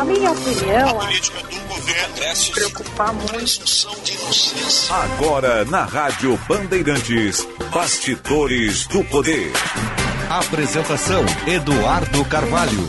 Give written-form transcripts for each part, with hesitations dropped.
Na minha opinião, a política do governo se preocupar muito. Agora na Rádio Bandeirantes, Bastidores do Poder. Apresentação: Eduardo Carvalho.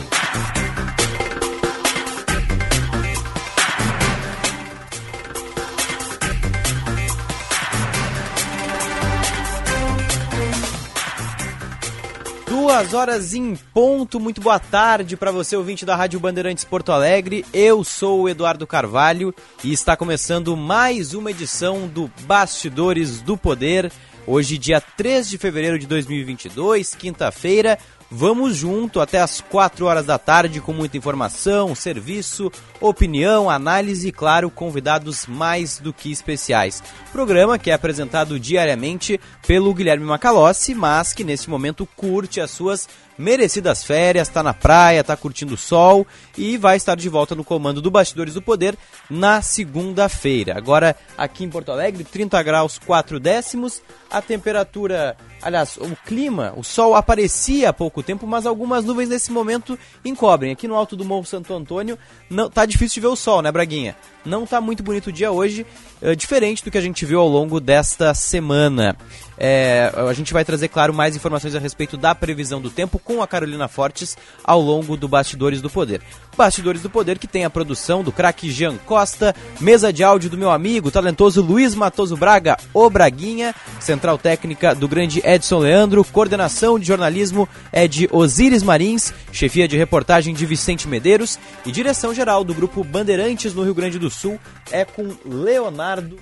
Duas horas em ponto, muito boa tarde para você, ouvinte da Rádio Bandeirantes Porto Alegre. Eu sou o Eduardo Carvalho e está começando mais uma edição do Bastidores do Poder. Hoje, dia 3 de fevereiro de 2022, quinta-feira. Vamos junto até as 4 horas da tarde com muita informação, serviço, opinião, análise e, claro, convidados mais do que especiais. Programa que é apresentado diariamente pelo Guilherme Macalossi, mas que nesse momento curte as suas merecidas férias, tá na praia, tá curtindo o sol e vai estar de volta no comando do Bastidores do Poder na segunda-feira. Agora aqui em Porto Alegre, 30 graus 4 décimos, a temperatura, aliás, o clima, o sol aparecia há pouco tempo, mas algumas nuvens nesse momento encobrem. Aqui no alto do Morro Santo Antônio não tá difícil de ver o sol, né, Braguinha? Não tá muito bonito o dia hoje, diferente do que a gente viu ao longo desta semana. A gente vai trazer, claro, mais informações a respeito da previsão do tempo com a Carolina Fortes ao longo do Bastidores do Poder. Bastidores do Poder que tem a produção do craque Jean Costa, mesa de áudio do meu amigo, talentoso Luiz Matoso Braga, o Braguinha, central técnica do grande Edson Leandro, coordenação de jornalismo é de Osíris Marins, chefia de reportagem de Vicente Medeiros e direção geral do Grupo Bandeirantes no Rio Grande do Sul é com Leonardo.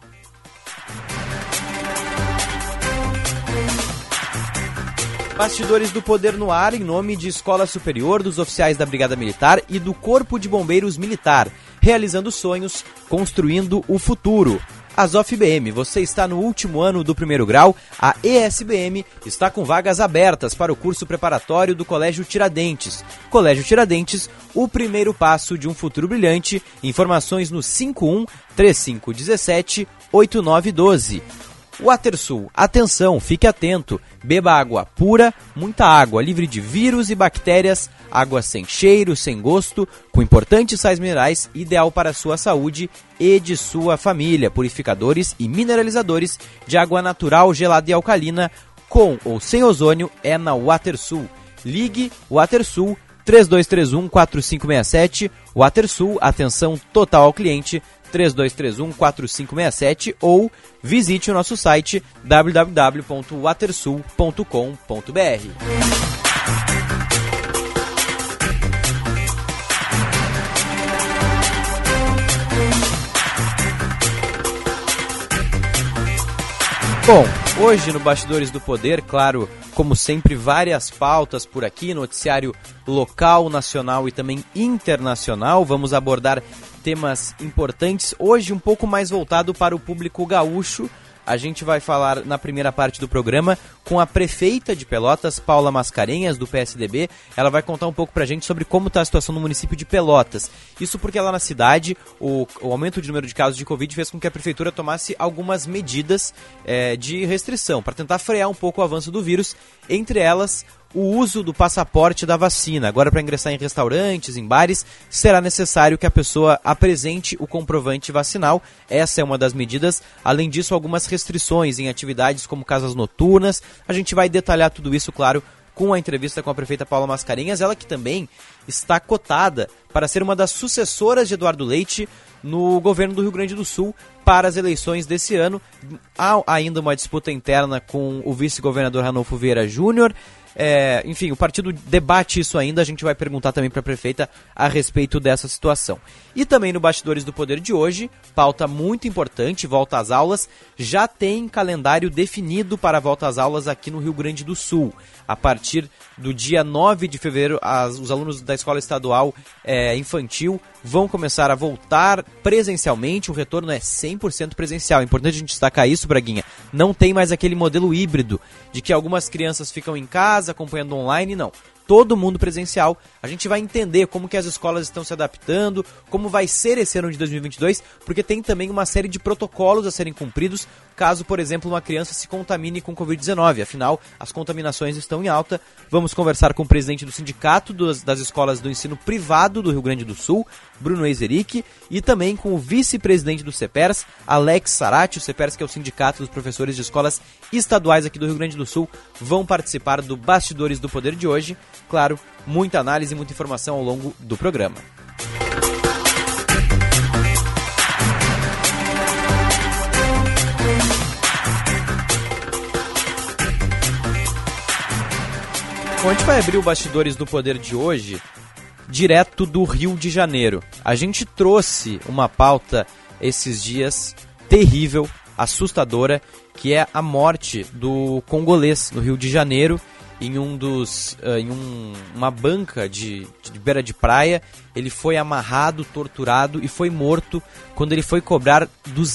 Bastidores do Poder no ar, em nome de Escola Superior, dos oficiais da Brigada Militar e do Corpo de Bombeiros Militar, realizando sonhos, construindo o futuro. Azof BM, você está no último ano do primeiro grau, a ESBM está com vagas abertas para o curso preparatório do Colégio Tiradentes. Colégio Tiradentes, o primeiro passo de um futuro brilhante. Informações no 51-3517-8912. WaterSul, atenção, fique atento, beba água pura, muita água, livre de vírus e bactérias, água sem cheiro, sem gosto, com importantes sais minerais, ideal para a sua saúde e de sua família, purificadores e mineralizadores de água natural, gelada e alcalina, com ou sem ozônio, é na WaterSul. Ligue WaterSul 3231-4567, WaterSul, atenção total ao cliente, 3231-4567 ou visite o nosso site www.watersul.com.br. Bom, hoje no Bastidores do Poder, claro, como sempre, várias pautas por aqui, noticiário local, nacional e também internacional. Vamos abordar temas importantes, hoje um pouco mais voltado para o público gaúcho. A gente vai falar na primeira parte do programa com a prefeita de Pelotas, Paula Mascarenhas, do PSDB. Ela vai contar um pouco pra gente sobre como está a situação no município de Pelotas. Isso porque lá na cidade, o aumento de número de casos de Covid fez com que a prefeitura tomasse algumas medidas de restrição para tentar frear um pouco o avanço do vírus, entre elas o uso do passaporte da vacina. Agora, para ingressar em restaurantes, em bares, será necessário que a pessoa apresente o comprovante vacinal. Essa é uma das medidas. Além disso, algumas restrições em atividades como casas noturnas. A gente vai detalhar tudo isso, claro, com a entrevista com a prefeita Paula Mascarenhas, ela que também está cotada para ser uma das sucessoras de Eduardo Leite no governo do Rio Grande do Sul para as eleições desse ano. Há ainda uma disputa interna com o vice-governador Ranolfo Vieira Júnior. Enfim, o partido debate isso ainda, a gente vai perguntar também para a prefeita a respeito dessa situação. E também no Bastidores do Poder de hoje, pauta muito importante, volta às aulas, já tem calendário definido para a volta às aulas aqui no Rio Grande do Sul. A partir do dia 9 de fevereiro, os alunos da escola estadual infantil vão começar a voltar presencialmente, o retorno é 100% presencial. É importante a gente destacar isso, Braguinha. Não tem mais aquele modelo híbrido de que algumas crianças ficam em casa acompanhando online, não. todo mundo presencial. A gente vai entender como que as escolas estão se adaptando, como vai ser esse ano de 2022, porque tem também uma série de protocolos a serem cumpridos, caso, por exemplo, uma criança se contamine com Covid-19. Afinal, as contaminações estão em alta. Vamos conversar com o presidente do Sindicato das Escolas do Ensino Privado do Rio Grande do Sul, Bruno Eizeric, e também com o vice-presidente do CEPERS, Alex Sarati. O CEPERS, que é o Sindicato dos Professores de Escolas Estaduais aqui do Rio Grande do Sul, vão participar do Bastidores do Poder de hoje. Claro, muita análise e muita informação ao longo do programa. Bom, a gente vai abrir o Bastidores do Poder de hoje direto do Rio de Janeiro. A gente trouxe uma pauta esses dias terrível, assustadora, que é a morte do congolês no Rio de Janeiro, em uma banca de beira de praia. Ele foi amarrado, torturado e foi morto quando ele foi cobrar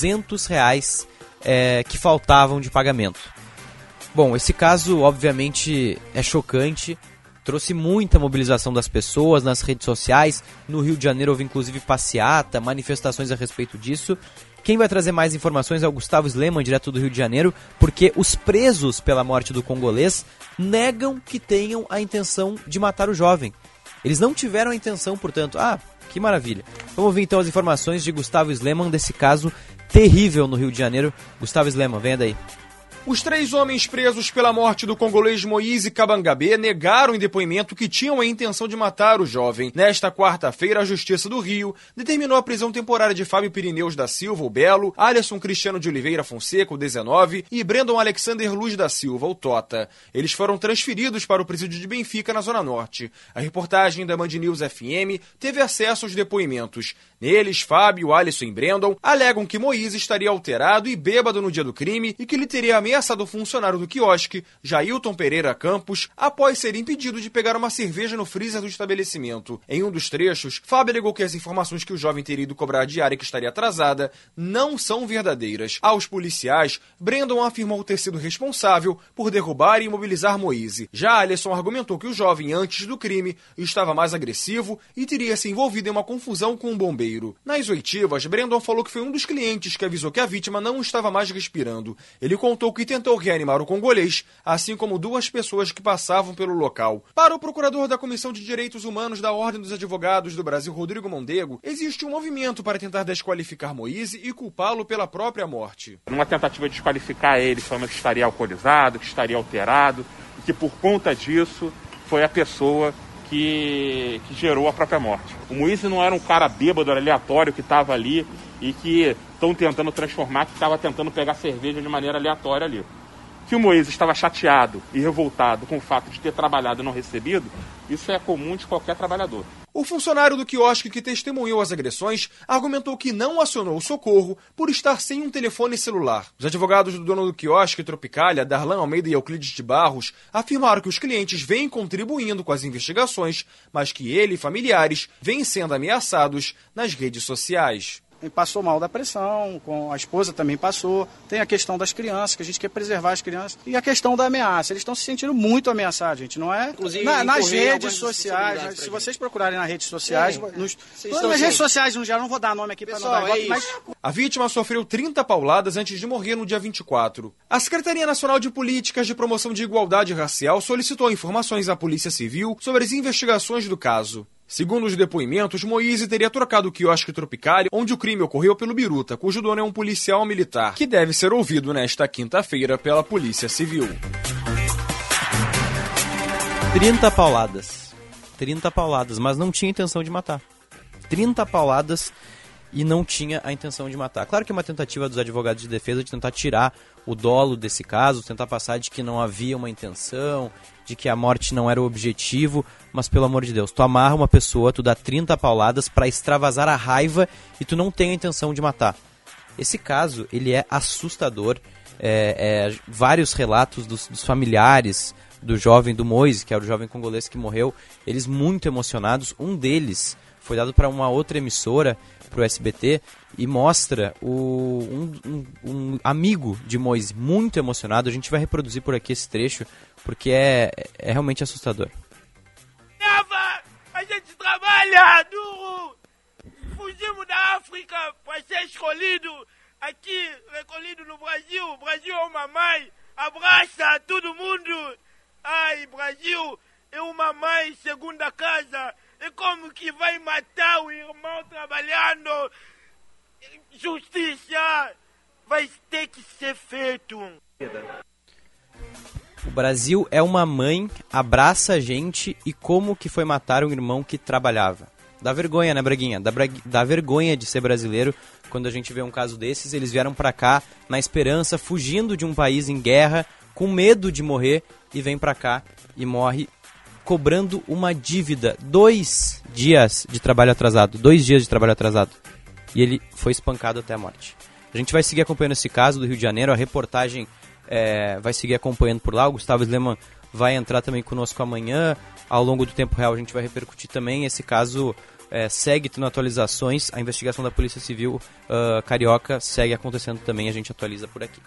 R$200 que faltavam de pagamento. Bom, esse caso obviamente é chocante, trouxe muita mobilização das pessoas nas redes sociais. No Rio de Janeiro houve inclusive passeata, manifestações a respeito disso. Quem vai trazer mais informações é o Gustavo Sleman, direto do Rio de Janeiro, porque os presos pela morte do congolês negam que tenham a intenção de matar o jovem. Eles não tiveram a intenção, portanto. Que maravilha. Vamos ouvir então as informações de Gustavo Sleman desse caso terrível no Rio de Janeiro. Gustavo Sleman, venha daí. Os 3 homens presos pela morte do congolês Moise Kabangabé negaram em depoimento que tinham a intenção de matar o jovem. Nesta quarta-feira, a Justiça do Rio determinou a prisão temporária de Fábio Pirineus da Silva, o Belo, Alisson Cristiano de Oliveira Fonseca, o 19, e Brandon Alexander Luz da Silva, o Tota. Eles foram transferidos para o presídio de Benfica, na Zona Norte. A reportagem da Band News FM teve acesso aos depoimentos. Neles, Fábio, Alisson e Brandon alegam que Moise estaria alterado e bêbado no dia do crime e que ele teria ameaçado o funcionário do quiosque, Jailton Pereira Campos, após ser impedido de pegar uma cerveja no freezer do estabelecimento. Em um dos trechos, Fábio alegou que as informações que o jovem teria ido cobrar a diária que estaria atrasada não são verdadeiras. Aos policiais, Brandon afirmou ter sido responsável por derrubar e imobilizar Moise. Já Alisson argumentou que o jovem, antes do crime, estava mais agressivo e teria se envolvido em uma confusão com um bombeiro. Nas oitivas, Brandon falou que foi um dos clientes que avisou que a vítima não estava mais respirando. Ele contou que tentou reanimar o congolês, assim como 2 pessoas que passavam pelo local. Para o procurador da Comissão de Direitos Humanos da Ordem dos Advogados do Brasil, Rodrigo Mondego, existe um movimento para tentar desqualificar Moise e culpá-lo pela própria morte. Numa tentativa de desqualificar ele, falando que estaria alcoolizado, que estaria alterado, e que por conta disso foi a pessoa que gerou a própria morte. O Moise não era um cara bêbado, aleatório, que estava ali e que estão tentando transformar, que estava tentando pegar cerveja de maneira aleatória ali. Que o Moise estava chateado e revoltado com o fato de ter trabalhado e não recebido, isso é comum de qualquer trabalhador. O funcionário do quiosque que testemunhou as agressões argumentou que não acionou o socorro por estar sem um telefone celular. Os advogados do dono do quiosque Tropicália, Darlan Almeida e Euclides de Barros, afirmaram que os clientes vêm contribuindo com as investigações, mas que ele e familiares vêm sendo ameaçados nas redes sociais. Passou mal da pressão, a esposa também passou. Tem a questão das crianças, que a gente quer preservar as crianças. E a questão da ameaça. Eles estão se sentindo muito ameaçados, gente. Não é? Inclusive, nas redes sociais, se vocês procurarem nas redes sociais, nas redes sociais no geral, não vou dar nome aqui para não dar golpe, mas... A vítima sofreu 30 pauladas antes de morrer no dia 24. A Secretaria Nacional de Políticas de Promoção de Igualdade Racial solicitou informações à Polícia Civil sobre as investigações do caso. Segundo os depoimentos, Moise teria trocado o quiosque Tropicália, onde o crime ocorreu, pelo Biruta, cujo dono é um policial militar, que deve ser ouvido nesta quinta-feira pela Polícia Civil. 30 pauladas. 30 pauladas, mas não tinha intenção de matar. 30 pauladas e não tinha a intenção de matar. Claro que é uma tentativa dos advogados de defesa de tentar tirar o dolo desse caso, tentar passar de que não havia uma intenção, de que a morte não era o objetivo, mas pelo amor de Deus, tu amarra uma pessoa, tu dá 30 pauladas pra extravasar a raiva e tu não tem a intenção de matar. Esse caso, ele é assustador. Vários relatos dos familiares do jovem, do Moise, que era o jovem congolês que morreu, eles muito emocionados. Um deles foi dado para uma outra emissora, para o SBT, e mostra um amigo de Moise muito emocionado. A gente vai reproduzir por aqui esse trecho, porque é realmente assustador. trabalha duro. Fugimos da África para ser escolhido aqui, recolhido no Brasil. O Brasil é uma mãe, abraça todo mundo. Ai, Brasil é uma mãe, segunda casa. É como que vai matar o irmão trabalhando? Justiça vai ter que ser feito. O Brasil é uma mãe, abraça a gente e como que foi matar um irmão que trabalhava. Dá vergonha, né, Braguinha? Dá vergonha de ser brasileiro quando a gente vê um caso desses. Eles vieram pra cá na esperança, fugindo de um país em guerra, com medo de morrer, e vem pra cá e morre cobrando uma dívida. 2 dias de trabalho atrasado. 2 dias de trabalho atrasado. E ele foi espancado até a morte. A gente vai seguir acompanhando esse caso do Rio de Janeiro. A reportagem vai seguir acompanhando por lá. O Gustavo Sleman vai entrar também conosco amanhã. Ao longo do tempo real a gente vai repercutir também. Esse caso segue tendo atualizações. A investigação da Polícia Civil Carioca segue acontecendo também. A gente atualiza por aqui.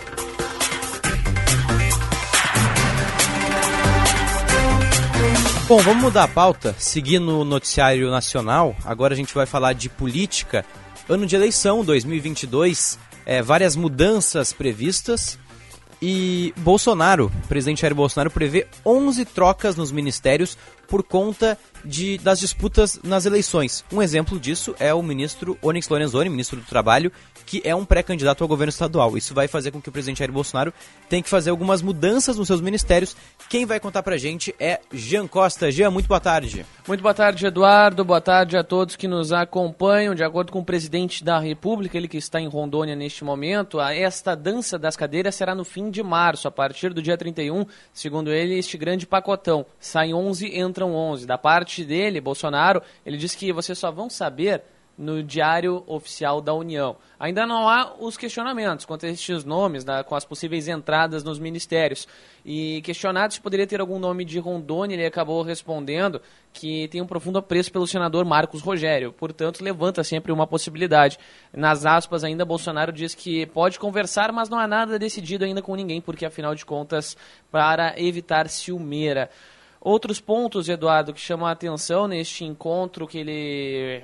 Bom, vamos mudar a pauta, seguir no noticiário nacional. Agora a gente vai falar de política. Ano de eleição, 2022, várias mudanças previstas. E Bolsonaro, o presidente Jair Bolsonaro, prevê 11 trocas nos ministérios por conta das disputas nas eleições. Um exemplo disso é o ministro Onyx Lorenzoni, ministro do Trabalho, que é um pré-candidato ao governo estadual. Isso vai fazer com que o presidente Jair Bolsonaro tenha que fazer algumas mudanças nos seus ministérios. Quem vai contar pra gente é Jean Costa. Jean, muito boa tarde. Muito boa tarde, Eduardo. Boa tarde a todos que nos acompanham. De acordo com o presidente da República, ele que está em Rondônia neste momento, esta dança das cadeiras será no fim de março, a partir do dia 31. Segundo ele, este grande pacotão. Saem 11, entram 11. Da parte dele, Bolsonaro, ele diz que vocês só vão saber no Diário Oficial da União. Ainda não há os questionamentos quanto a estes nomes, com as possíveis entradas nos ministérios. E questionado se poderia ter algum nome de Rondônia, ele acabou respondendo que tem um profundo apreço pelo senador Marcos Rogério. Portanto, levanta sempre uma possibilidade. Nas aspas, ainda Bolsonaro diz que pode conversar, mas não há nada decidido ainda com ninguém, porque, afinal de contas, para evitar ciumeira. Outros pontos, Eduardo, que chamam a atenção neste encontro que ele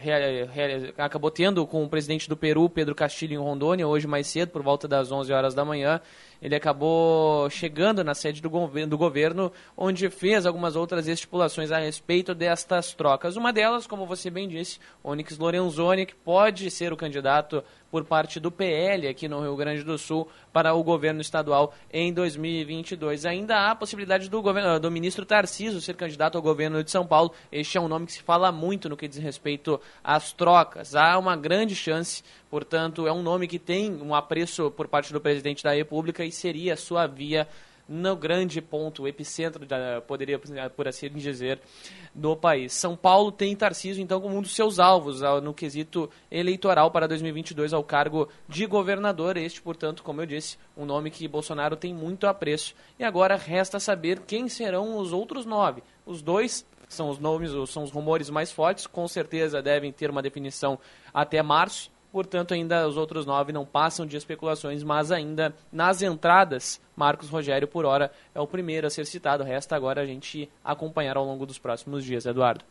acabou tendo com o presidente do Peru, Pedro Castilho, em Rondônia, hoje mais cedo, por volta das 11 horas da manhã. Ele acabou chegando na sede do governo, onde fez algumas outras estipulações a respeito destas trocas. Uma delas, como você bem disse, Onyx Lorenzoni, que pode ser o candidato por parte do PL aqui no Rio Grande do Sul para o governo estadual em 2022. Ainda há a possibilidade do ministro Tarcísio ser candidato ao governo de São Paulo. Este é um nome que se fala muito no que diz respeito às trocas. Há uma grande chance, portanto, é um nome que tem um apreço por parte do presidente da República e seria a sua via no grande ponto, o epicentro, poderia, por assim dizer, do país. São Paulo tem Tarcísio, então, como um dos seus alvos no quesito eleitoral para 2022 ao cargo de governador. Este, portanto, como eu disse, um nome que Bolsonaro tem muito apreço. E agora resta saber quem serão os outros 9. Os 2 são os nomes, são os rumores mais fortes, com certeza devem ter uma definição até março. Portanto, ainda os outros 9 não passam de especulações, mas ainda nas entradas, Marcos Rogério, por hora, é o primeiro a ser citado. Resta agora a gente acompanhar ao longo dos próximos dias, Eduardo.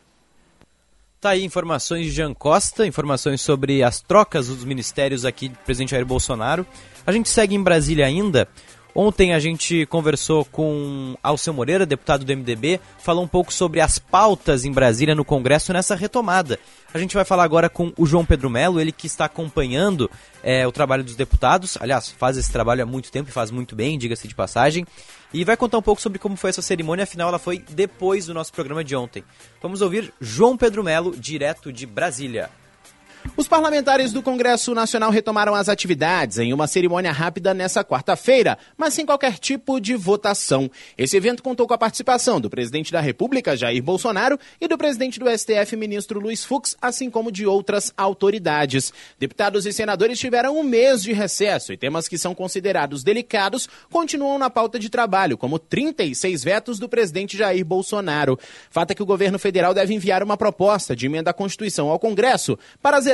Tá aí informações de Jean Costa, informações sobre as trocas dos ministérios aqui do presidente Jair Bolsonaro. A gente segue em Brasília ainda. Ontem a gente conversou com Alceu Moreira, deputado do MDB, falou um pouco sobre as pautas em Brasília no Congresso nessa retomada. A gente vai falar agora com o João Pedro Melo, ele que está acompanhando o trabalho dos deputados. Aliás, faz esse trabalho há muito tempo e faz muito bem, diga-se de passagem. E vai contar um pouco sobre como foi essa cerimônia, afinal ela foi depois do nosso programa de ontem. Vamos ouvir João Pedro Melo, direto de Brasília. Os parlamentares do Congresso Nacional retomaram as atividades em uma cerimônia rápida nessa quarta-feira, mas sem qualquer tipo de votação. Esse evento contou com a participação do presidente da República, Jair Bolsonaro, e do presidente do STF, ministro Luiz Fux, assim como de outras autoridades. Deputados e senadores tiveram um mês de recesso e temas que são considerados delicados continuam na pauta de trabalho, como 36 vetos do presidente Jair Bolsonaro. Fato é que o governo federal deve enviar uma proposta de emenda à Constituição ao Congresso para zerar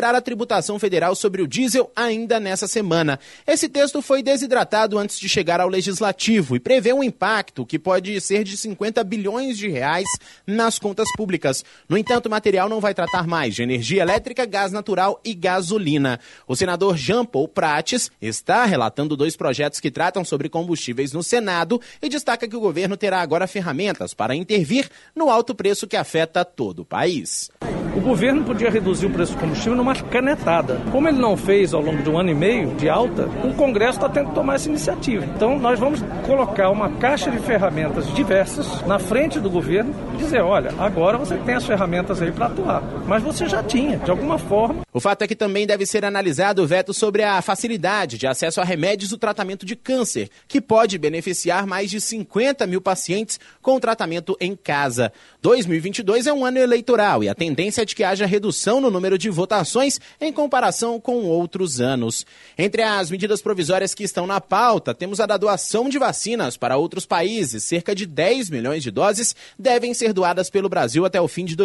zerar a tributação federal sobre o diesel ainda nessa semana. Esse texto foi desidratado antes de chegar ao Legislativo e prevê um impacto que pode ser de 50 bilhões de reais nas contas públicas. No entanto, o material não vai tratar mais de energia elétrica, gás natural e gasolina. O senador Jean Paul Prates está relatando 2 projetos que tratam sobre combustíveis no Senado e destaca que o governo terá agora ferramentas para intervir no alto preço que afeta todo o país. O governo podia reduzir o preço do combustível numa canetada. Como ele não fez ao longo de 1 ano e meio de alta, o Congresso está tendo que tomar essa iniciativa. Então nós vamos colocar uma caixa de ferramentas diversas na frente do governo e dizer, olha, agora você tem as ferramentas aí para atuar. Mas você já tinha, de alguma forma. O fato é que também deve ser analisado o veto sobre a facilidade de acesso a remédios do tratamento de câncer, que pode beneficiar mais de 50 mil pacientes com tratamento em casa. 2022 é um ano eleitoral e a tendência é de que haja redução no número de votações em comparação com outros anos. Entre as medidas provisórias que estão na pauta, temos a da doação de vacinas para outros países. Cerca de 10 milhões de doses devem ser doadas pelo Brasil até o fim de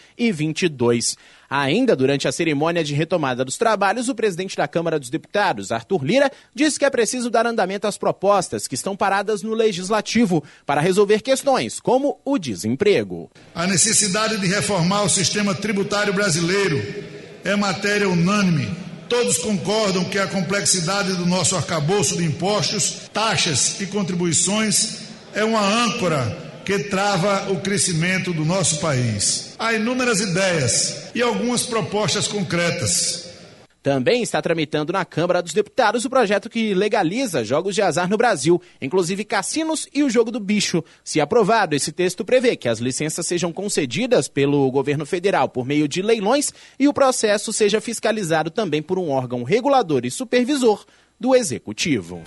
2022. Ainda durante a cerimônia de retomada dos trabalhos, o presidente da Câmara dos Deputados, Arthur Lira, disse que é preciso dar andamento às propostas que estão paradas no Legislativo para resolver questões como o desemprego. A necessidade de reformar o sistema tributário brasileiro é matéria unânime. Todos concordam que a complexidade do nosso arcabouço de impostos, taxas e contribuições é uma âncora que trava o crescimento do nosso país. Há inúmeras ideias e algumas propostas concretas. Também está tramitando na Câmara dos Deputados o projeto que legaliza jogos de azar no Brasil, inclusive cassinos e o jogo do bicho. Se aprovado, esse texto prevê que as licenças sejam concedidas pelo governo federal por meio de leilões e o processo seja fiscalizado também por um órgão regulador e supervisor do Executivo.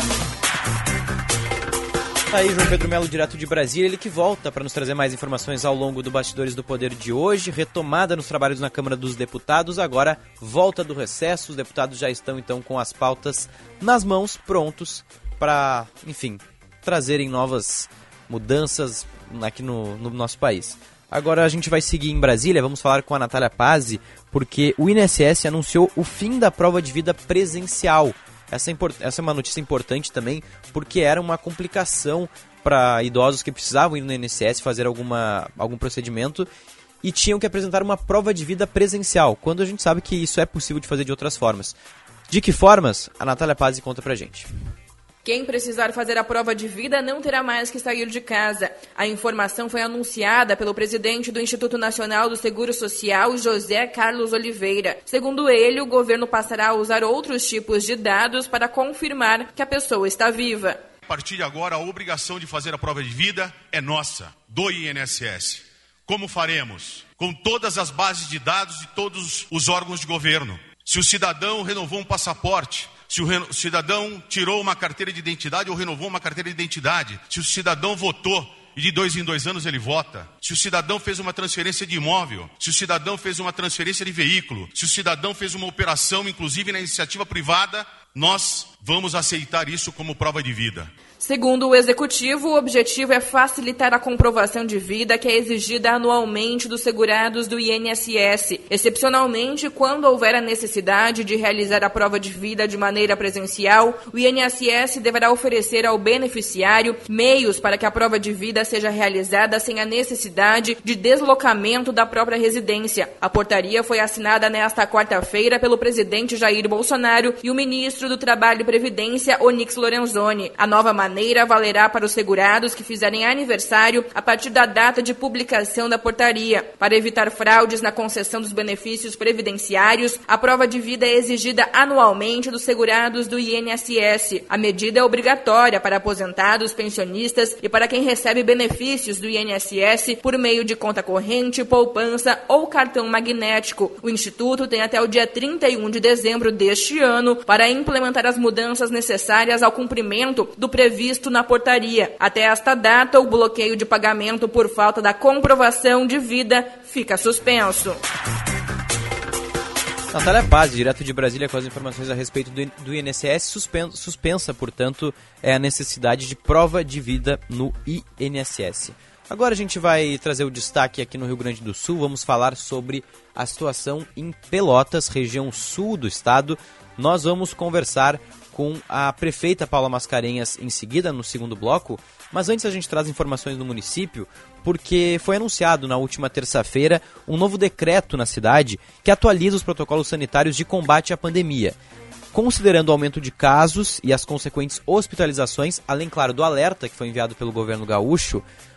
Aí, João Pedro Melo, direto de Brasília, ele que volta para nos trazer mais informações ao longo do Bastidores do Poder de hoje. Retomada nos trabalhos na Câmara dos Deputados, agora volta do recesso. Os deputados já estão, então, com as pautas nas mãos, prontos para, enfim, trazerem novas mudanças aqui no nosso país. Agora a gente vai seguir em Brasília, vamos falar com a Natália Pazzi, porque o INSS anunciou o fim da prova de vida presencial. Essa é uma notícia importante também, porque era uma complicação para idosos que precisavam ir no INSS fazer algum procedimento e tinham que apresentar uma prova de vida presencial, quando a gente sabe que isso é possível de fazer de outras formas. De que formas? A Natália Pazzi conta pra gente. Quem precisar fazer a prova de vida não terá mais que sair de casa. A informação foi anunciada pelo presidente do Instituto Nacional do Seguro Social, José Carlos Oliveira. Segundo ele, o governo passará a usar outros tipos de dados para confirmar que a pessoa está viva. A partir de agora, a obrigação de fazer a prova de vida é nossa, do INSS. Como faremos? Com todas as bases de dados de todos os órgãos de governo. Se o cidadão renovou um passaporte, se o cidadão tirou uma carteira de identidade ou renovou uma carteira de identidade, se o cidadão votou e de 2 em 2 anos ele vota, se o cidadão fez uma transferência de imóvel, se o cidadão fez uma transferência de veículo, se o cidadão fez uma operação, inclusive na iniciativa privada, nós vamos aceitar isso como prova de vida. Segundo o Executivo, o objetivo é facilitar a comprovação de vida que é exigida anualmente dos segurados do INSS. Excepcionalmente, quando houver a necessidade de realizar a prova de vida de maneira presencial, o INSS deverá oferecer ao beneficiário meios para que a prova de vida seja realizada sem a necessidade de deslocamento da própria residência. A portaria foi assinada nesta quarta-feira pelo presidente Jair Bolsonaro e o ministro do Trabalho e Previdência, Onyx Lorenzoni. A nova maneira valerá para os segurados que fizerem aniversário a partir da data de publicação da portaria. Para evitar fraudes na concessão dos benefícios previdenciários, a prova de vida é exigida anualmente dos segurados do INSS. A medida é obrigatória para aposentados, pensionistas e para quem recebe benefícios do INSS por meio de conta corrente, poupança ou cartão magnético. O Instituto tem até o dia 31 de dezembro deste ano para implementar as mudanças necessárias ao cumprimento do previsto na portaria. Até esta data, o bloqueio de pagamento por falta da comprovação de vida fica suspenso. Natália Pazzi, direto de Brasília, com as informações a respeito do INSS, suspensa, portanto, a necessidade de prova de vida no INSS. Agora a gente vai trazer o destaque aqui no Rio Grande do Sul, vamos falar sobre a situação em Pelotas, região sul do estado. Nós vamos conversar com a prefeita Paula Mascarenhas em seguida, no segundo bloco, mas antes a gente traz informações do município, porque foi anunciado na última terça-feira um novo decreto na cidade que atualiza os protocolos sanitários de combate à pandemia. Considerando o aumento de casos e as consequentes hospitalizações, além, claro, do alerta que foi enviado pelo governo gaúcho,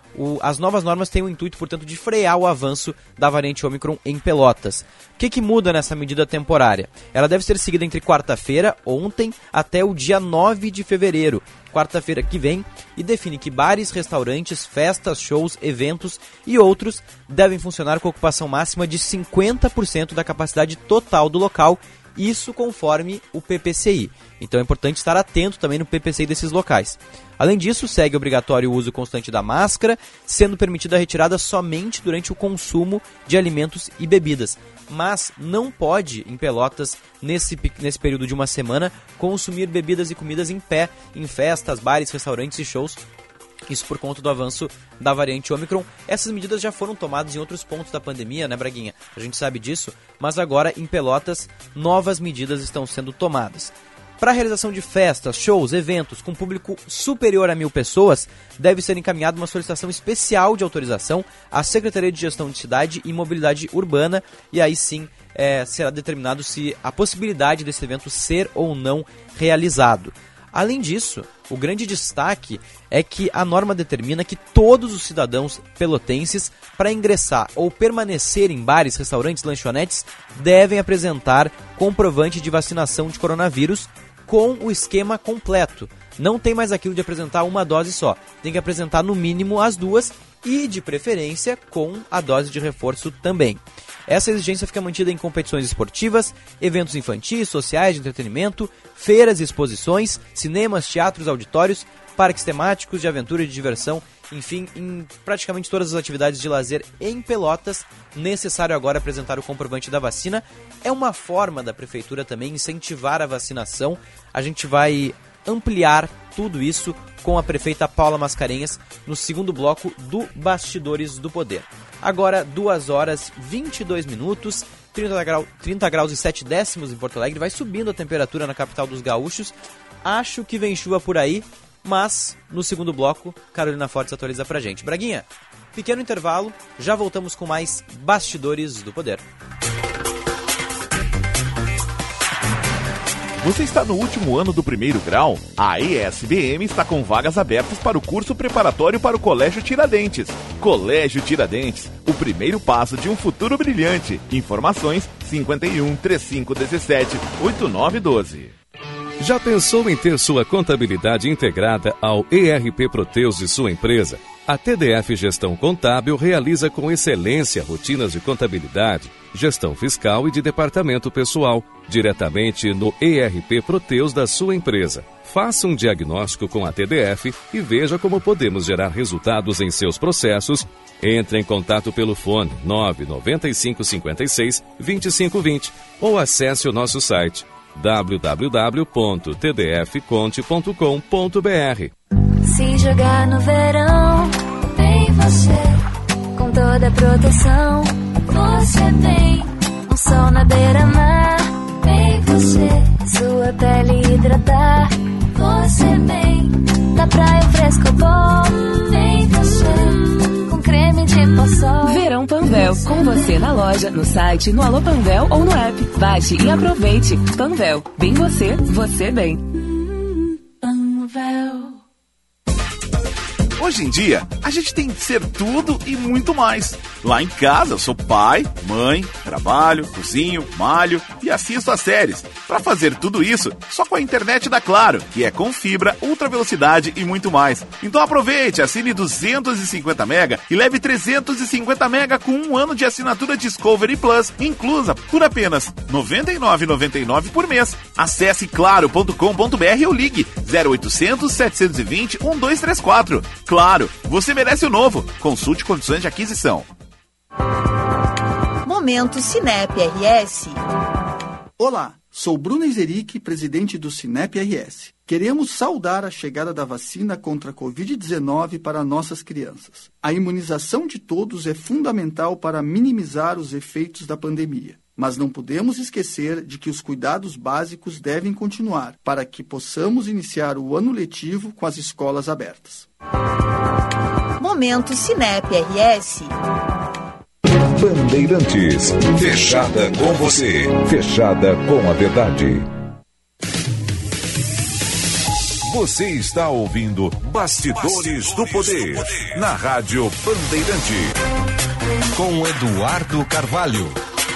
as novas normas têm o intuito, portanto, de frear o avanço da variante Ômicron em Pelotas. O que muda nessa medida temporária? Ela deve ser seguida entre quarta-feira, ontem, até o dia 9 de fevereiro, quarta-feira que vem, e define que bares, restaurantes, festas, shows, eventos e outros devem funcionar com ocupação máxima de 50% da capacidade total do local, isso conforme o PPCI. Então é importante estar atento também no PPCI desses locais. Além disso, segue obrigatório o uso constante da máscara, sendo permitida a retirada somente durante o consumo de alimentos e bebidas. Mas não pode, em Pelotas, nesse período de uma semana, consumir bebidas e comidas em pé, em festas, bares, restaurantes e shows. Isso por conta do avanço da variante Ômicron. Essas medidas já foram tomadas em outros pontos da pandemia, né, Braguinha? A gente sabe disso, mas agora em Pelotas novas medidas estão sendo tomadas. Para a realização de festas, shows, eventos com público superior a 1.000 pessoas, deve ser encaminhada uma solicitação especial de autorização à Secretaria de Gestão de Cidade e Mobilidade Urbana, e aí sim será determinado se a possibilidade desse evento ser ou não realizado. Além disso, o grande destaque é que a norma determina que todos os cidadãos pelotenses, para ingressar ou permanecer em bares, restaurantes, lanchonetes, devem apresentar comprovante de vacinação de coronavírus com o esquema completo. Não tem mais aquilo de apresentar uma dose só, tem que apresentar no mínimo as duas e, de preferência, com a dose de reforço também. Essa exigência fica mantida em competições esportivas, eventos infantis, sociais, de entretenimento, feiras e exposições, cinemas, teatros, auditórios, parques temáticos, de aventura e de diversão, enfim, em praticamente todas as atividades de lazer em Pelotas. Necessário agora apresentar o comprovante da vacina. É uma forma da prefeitura também incentivar a vacinação. A gente vai ampliar tudo isso com a prefeita Paula Mascarenhas no segundo bloco do Bastidores do Poder. Agora, 2 horas 22 minutos, 30 graus e 7 décimos em Porto Alegre. Vai subindo a temperatura na capital dos gaúchos. Acho que vem chuva por aí, mas no segundo bloco, Carolina Fortes atualiza pra gente. Braguinha, pequeno intervalo, já voltamos com mais Bastidores do Poder. Você está no último ano do primeiro grau? A ESBM está com vagas abertas para o curso preparatório para o Colégio Tiradentes. Colégio Tiradentes, o primeiro passo de um futuro brilhante. Informações 51 3517 8912. Já pensou em ter sua contabilidade integrada ao ERP Proteus de sua empresa? A TDF Gestão Contábil realiza com excelência rotinas de contabilidade, gestão fiscal e de departamento pessoal, diretamente no ERP Proteus da sua empresa. Faça um diagnóstico com a TDF e veja como podemos gerar resultados em seus processos. Entre em contato pelo fone 995 56 2520 ou acesse o nosso site www.tdfconte.com.br. Se jogar no verão, tem você. Com toda a proteção, você tem. Um sol na beira-mar, tem você. Sua pele hidratar, você tem. Da praia fresco bom, tem você. Com creme de pó-sol. Verão Panvel, com você na loja, no site, no Alô Panvel ou no app. Baixe e aproveite. Panvel, bem você, você bem. Panvel. Hoje em dia, a gente tem que ser tudo e muito mais. Lá em casa, eu sou pai, mãe, trabalho, cozinho, malho e assisto às séries. Para fazer tudo isso, só com a internet da Claro, que é com fibra, ultra velocidade e muito mais. Então aproveite, assine 250 mega e leve 350 mega com 1 ano de assinatura Discovery Plus, inclusa por apenas R$ 99,99 por mês. Acesse claro.com.br ou ligue 0800 720 1234. Claro, você merece o novo. Consulte condições de aquisição. Momento Cinep RS. Olá, Sou Bruno Eizeric, presidente do Sinep-RS. Queremos saudar a chegada da vacina contra a Covid-19 para nossas crianças. A imunização de todos é fundamental para minimizar os efeitos da pandemia. Mas não podemos esquecer de que os cuidados básicos devem continuar para que possamos iniciar o ano letivo com as escolas abertas. Momento Sinep-RS. Bandeirantes, fechada com você, fechada com a verdade. Você está ouvindo Bastidores do Poder, na Rádio Bandeirante, com Eduardo Carvalho.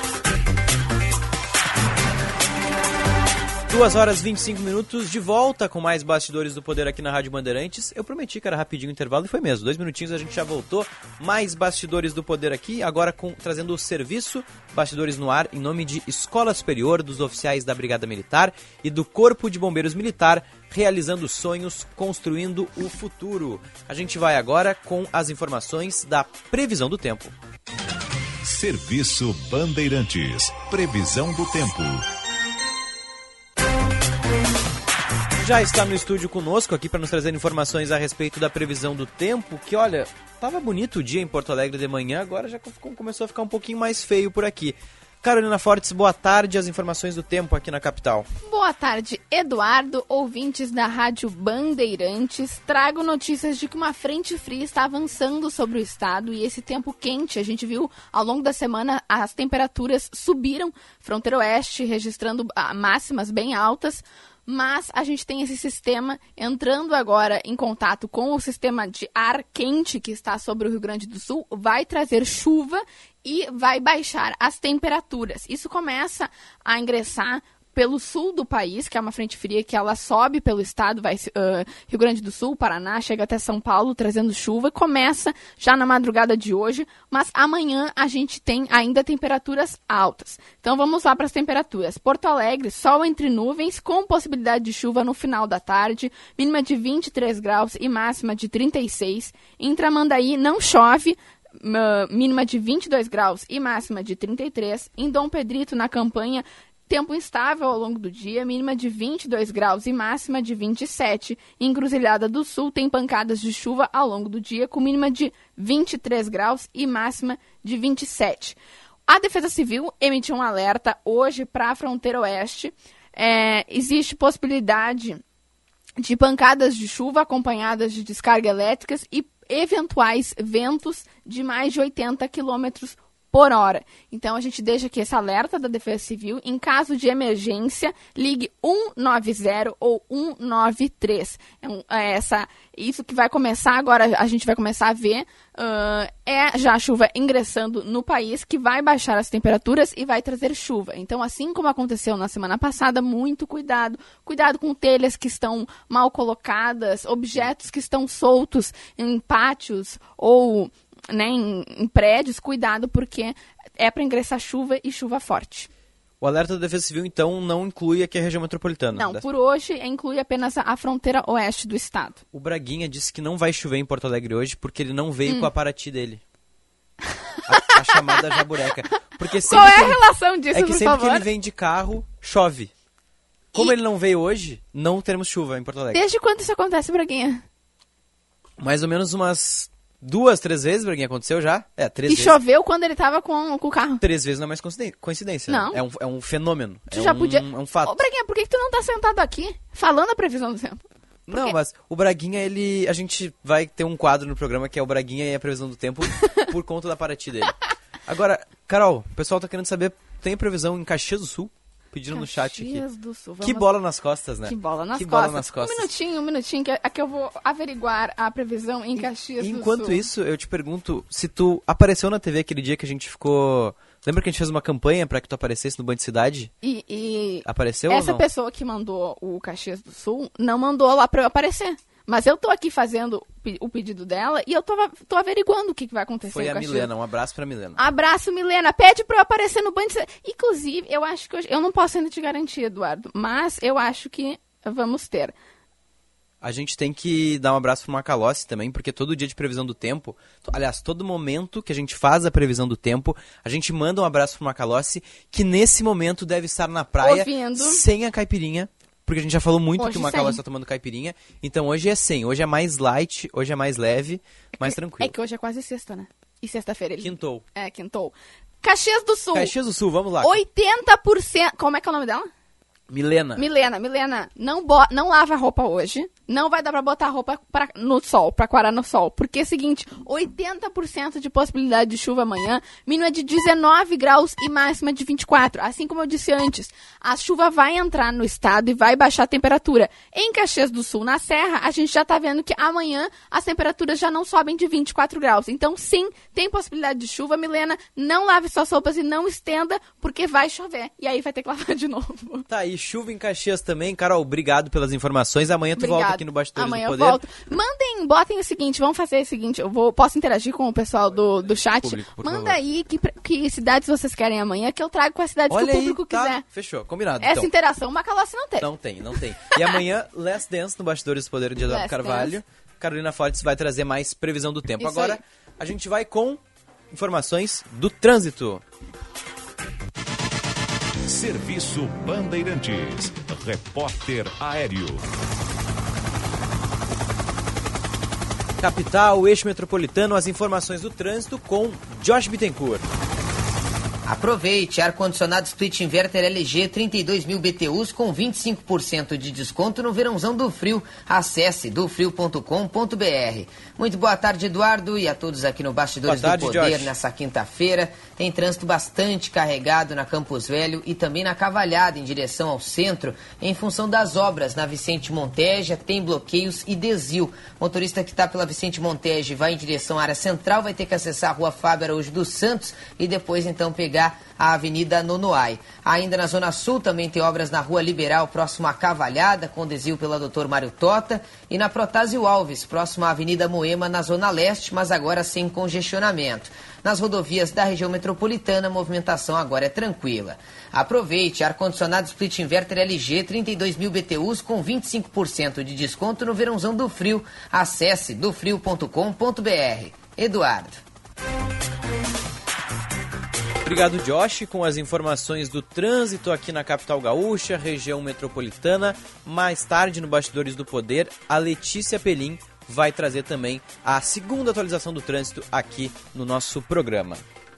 2h25, de volta com mais Bastidores do Poder aqui na Rádio Bandeirantes. Eu prometi que era rapidinho o intervalo e foi mesmo. 2 minutinhos a gente já voltou. Mais Bastidores do Poder aqui, agora trazendo o serviço Bastidores no Ar em nome de Escola Superior, dos oficiais da Brigada Militar e do Corpo de Bombeiros Militar, realizando sonhos, construindo o futuro. A gente vai agora com as informações da previsão do tempo. Serviço Bandeirantes, previsão do tempo. Já está no estúdio conosco aqui para nos trazer informações a respeito da previsão do tempo, que olha, estava bonito o dia em Porto Alegre de manhã, agora já começou a ficar um pouquinho mais feio por aqui. Carolina Fortes, boa tarde, as informações do tempo aqui na capital. Boa tarde, Eduardo, ouvintes da Rádio Bandeirantes. Trago notícias de que uma frente fria está avançando sobre o estado e esse tempo quente, a gente viu ao longo da semana, as temperaturas subiram, fronteira oeste registrando máximas bem altas, mas a gente tem esse sistema entrando agora em contato com o sistema de ar quente que está sobre o Rio Grande do Sul, vai trazer chuva e vai baixar as temperaturas. Isso começa a ingressar pelo sul do país, que é uma frente fria que ela sobe pelo estado, vai Rio Grande do Sul, Paraná, chega até São Paulo trazendo chuva, começa já na madrugada de hoje, mas amanhã a gente tem ainda temperaturas altas. Então vamos lá para as temperaturas. Porto Alegre, sol entre nuvens, com possibilidade de chuva no final da tarde, mínima de 23 graus e máxima de 36. Em Tramandaí não chove, mínima de 22 graus e máxima de 33. Em Dom Pedrito, na Campanha, tempo instável ao longo do dia, mínima de 22 graus e máxima de 27. Em Encruzilhada do Sul tem pancadas de chuva ao longo do dia, com mínima de 23 graus e máxima de 27. A Defesa Civil emitiu um alerta hoje para a fronteira oeste. Existe possibilidade de pancadas de chuva acompanhadas de descargas elétricas e eventuais ventos de mais de 80 quilômetros por hora. Então, a gente deixa aqui esse alerta da Defesa Civil. Em caso de emergência, ligue 190 ou 193. Isso que vai começar agora, a gente vai começar a ver, já a chuva ingressando no país, que vai baixar as temperaturas e vai trazer chuva. Então, assim como aconteceu na semana passada, muito cuidado. Cuidado com telhas que estão mal colocadas, objetos que estão soltos em pátios ou em prédios, cuidado, porque é para ingressar chuva e chuva forte. O alerta da Defesa Civil, então, não inclui aqui a região metropolitana? Não, por hoje inclui apenas a fronteira oeste do estado. O Braguinha disse que não vai chover em Porto Alegre hoje porque ele não veio com a Paraty dele. A chamada jabureca. Porque qual é a relação disso, por favor? É que sempre que ele vem de carro, chove. Como ele não veio hoje, não teremos chuva em Porto Alegre. Desde quando isso acontece, Braguinha? Mais ou menos umas 2, 3 vezes, Braguinha, aconteceu já? 3 vezes. E choveu quando ele tava com o carro? 3 vezes não é mais coincidência. Não. Né? É um fenômeno. Tu já podia... É um fato. Ô, Braguinha, por que tu não tá sentado aqui falando a previsão do tempo? Não, mas o Braguinha, a gente vai ter um quadro no programa que é o Braguinha e a previsão do tempo por conta da Paraty dele. Agora, Carol, o pessoal tá querendo saber, tem previsão em Caxias do Sul? Pedindo no chat aqui. Caxias do Sul. Que bola nas costas, né? Que bola nas costas. Um minutinho, que eu vou averiguar a previsão em Caxias do Sul. Enquanto isso, eu te pergunto, se tu apareceu na TV aquele dia que a gente ficou... Lembra que a gente fez uma campanha pra que tu aparecesse no Band Cidade? Apareceu ou não? Essa pessoa que mandou o Caxias do Sul não mandou lá pra eu aparecer. Mas eu tô aqui fazendo o pedido dela e eu tô averiguando o que vai acontecer. Foi a Milena, um abraço pra Milena. Abraço, Milena. Pede pra eu aparecer no Band. Inclusive, eu acho que eu não posso ainda te garantir, Eduardo, mas eu acho que vamos ter. A gente tem que dar um abraço pro Macalossi também, porque todo dia de previsão do tempo, aliás, todo momento que a gente faz a previsão do tempo, a gente manda um abraço pro Macalossi, que nesse momento deve estar na praia, sem a caipirinha, porque a gente já falou muito hoje que o Macalossi está tomando caipirinha, então hoje é sem, hoje é mais light, hoje é mais leve, mais tranquilo. É que hoje é quase sexta, né? E sexta-feira ele... Quintou. Quintou. Caxias do Sul. Caxias do Sul, vamos lá. 80%... Como é que é o nome dela? Milena, não lava a roupa hoje. Não vai dar pra botar a roupa no sol, pra quarar no sol. Porque é o seguinte, 80% de possibilidade de chuva amanhã, mínima de 19 graus e máxima de 24. Assim como eu disse antes, a chuva vai entrar no estado e vai baixar a temperatura. Em Caxias do Sul, na Serra, a gente já tá vendo que amanhã as temperaturas já não sobem de 24 graus. Então, sim, tem possibilidade de chuva. Milena, não lave suas roupas e não estenda, porque vai chover. E aí vai ter que lavar de novo. Tá aí, chuva em Caxias também. Carol, obrigado pelas informações. Amanhã tu volta aqui no Bastidores Amanhã do Poder. Eu volto. Botem o seguinte, vamos fazer o seguinte, posso interagir com o pessoal do chat? Público, por Manda favor. aí que cidades vocês querem amanhã, que eu trago com as cidades que o público quiser. Fechou, combinado. Essa então. interação o Macalossi não tem. Não tem. E amanhã, Last Dance no Bastidores do Poder de Eduardo Carvalho. Carolina Fortes vai trazer mais previsão do tempo. Isso Agora, aí. a gente vai com informações do trânsito. Serviço Bandeirantes. Repórter Aéreo. Capital, eixo metropolitano, as informações do trânsito com Josh Bittencourt. Aproveite, ar-condicionado split inverter LG 32.000 BTUs com 25% de desconto no verãozão do frio. Acesse dofrio.com.br. Muito boa tarde, Eduardo, e a todos aqui no Bastidores do Poder, Josh. Nessa quinta-feira. Tem trânsito bastante carregado na Campos Velho e também na Cavalhada, em direção ao centro, em função das obras na Vicente Monteja, tem bloqueios e desvio. Motorista que está pela Vicente Monteja e vai em direção à área central vai ter que acessar a Rua Fábio Araújo dos Santos e depois então pegar a Avenida Nonoai. Ainda na Zona Sul também tem obras na Rua Liberal, próximo à Cavalhada, com desvio pela Dr. Mário Tota, e na Protásio Alves, próximo à Avenida Moema, na Zona Leste, mas agora sem congestionamento. Nas rodovias da região metropolitana, a movimentação agora é tranquila. Aproveite, ar-condicionado split inverter LG 32.000 BTUs com 25% de desconto no verãozão do frio. Acesse dofrio.com.br. Eduardo. Obrigado, Josh, com as informações do trânsito aqui na capital gaúcha, região metropolitana. Mais tarde, no Bastidores do Poder, a Letícia Pelim vai trazer também a segunda atualização do trânsito aqui no nosso programa.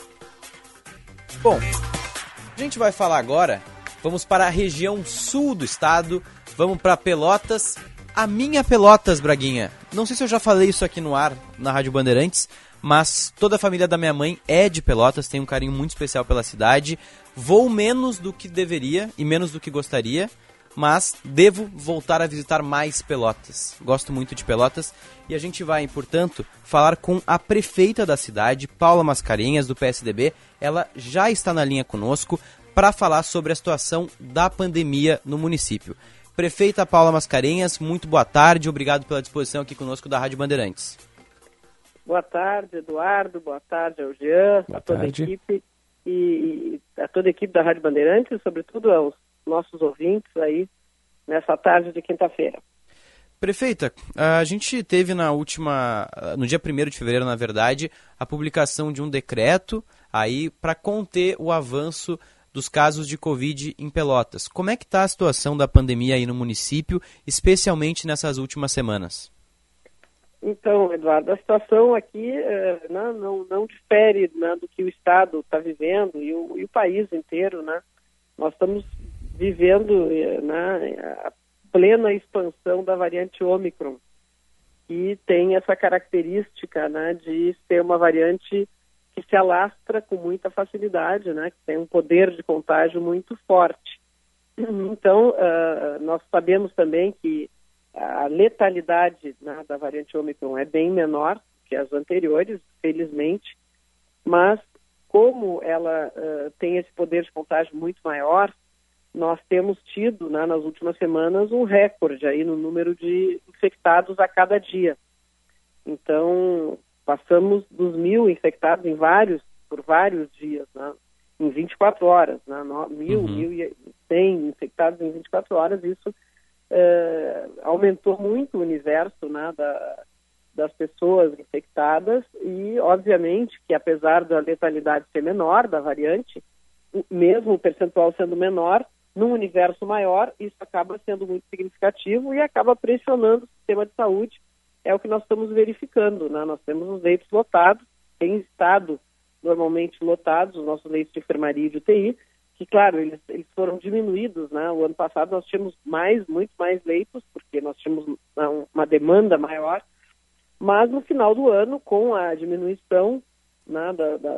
Bom, a gente vai falar agora, vamos para a região sul do estado, vamos para Pelotas, a minha Pelotas, Braguinha. Não sei se eu já falei isso aqui no ar, na Rádio Bandeirantes, mas toda a família da minha mãe é de Pelotas, tem um carinho muito especial pela cidade. Vou menos do que deveria e menos do que gostaria, mas devo voltar a visitar mais Pelotas. Gosto muito de Pelotas e a gente vai, portanto, falar com a prefeita da cidade, Paula Mascarenhas, do PSDB. Ela já está na linha conosco para falar sobre a situação da pandemia no município. Prefeita Paula Mascarenhas, muito boa tarde, obrigado pela disposição aqui conosco da Rádio Bandeirantes. Boa tarde, Eduardo. Boa tarde ao Jean, a toda a equipe e a toda a equipe da Rádio Bandeirantes, e sobretudo aos nossos ouvintes aí nessa tarde de quinta-feira. Prefeita, a gente teve no dia 1º de fevereiro, na verdade, a publicação de um decreto aí para conter o avanço dos casos de Covid em Pelotas. Como é que está a situação da pandemia aí no município, especialmente nessas últimas semanas? Então, Eduardo, a situação aqui não difere, né, do que o Estado está vivendo e o país inteiro, né? Nós estamos vivendo, né, a plena expansão da variante Ômicron, que tem essa característica, né, de ser uma variante que se alastra com muita facilidade, né, que tem um poder de contágio muito forte. Então, nós sabemos também que a letalidade, né, da variante Ômicron é bem menor que as anteriores, felizmente, mas como ela tem esse poder de contágio muito maior, nós temos tido, né, nas últimas semanas um recorde aí no número de infectados a cada dia. Então, passamos dos 1.000 infectados por vários dias, né, em 24 horas, né, 1.100 infectados em 24 horas, isso aumentou muito o universo, né, das pessoas infectadas e, obviamente, que apesar da letalidade ser menor da variante, mesmo o percentual sendo menor, num universo maior, isso acaba sendo muito significativo e acaba pressionando o sistema de saúde. É o que nós estamos verificando, né? Nós temos os leitos lotados, tem estado normalmente lotados, os nossos leitos de enfermaria e de UTI, que, claro, eles foram diminuídos, né? O ano passado nós tínhamos muito mais leitos, porque nós tínhamos uma demanda maior, mas no final do ano, com a diminuição, né,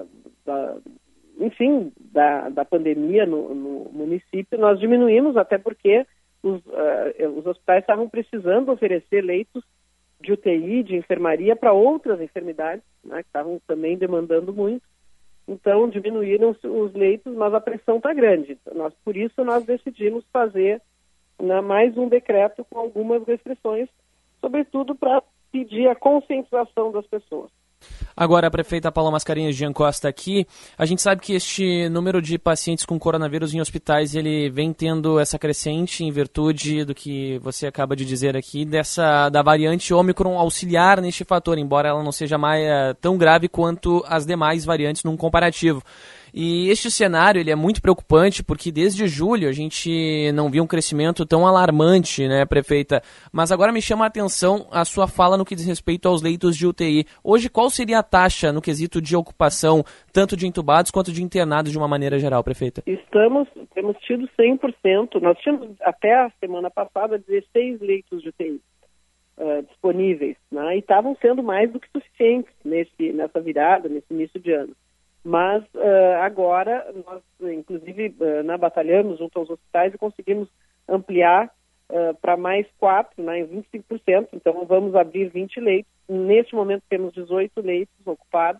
da pandemia no município, nós diminuímos, até porque os hospitais estavam precisando oferecer leitos de UTI, de enfermaria para outras enfermidades, né, que estavam também demandando muito. Então, diminuíram os leitos, mas a pressão está grande. Por isso, nós decidimos fazer, né, mais um decreto com algumas restrições, sobretudo para pedir a conscientização das pessoas. Agora, a prefeita Paula Mascarenhas Jean Costa aqui, a gente sabe que este número de pacientes com coronavírus em hospitais, ele vem tendo essa crescente em virtude do que você acaba de dizer aqui, da variante Ômicron auxiliar neste fator, embora ela não seja tão grave quanto as demais variantes num comparativo. E este cenário ele é muito preocupante porque desde julho a gente não viu um crescimento tão alarmante, né, prefeita? Mas agora me chama a atenção a sua fala no que diz respeito aos leitos de UTI. Hoje, qual seria a taxa no quesito de ocupação, tanto de entubados quanto de internados de uma maneira geral, prefeita? Temos tido 100%, nós tínhamos até a semana passada 16 leitos de UTI disponíveis, né, e estavam sendo mais do que suficientes nessa virada, nesse início de ano. Mas agora nós, inclusive, batalhamos junto aos hospitais e conseguimos ampliar para mais 4, né, em 25%. Então vamos abrir 20 leitos. Neste momento temos 18 leitos ocupados,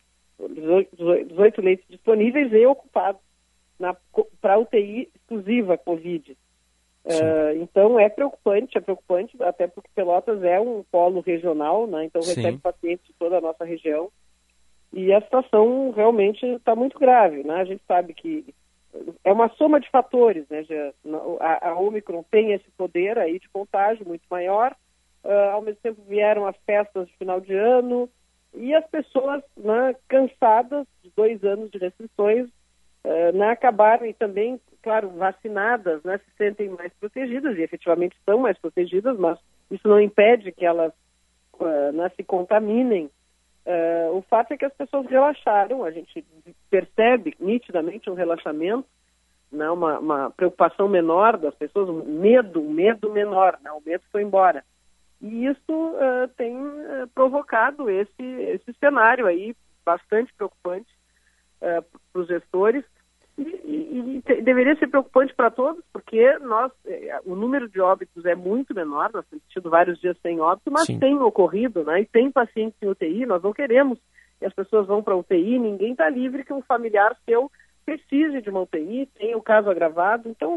18 leitos disponíveis e ocupados para UTI exclusiva Covid. Então é preocupante, até porque Pelotas é um polo regional, né, então recebe pacientes de toda a nossa região. E a situação realmente está muito grave, né? A gente sabe que é uma soma de fatores, né? A Ômicron tem esse poder aí de contágio muito maior, ao mesmo tempo vieram as festas de final de ano e as pessoas, né, cansadas de 2 anos de restrições, acabaram e também, claro, vacinadas, né, se sentem mais protegidas e efetivamente são mais protegidas, mas isso não impede que elas se contaminem. O fato é que as pessoas relaxaram, a gente percebe nitidamente um relaxamento, né, uma preocupação menor das pessoas, um medo menor, né, o medo foi embora. E isso tem provocado esse cenário aí bastante preocupante para os gestores e deveria ser preocupante para todos, porque o número de óbitos é muito menor, nós temos tido vários dias sem óbito, mas tem ocorrido, né, e tem pacientes em UTI, nós não queremos que as pessoas vão para UTI, ninguém está livre que um familiar seu precise de uma UTI, tem o caso agravado, então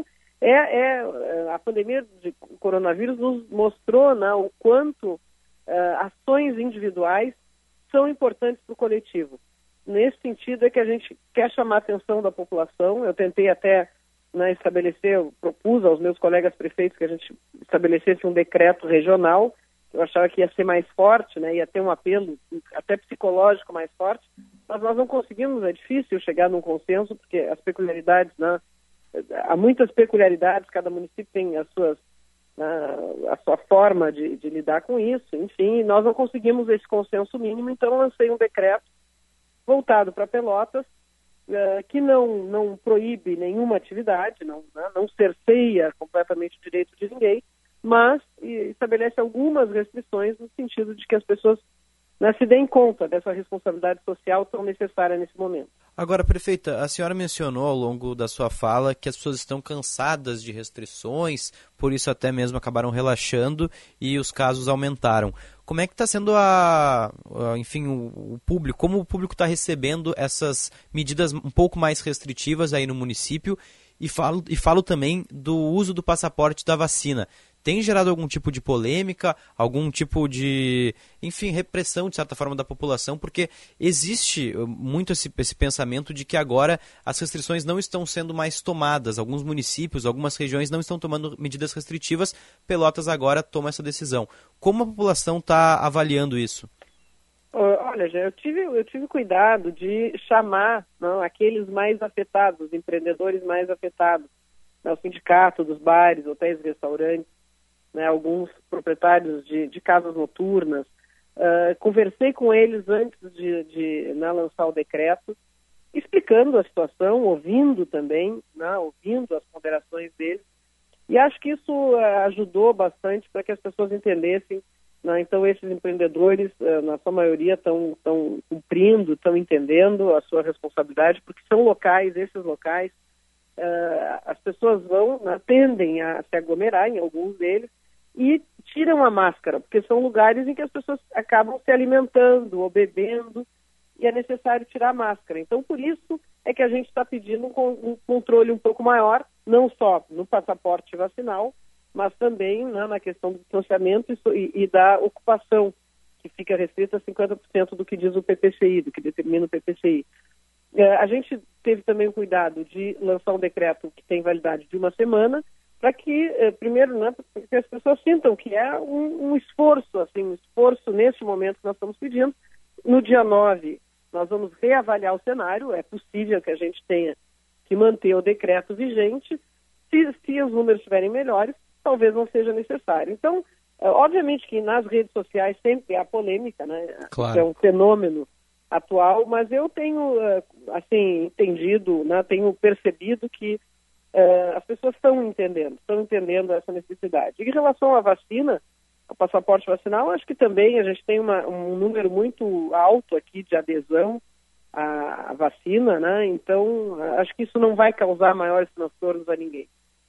a pandemia de coronavírus nos mostrou, né, o quanto ações individuais são importantes para o coletivo. Nesse sentido é que a gente quer chamar a atenção da população. Eu tentei até, né, eu propus aos meus colegas prefeitos que a gente estabelecesse um decreto regional. Eu achava que ia ser mais forte, né, ia ter um apelo até psicológico mais forte, mas nós não conseguimos, é difícil chegar num consenso, porque as peculiaridades, né, há muitas peculiaridades, cada município tem a sua forma de lidar com isso, enfim, nós não conseguimos esse consenso mínimo, então eu lancei um decreto voltado para Pelotas, que não proíbe nenhuma atividade, não cerceia completamente o direito de ninguém, mas estabelece algumas restrições no sentido de que as pessoas, né, se deem conta dessa responsabilidade social tão necessária nesse momento. Agora, prefeita, a senhora mencionou ao longo da sua fala que as pessoas estão cansadas de restrições, por isso até mesmo acabaram relaxando e os casos aumentaram. Como é que está sendo o público, como o público está recebendo essas medidas um pouco mais restritivas aí no município? E falo também do uso do passaporte da vacina. tem gerado algum tipo de polêmica, algum tipo de, enfim, repressão, de certa forma, da população, porque existe muito esse pensamento de que agora as restrições não estão sendo mais tomadas. Alguns municípios, algumas regiões não estão tomando medidas restritivas. Pelotas agora toma essa decisão. Como a população está avaliando isso? Olha, eu tive cuidado de chamar aqueles mais afetados, os empreendedores mais afetados, o sindicato dos bares, hotéis e restaurantes, alguns proprietários de casas noturnas. Conversei com eles antes de lançar o decreto, explicando a situação, ouvindo também, ouvindo as ponderações deles, e acho que isso ajudou bastante para que as pessoas entendessem. Então, esses empreendedores, na sua maioria, estão cumprindo, estão entendendo a sua responsabilidade, porque são locais, esses locais, as pessoas tendem a se aglomerar em alguns deles e tiram a máscara, porque são lugares em que as pessoas acabam se alimentando ou bebendo e é necessário tirar a máscara. Então, por isso é que a gente está pedindo um controle um pouco maior, não só no passaporte vacinal, mas também na questão do distanciamento e da ocupação, que fica restrita a 50% do que diz o PPCI, do que determina o PPCI. A gente teve também o cuidado de lançar um decreto que tem validade de 1 semana, para que, primeiro, que as pessoas sintam que é um esforço neste momento que nós estamos pedindo. No dia 9, nós vamos reavaliar o cenário, é possível que a gente tenha que manter o decreto vigente, se os números estiverem melhores, talvez não seja necessário. Então, obviamente que nas redes sociais sempre há polêmica, Claro. Isso é um fenômeno atual, mas eu tenho, entendido, tenho percebido que as pessoas estão entendendo essa necessidade. Em relação à vacina, ao passaporte vacinal, acho que também a gente tem um número muito alto aqui de adesão à vacina, Então, acho que isso não vai causar maiores transtornos a ninguém.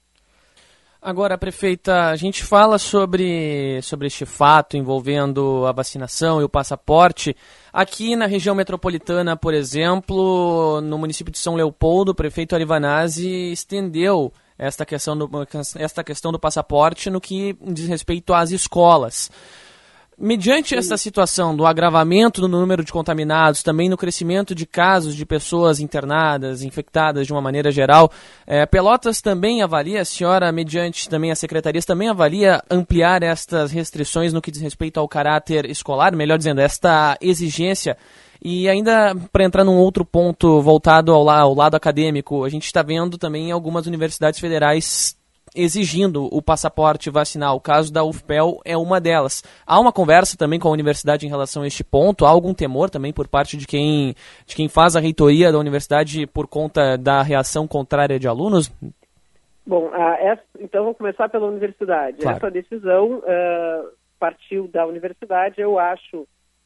Agora, prefeita, a gente fala sobre este fato envolvendo a vacinação e o passaporte. Aqui na região metropolitana, por exemplo, no município de São Leopoldo, o prefeito Arivanazzi estendeu esta questão do passaporte no que diz respeito às escolas. Mediante essa situação do agravamento do número de contaminados, também no crescimento de casos de pessoas internadas, infectadas de uma maneira geral, Pelotas também avalia, a senhora, mediante também as secretarias, também avalia ampliar estas restrições no que diz respeito ao caráter escolar, melhor dizendo, esta exigência. E ainda para entrar num outro ponto voltado ao lado acadêmico, a gente está vendo também algumas universidades federais exigindo o passaporte vacinal. O caso da UFPEL é uma delas. Há uma conversa também com a universidade em relação a este ponto? Há algum temor também por parte de quem faz a reitoria da universidade por conta da reação contrária de alunos? Bom, então vamos começar pela universidade. Claro. Essa decisão partiu da universidade, eu acho,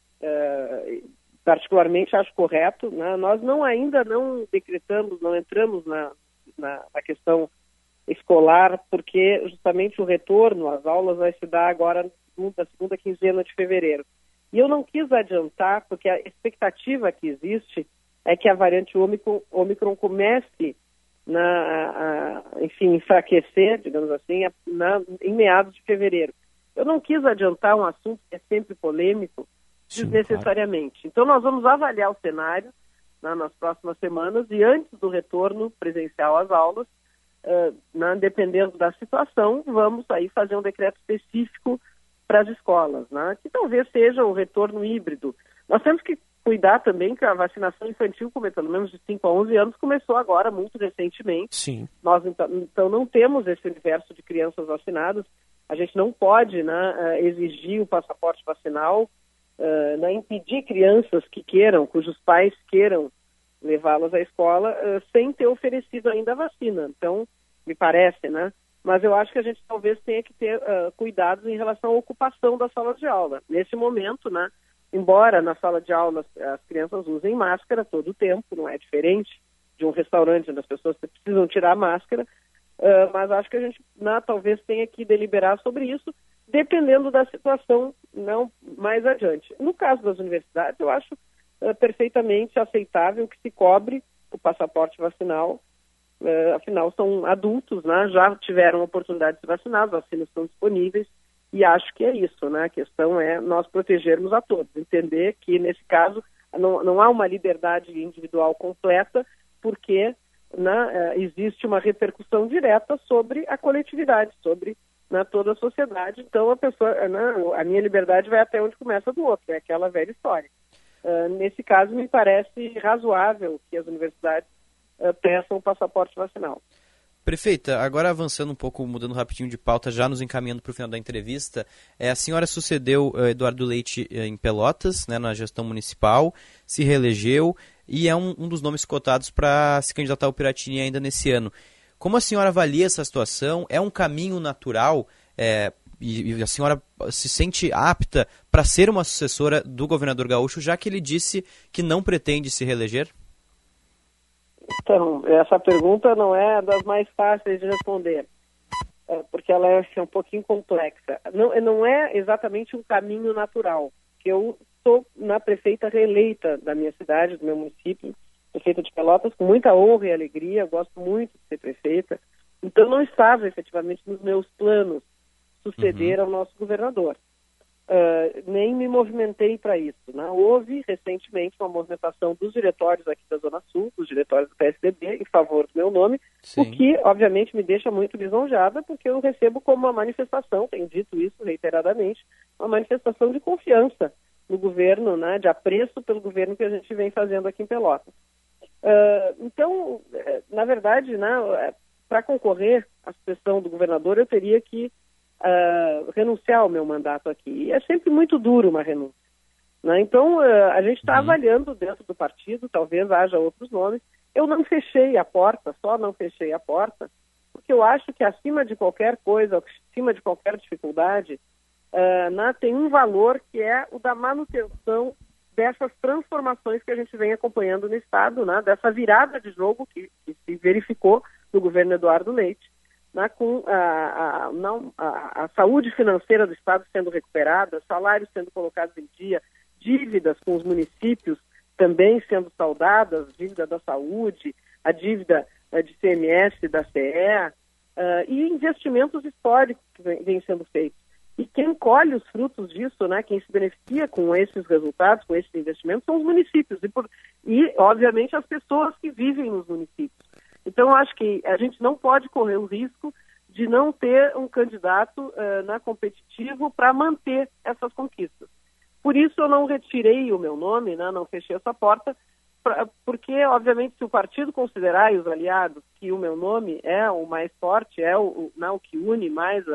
particularmente acho correto. Nós ainda não decretamos, não entramos na questão escolar, porque justamente o retorno às aulas vai se dar agora na segunda quinzena de fevereiro. E eu não quis adiantar, porque a expectativa que existe é que a variante Ômicron comece enfraquecer, digamos assim, em meados de fevereiro. Eu não quis adiantar um assunto que é sempre polêmico, desnecessariamente. Claro. Então nós vamos avaliar o cenário nas próximas semanas e antes do retorno presencial às aulas, dependendo da situação, vamos aí fazer um decreto específico para as escolas, que talvez seja o retorno híbrido. Nós temos que cuidar também que a vacinação infantil, pelo menos de 5 a 11 anos, começou agora, muito recentemente. Sim. Nós, então, não temos esse universo de crianças vacinadas. A gente não pode exigir o passaporte vacinal, impedir crianças que queiram, cujos pais queiram levá-las à escola sem ter oferecido ainda a vacina. Então, me parece, Mas eu acho que a gente talvez tenha que ter cuidados em relação à ocupação da sala de aula. Nesse momento, embora na sala de aula as crianças usem máscara todo o tempo, não é diferente de um restaurante onde as pessoas precisam tirar a máscara, mas acho que a gente talvez tenha que deliberar sobre isso, dependendo da situação, não mais adiante. No caso das universidades, eu acho perfeitamente aceitável que se cobre o passaporte vacinal afinal são adultos, né? Já tiveram a oportunidade de se vacinar, as vacinas estão disponíveis, e acho que é isso, né? A questão é nós protegermos a todos, entender que nesse caso não há uma liberdade individual completa, porque, né, existe uma repercussão direta sobre a coletividade, sobre, né, toda a sociedade. Então a pessoa, né, a minha liberdade vai até onde começa a do outro, é aquela velha história. Nesse caso, me parece razoável que as universidades peçam o passaporte vacinal. Prefeita, agora avançando um pouco, mudando rapidinho de pauta, já nos encaminhando para o final da entrevista, a senhora sucedeu Eduardo Leite em Pelotas, né, na gestão municipal, se reelegeu e é um dos nomes cotados para se candidatar ao Piratini ainda nesse ano. Como a senhora avalia essa situação? É um caminho natural e a senhora se sente apta para ser uma sucessora do governador gaúcho, já que ele disse que não pretende se reeleger? Então, essa pergunta não é das mais fáceis de responder, porque ela é um pouquinho complexa. Não é exatamente um caminho natural, que eu sou na prefeita reeleita da minha cidade, do meu município, prefeita de Pelotas, com muita honra e alegria, gosto muito de ser prefeita, então não estava efetivamente nos meus planos suceder ao nosso governador. Nem me movimentei para isso, né? Houve recentemente uma movimentação dos diretórios aqui da Zona Sul, dos diretórios do PSDB, em favor do meu nome, o que obviamente me deixa muito lisonjada, porque eu recebo como uma manifestação, tenho dito isso reiteradamente, uma manifestação de confiança no governo, né? De apreço pelo governo que a gente vem fazendo aqui em Pelotas. Então, na verdade, né, para concorrer à sucessão do governador, eu teria que renunciar ao meu mandato aqui. E é sempre muito duro uma renúncia, né? Então, a gente está avaliando dentro do partido, talvez haja outros nomes. Eu não fechei a porta, só não fechei a porta, porque eu acho que acima de qualquer coisa, acima de qualquer dificuldade, tem um valor que é o da manutenção dessas transformações que a gente vem acompanhando no Estado, né? Dessa virada de jogo que se verificou no governo Eduardo Leite, né, com a saúde financeira do Estado sendo recuperada, salários sendo colocados em dia, dívidas com os municípios também sendo saudadas, dívida da saúde, a dívida de CMS da CE, e investimentos históricos que vêm sendo feitos. E quem colhe os frutos disso, né, quem se beneficia com esses resultados, com esses investimentos, são os municípios e obviamente, as pessoas que vivem nos municípios. Então, eu acho que a gente não pode correr o risco de não ter um candidato competitivo para manter essas conquistas. Por isso, eu não retirei o meu nome, né, não fechei essa porta, porque, obviamente, se o partido considerar, e os aliados, que o meu nome é o mais forte, é o que une mais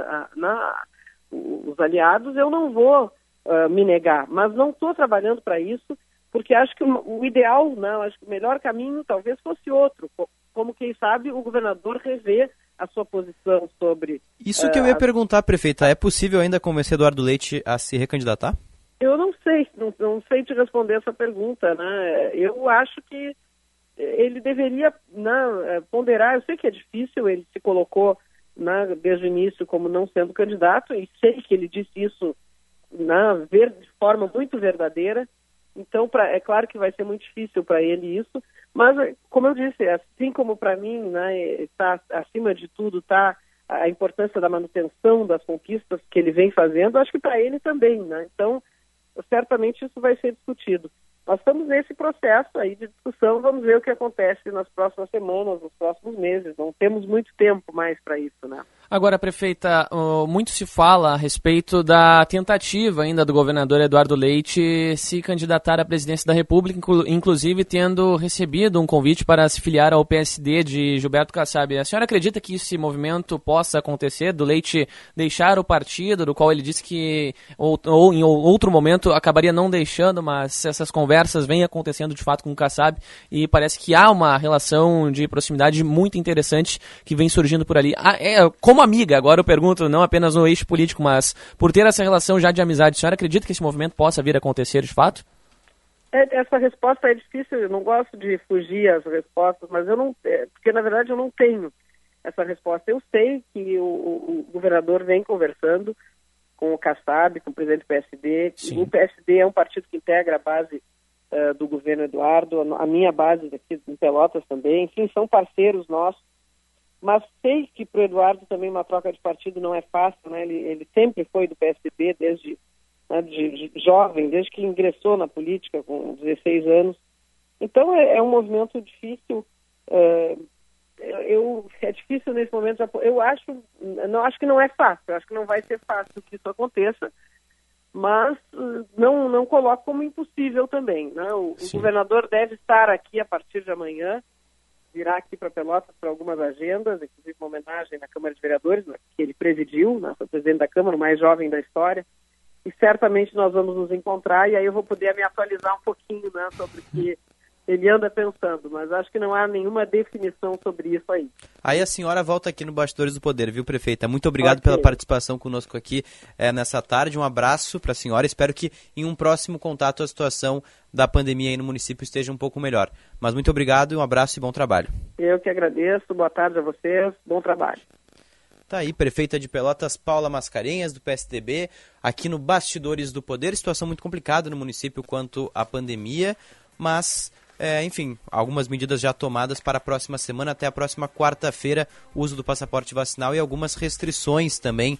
os aliados, eu não vou me negar. Mas não estou trabalhando para isso, porque acho que o ideal, acho que o melhor caminho talvez fosse outro, como quem sabe o governador rever a sua posição sobre... Isso que eu ia perguntar, prefeita, é possível ainda convencer Eduardo Leite a se recandidatar? Eu não sei, não sei te responder essa pergunta, né? Eu acho que ele deveria ponderar, eu sei que é difícil, ele se colocou desde o início como não sendo candidato, e sei que ele disse isso de forma muito verdadeira. Então, é claro que vai ser muito difícil para ele isso, mas, como eu disse, assim como para mim, está acima de tudo, está a importância da manutenção das conquistas que ele vem fazendo, acho que para ele também, né? Então, certamente isso vai ser discutido. Nós estamos nesse processo aí de discussão, vamos ver o que acontece nas próximas semanas, nos próximos meses, não temos muito tempo mais para isso, né? Agora, prefeita, muito se fala a respeito da tentativa ainda do governador Eduardo Leite se candidatar à presidência da República, inclusive tendo recebido um convite para se filiar ao PSD de Gilberto Kassab. A senhora acredita que esse movimento possa acontecer, do Leite deixar o partido, do qual ele disse que ou em outro momento acabaria não deixando, mas essas conversas vêm acontecendo de fato com o Kassab e parece que há uma relação de proximidade muito interessante que vem surgindo por ali. Como amiga, agora eu pergunto, não apenas no eixo político, mas por ter essa relação já de amizade, a senhora acredita que esse movimento possa vir a acontecer de fato? Essa resposta é difícil, eu não gosto de fugir às respostas, mas porque na verdade eu não tenho essa resposta. Eu sei que o governador vem conversando com o Kassab, com o presidente do PSD. Sim. O PSD é um partido que integra a base do governo Eduardo, a minha base aqui em Pelotas também, enfim, são parceiros nossos. mas sei que para o Eduardo também uma troca de partido não é fácil, né? Ele sempre foi do PSDB desde de jovem, desde que ingressou na política com 16 anos. Então é um movimento difícil. É difícil nesse momento. Eu acho que não é fácil. Eu acho que não vai ser fácil que isso aconteça, mas não coloco como impossível também, né? O governador deve estar aqui a partir de amanhã, virá aqui para Pelotas para algumas agendas, inclusive uma homenagem na Câmara de Vereadores, né, que ele presidiu, né, foi presidente da Câmara, o mais jovem da história, e certamente nós vamos nos encontrar, e aí eu vou poder me atualizar um pouquinho, né, sobre o que ele anda pensando, mas acho que não há nenhuma definição sobre isso aí. Aí a senhora volta aqui no Bastidores do Poder, viu, prefeita? Muito obrigado pela participação conosco aqui nessa tarde. Um abraço para a senhora. Espero que em um próximo contato a situação da pandemia aí no município esteja um pouco melhor. Mas muito obrigado, um abraço e bom trabalho. Eu que agradeço. Boa tarde a vocês. Bom trabalho. Tá aí, prefeita de Pelotas, Paula Mascarenhas, do PSDB, aqui no Bastidores do Poder. Situação muito complicada no município quanto à pandemia, mas... enfim, algumas medidas já tomadas para a próxima semana, até a próxima quarta-feira, o uso do passaporte vacinal e algumas restrições também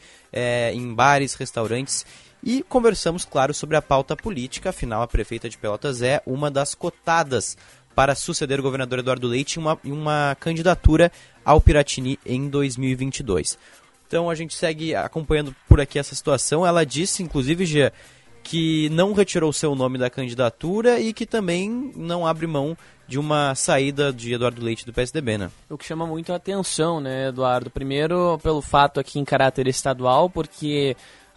em bares, restaurantes. E conversamos, claro, sobre a pauta política, afinal a prefeita de Pelotas é uma das cotadas para suceder o governador Eduardo Leite em uma candidatura ao Piratini em 2022. Então a gente segue acompanhando por aqui essa situação. Ela disse, inclusive, Gia, que não retirou seu nome da candidatura e que também não abre mão de uma saída de Eduardo Leite do PSDB, né? O que chama muito a atenção, né, Eduardo? Primeiro, pelo fato aqui em caráter estadual, porque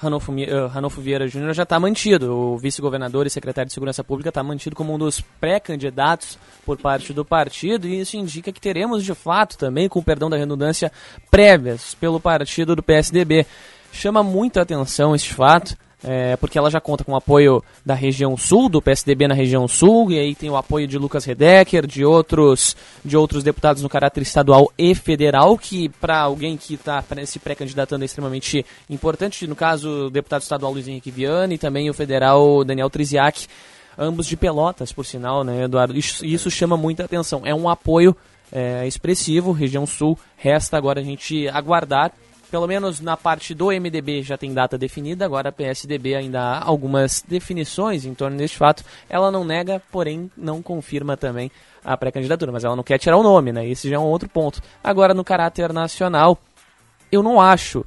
Ranolfo Vieira Júnior já está mantido. O vice-governador e secretário de Segurança Pública está mantido como um dos pré-candidatos por parte do partido, e isso indica que teremos, de fato, também, com o perdão da redundância, prévias pelo partido do PSDB. Chama muito a atenção este fato, porque ela já conta com o apoio da região sul, do PSDB na região sul, e aí tem o apoio de Lucas Redecker, de outros deputados no caráter estadual e federal, que para alguém que está se pré-candidatando é extremamente importante, no caso o deputado estadual Luiz Henrique Viana e também o federal Daniel Triziak, ambos de Pelotas, por sinal, né, Eduardo? Isso chama muita atenção, é um apoio expressivo, região sul, resta agora a gente aguardar. Pelo menos na parte do MDB já tem data definida, agora a PSDB ainda há algumas definições em torno deste fato. Ela não nega, porém não confirma também a pré-candidatura, mas ela não quer tirar o nome, né? Esse já é um outro ponto. Agora, no caráter nacional, eu não acho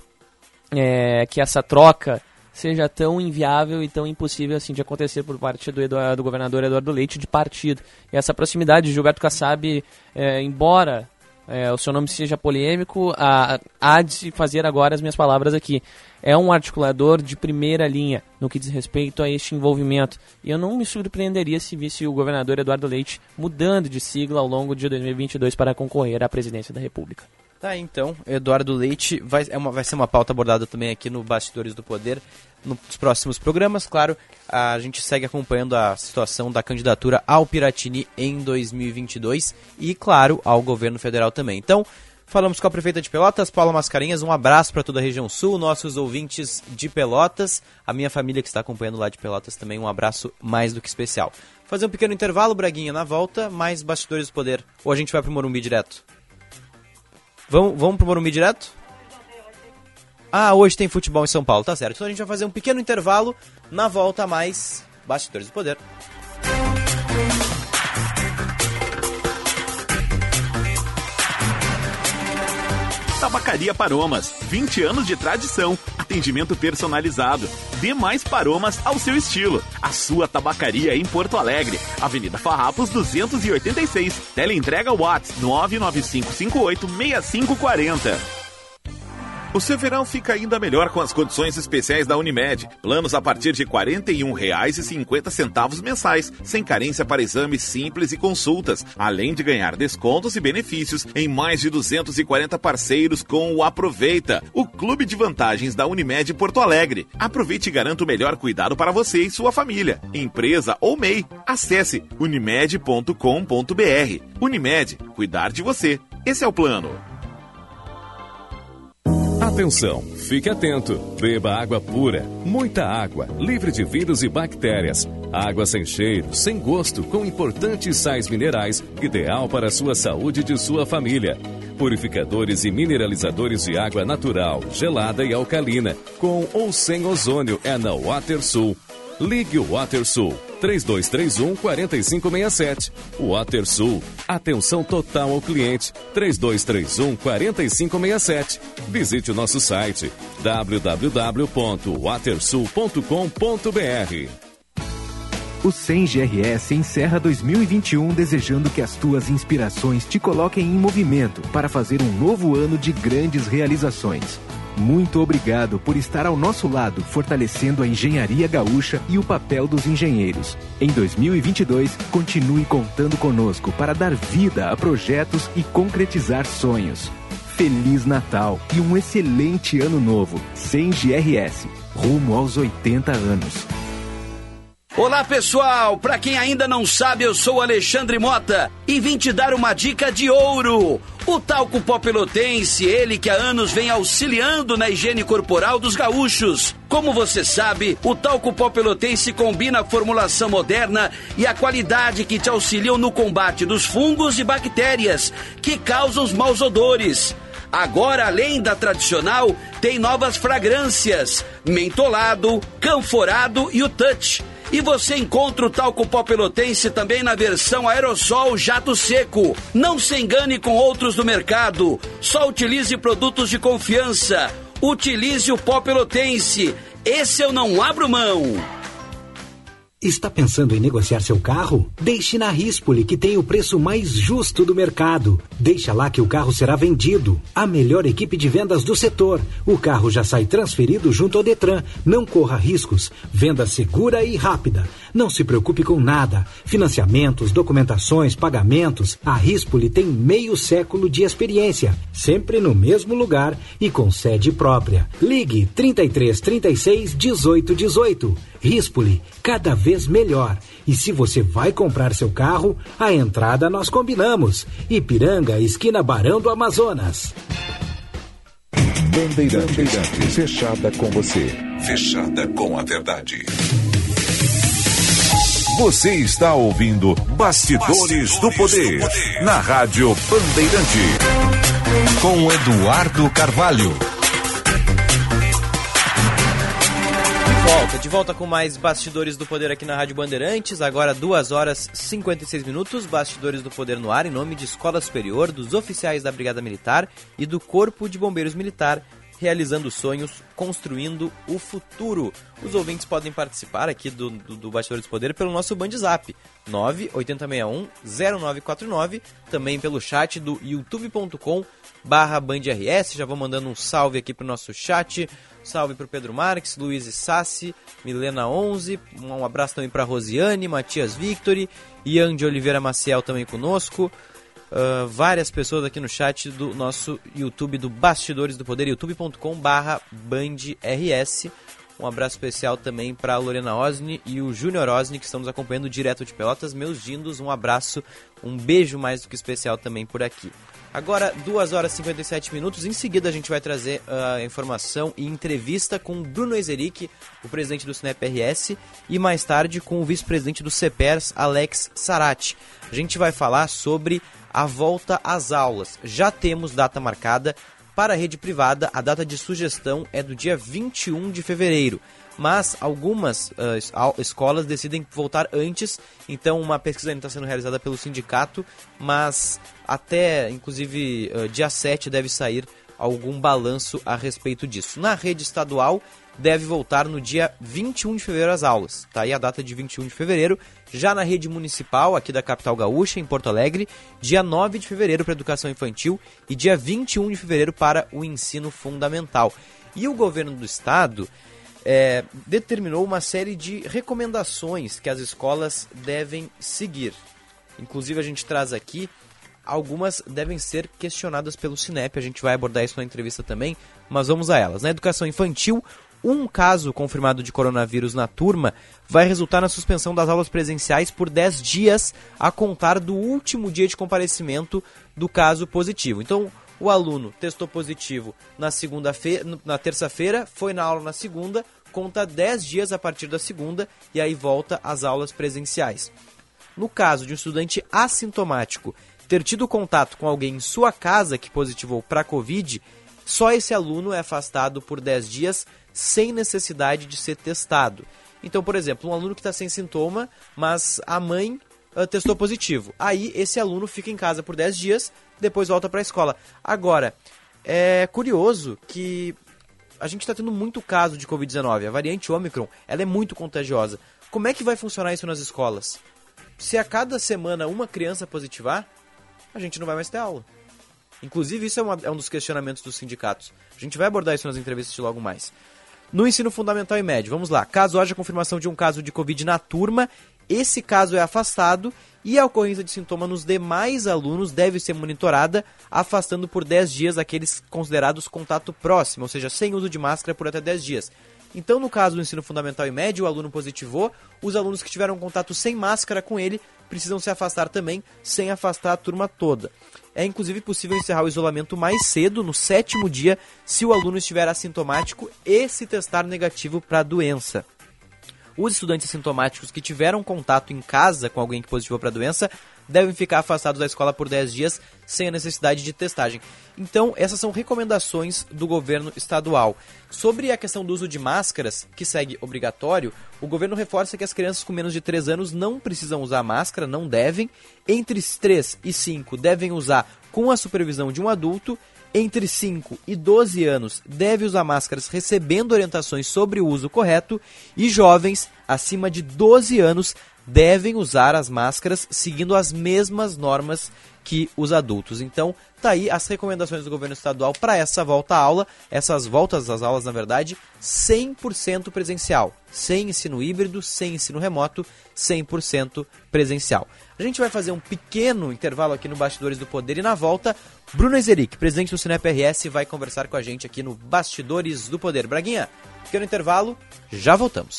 que essa troca seja tão inviável e tão impossível assim de acontecer por parte do governador Eduardo Leite de partido. E essa proximidade de Gilberto Kassab, embora... o seu nome seja polêmico, há de fazer agora as minhas palavras aqui. É um articulador de primeira linha no que diz respeito a este envolvimento. E eu não me surpreenderia se visse o governador Eduardo Leite mudando de sigla ao longo de 2022 para concorrer à presidência da República. Tá, então, Eduardo Leite vai ser uma pauta abordada também aqui no Bastidores do Poder nos próximos programas. Claro, a gente segue acompanhando a situação da candidatura ao Piratini em 2022 e, claro, ao governo federal também. Então, falamos com a prefeita de Pelotas, Paula Mascarenhas. Um abraço para toda a região sul, nossos ouvintes de Pelotas, a minha família que está acompanhando lá de Pelotas também, um abraço mais do que especial. Fazer um pequeno intervalo, Braguinha, na volta, mais Bastidores do Poder. Ou a gente vai pro Morumbi direto? Vamos pro Morumbi direto? Hoje tem futebol em São Paulo, tá certo. Então a gente vai fazer um pequeno intervalo, na volta mais Bastidores do Poder. Tabacaria Paromas, 20 anos de tradição, atendimento personalizado. Dê mais Paromas ao seu estilo. A sua tabacaria em Porto Alegre, Avenida Farrapos 286. Teleentrega WhatsApp 995586540. O seu verão fica ainda melhor com as condições especiais da Unimed. Planos a partir de R$ 41,50 mensais, sem carência para exames simples e consultas, além de ganhar descontos e benefícios em mais de 240 parceiros com o Aproveita, o clube de vantagens da Unimed Porto Alegre. Aproveite e garanta o melhor cuidado para você e sua família, empresa ou MEI. Acesse unimed.com.br. Unimed, cuidar de você. Esse é o plano. Atenção, fique atento, beba água pura, muita água, livre de vírus e bactérias. Água sem cheiro, sem gosto, com importantes sais minerais, ideal para a sua saúde e de sua família. Purificadores e mineralizadores de água natural, gelada e alcalina, com ou sem ozônio, é na WaterSul. Ligue o WaterSul 3231-4567. WaterSul, atenção total ao cliente, 3231-4567. Visite o nosso site www.watersul.com.br. O 100 GRS encerra 2021 desejando que as tuas inspirações te coloquem em movimento para fazer um novo ano de grandes realizações. Muito obrigado por estar ao nosso lado, fortalecendo a engenharia gaúcha e o papel dos engenheiros. Em 2022, continue contando conosco para dar vida a projetos e concretizar sonhos. Feliz Natal e um excelente ano novo. 100 GRS, rumo aos 80 anos. Olá pessoal, pra quem ainda não sabe, eu sou Alexandre Mota e vim te dar uma dica de ouro. O talco pó pelotense, ele que há anos vem auxiliando na higiene corporal dos gaúchos. Como você sabe, o talco pó pelotense combina a formulação moderna e a qualidade que te auxiliam no combate dos fungos e bactérias que causam os maus odores. Agora, além da tradicional, tem novas fragrâncias, mentolado, canforado e o touch. E você encontra o talco pó pelotense também na versão aerossol jato seco. Não se engane com outros do mercado. Só utilize produtos de confiança. Utilize o pó pelotense. Esse eu não abro mão. Está pensando em negociar seu carro? Deixe na Rispoli, que tem o preço mais justo do mercado. Deixa lá que o carro será vendido. A melhor equipe de vendas do setor. O carro já sai transferido junto ao Detran. Não corra riscos. Venda segura e rápida. Não se preocupe com nada. Financiamentos, documentações, pagamentos. A Rispoli tem meio século de experiência. Sempre no mesmo lugar e com sede própria. Ligue 33 36 18 18. Rispoli, cada vez melhor. E se você vai comprar seu carro, a entrada nós combinamos. Ipiranga, esquina Barão do Amazonas. Bandeirantes, fechada com você. Fechada com a verdade. Você está ouvindo Bastidores do Poder, na Rádio Bandeirante. Com Eduardo Carvalho. De volta com mais Bastidores do Poder aqui na Rádio Bandeirantes, agora 2h56, Bastidores do Poder no ar, em nome de Escola Superior, dos oficiais da Brigada Militar e do Corpo de Bombeiros Militar, realizando sonhos, construindo o futuro. Os ouvintes podem participar aqui do Bastidores do Poder pelo nosso Bandzap, 98061-0949, também pelo chat do youtube.com/bandrs. Já vou mandando um salve aqui pro nosso chat. Salve pro Pedro Marques, Luiz Sassi, Milena 11, um abraço também pra Rosiane, Matias Victory, Ian de Oliveira Maciel também conosco. Várias pessoas aqui no chat do nosso YouTube do Bastidores do Poder, youtube.com/bandrs. Um abraço especial também para a Lorena Osni e o Júnior Osni, que estão nos acompanhando direto de Pelotas. Meus lindos, um abraço, um beijo mais do que especial também por aqui. Agora, 2h57, em seguida a gente vai trazer a informação e entrevista com Bruno Ezeric, o presidente do SINEP-RS, e mais tarde com o vice-presidente do CEPERS, Alex Sarati. A gente vai falar sobre a volta às aulas. Já temos data marcada para a rede privada, a data de sugestão é do dia 21 de fevereiro. Mas algumas escolas decidem voltar antes, então uma pesquisa ainda está sendo realizada pelo sindicato, mas até, inclusive, dia 7 deve sair algum balanço a respeito disso. Na rede estadual, deve voltar no dia 21 de fevereiro as aulas. Tá aí a data de 21 de fevereiro. Já na rede municipal, aqui da capital gaúcha, em Porto Alegre, dia 9 de fevereiro para a educação infantil e dia 21 de fevereiro para o ensino fundamental. E o governo do estado determinou uma série de recomendações que as escolas devem seguir. Inclusive, a gente traz aqui, algumas devem ser questionadas pelo SINEP, a gente vai abordar isso na entrevista também, mas vamos a elas. Na educação infantil, um caso confirmado de coronavírus na turma vai resultar na suspensão das aulas presenciais por 10 dias a contar do último dia de comparecimento do caso positivo. Então, o aluno testou positivo na terça-feira, foi na aula na segunda, conta 10 dias a partir da segunda e aí volta às aulas presenciais. No caso de um estudante assintomático ter tido contato com alguém em sua casa que positivou para a Covid, só esse aluno é afastado por 10 dias sem necessidade de ser testado. Então, por exemplo, um aluno que está sem sintoma, mas a mãe testou positivo. Aí esse aluno fica em casa por 10 dias, depois volta para a escola. Agora, é curioso que a gente está tendo muito caso de Covid-19. A variante Ômicron, ela é muito contagiosa. Como é que vai funcionar isso nas escolas? Se a cada semana uma criança positivar, a gente não vai mais ter aula. Inclusive, isso é um dos questionamentos dos sindicatos. A gente vai abordar isso nas entrevistas de logo mais. No ensino fundamental e médio, vamos lá. Caso haja confirmação de um caso de Covid na turma, esse caso é afastado e a ocorrência de sintoma nos demais alunos deve ser monitorada, afastando por 10 dias aqueles considerados contato próximo, ou seja, sem uso de máscara por até 10 dias. Então, no caso do ensino fundamental e médio, o aluno positivou, os alunos que tiveram contato sem máscara com ele precisam se afastar também, sem afastar a turma toda. É inclusive possível encerrar o isolamento mais cedo, no 7º dia, se o aluno estiver assintomático e se testar negativo para a doença. Os estudantes sintomáticos que tiveram contato em casa com alguém que positivou para a doença devem ficar afastados da escola por 10 dias sem a necessidade de testagem. Então, essas são recomendações do governo estadual. Sobre a questão do uso de máscaras, que segue obrigatório, o governo reforça que as crianças com menos de 3 anos não precisam usar máscara, não devem. Entre 3 e 5 devem usar com a supervisão de um adulto. Entre 5 e 12 anos deve usar máscaras recebendo orientações sobre o uso correto. E jovens acima de 12 anos devem usar as máscaras seguindo as mesmas normas que os adultos. Então, tá aí as recomendações do governo estadual para essa volta à aula, essas voltas às aulas, na verdade, 100% presencial, sem ensino híbrido, sem ensino remoto, 100% presencial. A gente vai fazer um pequeno intervalo aqui no Bastidores do Poder e na volta, Bruno Ezeric, presidente do Sinep RS, vai conversar com a gente aqui no Bastidores do Poder. Braguinha, pequeno intervalo, já voltamos.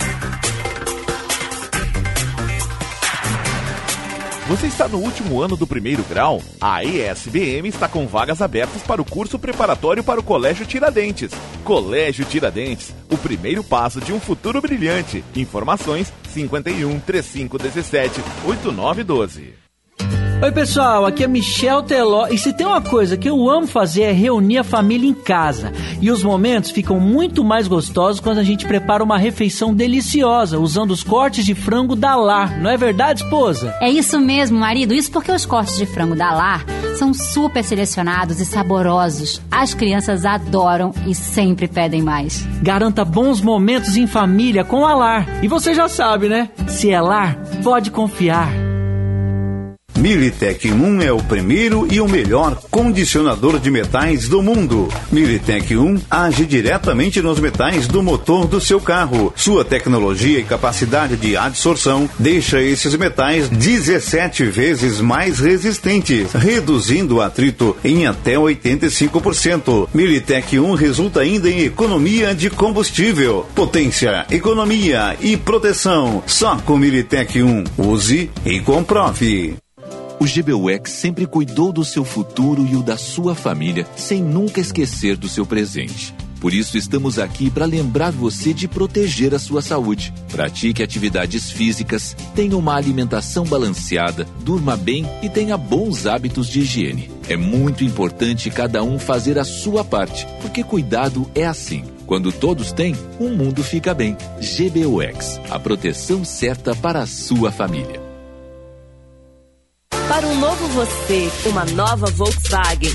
Você está no último ano do primeiro grau? A ESBM está com vagas abertas para o curso preparatório para o Colégio Tiradentes. Colégio Tiradentes, o primeiro passo de um futuro brilhante. Informações 51 3517 8912. Oi pessoal, aqui é Michel Teló e se tem uma coisa que eu amo fazer é reunir a família em casa. E os momentos ficam muito mais gostosos quando a gente prepara uma refeição deliciosa usando os cortes de frango da Lar. Não é verdade, esposa? É isso mesmo, marido. Isso porque os cortes de frango da Lar são super selecionados e saborosos. As crianças adoram e sempre pedem mais. Garanta bons momentos em família com a Lar. E você já sabe, né? Se é Lar, pode confiar. Militec 1 é o primeiro e o melhor condicionador de metais do mundo. Militec 1 age diretamente nos metais do motor do seu carro. Sua tecnologia e capacidade de adsorção deixa esses metais 17 vezes mais resistentes, reduzindo o atrito em até 85%. Militec 1 resulta ainda em economia de combustível, potência, economia e proteção. Só com Militec 1. Use e comprove. O GBUX sempre cuidou do seu futuro e o da sua família, sem nunca esquecer do seu presente. Por isso estamos aqui para lembrar você de proteger a sua saúde. Pratique atividades físicas, tenha uma alimentação balanceada, durma bem e tenha bons hábitos de higiene. É muito importante cada um fazer a sua parte, porque cuidado é assim. Quando todos têm, o mundo fica bem. GBUX, a proteção certa para a sua família. Para um novo você, uma nova Volkswagen.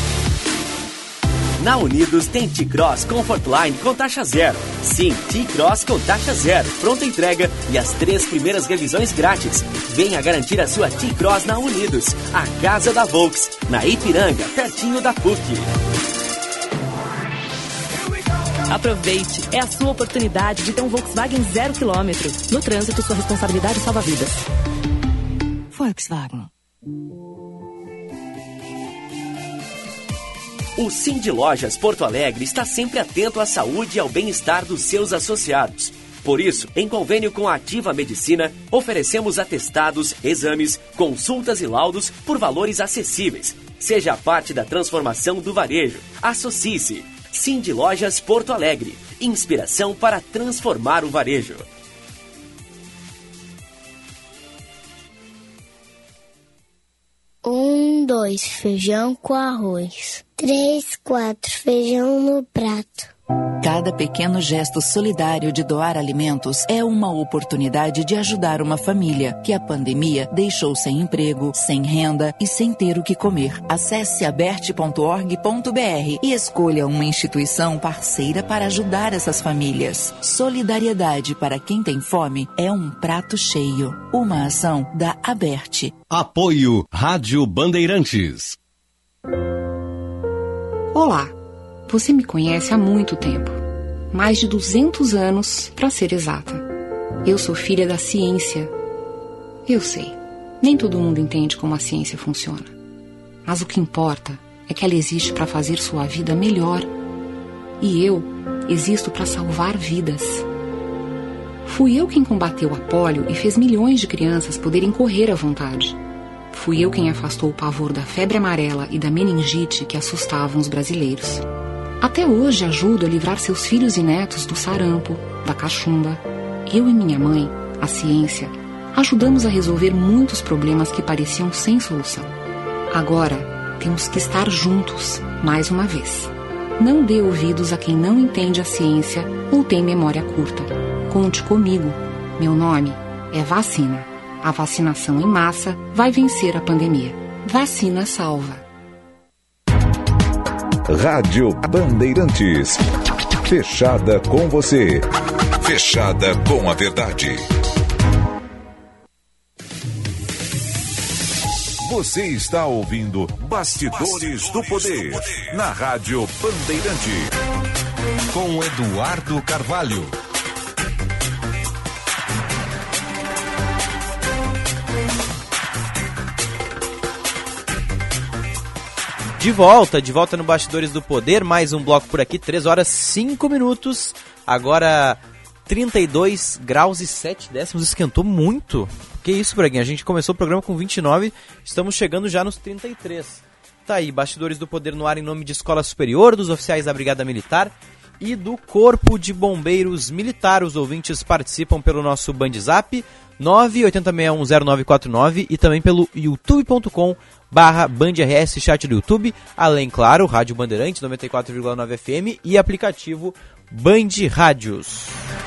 Na Unidos tem T-Cross Comfortline com taxa zero. Sim, T-Cross com taxa zero, pronta entrega e as 3 primeiras revisões grátis. Venha garantir a sua T-Cross na Unidos, a casa da Volks, na Ipiranga, pertinho da PUC. Aproveite, é a sua oportunidade de ter um Volkswagen 0 km. No trânsito, sua responsabilidade salva vidas. Volkswagen. O Cindy Lojas Porto Alegre está sempre atento à saúde e ao bem-estar dos seus associados. Por isso, em convênio com a Ativa Medicina, oferecemos atestados, exames, consultas e laudos por valores acessíveis. Seja parte da transformação do varejo. Associe-se. Cindy Lojas Porto Alegre. Inspiração para transformar o varejo. 2, feijão com arroz. 3, 4, feijão no prato. Cada pequeno gesto solidário de doar alimentos é uma oportunidade de ajudar uma família que a pandemia deixou sem emprego, sem renda e sem ter o que comer. Acesse aberte.org.br e escolha uma instituição parceira para ajudar essas famílias. Solidariedade para quem tem fome é um prato cheio. Uma ação da Aberte. Apoio Rádio Bandeirantes. Olá, você me conhece há muito tempo. Mais de 200 anos, para ser exata. Eu sou filha da ciência. Eu sei, nem todo mundo entende como a ciência funciona. Mas o que importa é que ela existe para fazer sua vida melhor. E eu existo para salvar vidas. Fui eu quem combateu a pólio e fez milhões de crianças poderem correr à vontade. Fui eu quem afastou o pavor da febre amarela e da meningite que assustavam os brasileiros. Até hoje ajudo a livrar seus filhos e netos do sarampo, da cachumba. Eu e minha mãe, a ciência, ajudamos a resolver muitos problemas que pareciam sem solução. Agora, temos que estar juntos, mais uma vez. Não dê ouvidos a quem não entende a ciência ou tem memória curta. Conte comigo. Meu nome é Vacina. A vacinação em massa vai vencer a pandemia. Vacina salva. Rádio Bandeirantes. Fechada com você. Fechada com a verdade. Você está ouvindo Bastidores do Poder, na Rádio Bandeirante. Com Eduardo Carvalho. De volta no Bastidores do Poder, mais um bloco por aqui, 3 horas 5 minutos, agora 32 graus e 7 décimos, esquentou muito. Que isso, Braguinha, a gente começou o programa com 29, estamos chegando já nos 33. Tá aí, Bastidores do Poder no ar em nome de Escola Superior, dos oficiais da Brigada Militar e do Corpo de Bombeiros Militar. Os ouvintes participam pelo nosso Bandzap 980610949 e também pelo youtube.com/BandRS, chat do YouTube, além, claro, Rádio Bandeirantes 94,9 FM e aplicativo Band Rádios.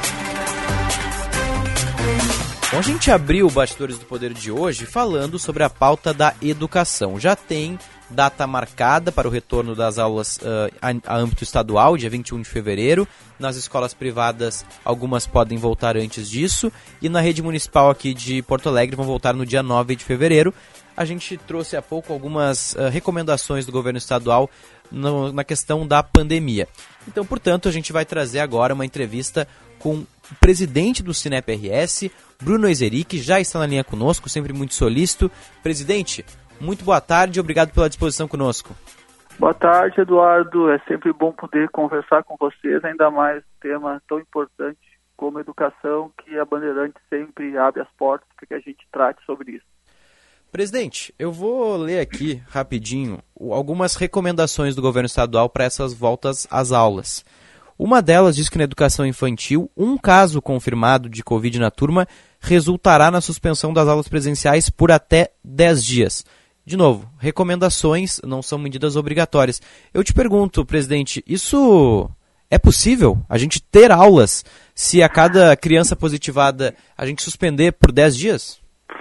Bom, a gente abriu o Bastidores do Poder de hoje falando sobre a pauta da educação. Já tem data marcada para o retorno das aulas a âmbito estadual, dia 21 de fevereiro. Nas escolas privadas, algumas podem voltar antes disso. E na rede municipal aqui de Porto Alegre vão voltar no dia 9 de fevereiro. A gente trouxe há pouco algumas recomendações do governo estadual na questão da pandemia. Então, portanto, a gente vai trazer agora uma entrevista com o presidente do Cinep RS, Bruno Eizeri, que já está na linha conosco, sempre muito solícito. Presidente, muito boa tarde e obrigado pela disposição conosco. Boa tarde, Eduardo. É sempre bom poder conversar com vocês, ainda mais um tema tão importante como educação, que a Bandeirantes sempre abre as portas para que a gente trate sobre isso. Presidente, eu vou ler aqui rapidinho algumas recomendações do governo estadual para essas voltas às aulas. Uma delas diz que na educação infantil, um caso confirmado de Covid na turma resultará na suspensão das aulas presenciais por até 10 dias. De novo, recomendações, não são medidas obrigatórias. Eu te pergunto, presidente, isso é possível? A gente ter aulas se a cada criança positivada a gente suspender por 10 dias?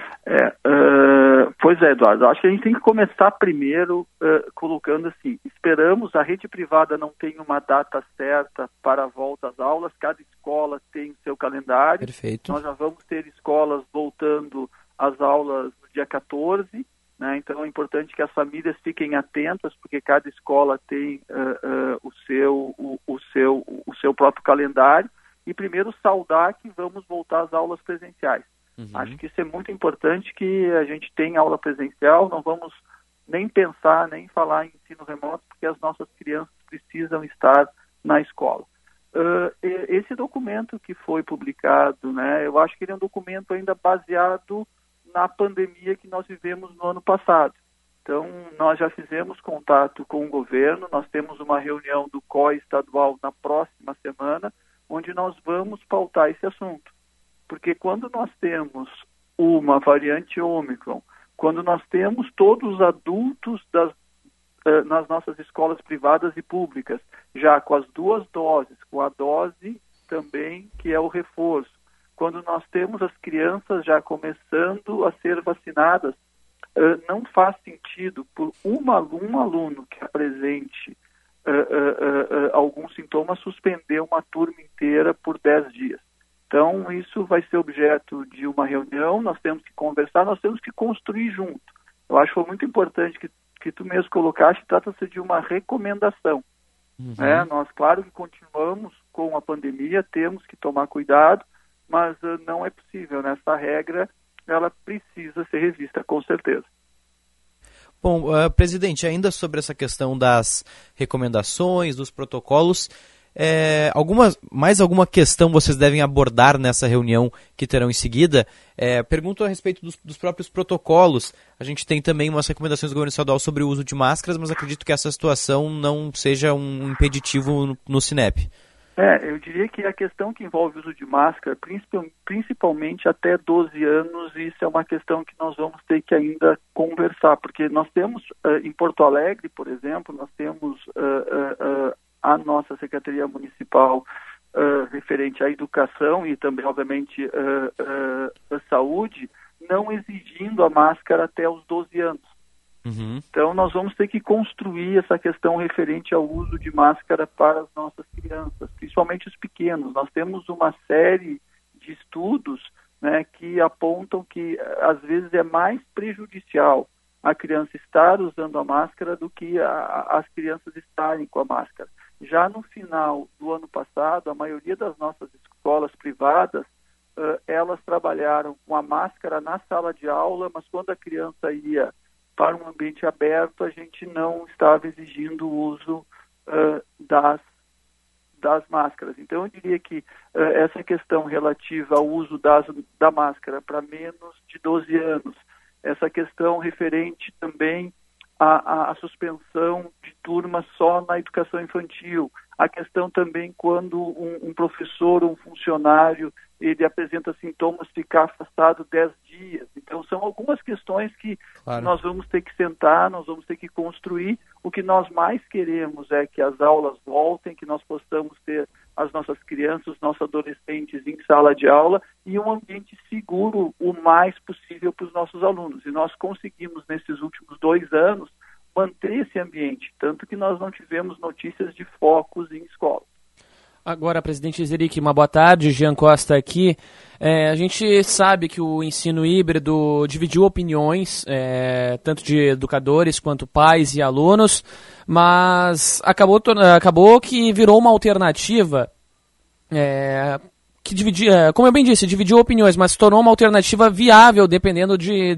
Pois é, Eduardo, acho que a gente tem que começar primeiro colocando assim, esperamos, a rede privada não tem uma data certa para a volta às aulas, cada escola tem seu calendário. Perfeito. Nós já vamos ter escolas voltando às aulas no dia 14, né? Então é importante que as famílias fiquem atentas, porque cada escola tem o seu próprio calendário, e primeiro saudar que vamos voltar às aulas presenciais. Acho que isso é muito importante, que a gente tenha aula presencial, não vamos nem pensar, nem falar em ensino remoto, porque as nossas crianças precisam estar na escola. Esse documento que foi publicado, né, eu acho que ele é um documento ainda baseado na pandemia que nós vivemos no ano passado. Então, nós já fizemos contato com o governo, nós temos uma reunião do COE estadual na próxima semana, onde nós vamos pautar esse assunto. Porque quando nós temos uma variante Ômicron quando nós temos todos os adultos nas nossas escolas privadas e públicas, já com as 2 doses, com a dose também que é o reforço, quando nós temos as crianças já começando a ser vacinadas, não faz sentido por um aluno que apresente alguns sintomas suspender uma turma inteira por 10 dias. Então, isso vai ser objeto de uma reunião, nós temos que conversar, nós temos que construir junto. Eu acho que foi muito importante que tu mesmo colocaste, trata-se de uma recomendação. Nós, claro que continuamos com a pandemia, temos que tomar cuidado, mas não é possível, né? Essa regra, ela precisa ser revista, com certeza. Bom, presidente, ainda sobre essa questão das recomendações, dos protocolos, mais alguma questão vocês devem abordar nessa reunião que terão em seguida? Pergunto a respeito dos próprios protocolos. A gente tem também umas recomendações do governo estadual sobre o uso de máscaras, mas acredito que essa situação não seja um impeditivo no Sinep. Eu diria que a questão que envolve o uso de máscara, principalmente até 12 anos, isso é uma questão que nós vamos ter que ainda conversar, porque nós temos, em Porto Alegre, por exemplo, nós temos a nossa Secretaria Municipal referente à educação e também, obviamente, a saúde, não exigindo a máscara até os 12 anos. Então, nós vamos ter que construir essa questão referente ao uso de máscara para as nossas crianças, principalmente os pequenos. Nós temos uma série de estudos, né, que apontam que, às vezes, é mais prejudicial a criança estar usando a máscara do que as crianças estarem com a máscara. Já no final do ano passado, a maioria das nossas escolas privadas, elas trabalharam com a máscara na sala de aula, mas quando a criança ia para um ambiente aberto, a gente não estava exigindo o uso das máscaras. Então, eu diria que essa questão relativa ao uso da máscara para menos de 12 anos, essa questão referente também à suspensão de turmas só na educação infantil, a questão também quando um professor ou um funcionário ele apresenta sintomas, ficar afastado 10 dias. Então, são algumas questões que nós vamos ter que sentar, nós vamos ter que construir. O que nós mais queremos é que as aulas voltem, que nós possamos ter as nossas crianças, os nossos adolescentes em sala de aula e um ambiente seguro o mais possível para os nossos alunos. E nós conseguimos, nesses últimos 2 anos, manter esse ambiente, tanto que nós não tivemos notícias de focos em escolas. Agora, presidente Zeric, uma boa tarde, Jean Costa aqui. A gente sabe que o ensino híbrido dividiu opiniões, tanto de educadores quanto pais e alunos, mas acabou que virou uma alternativa que dividia, como eu bem disse, dividiu opiniões, mas se tornou uma alternativa viável dependendo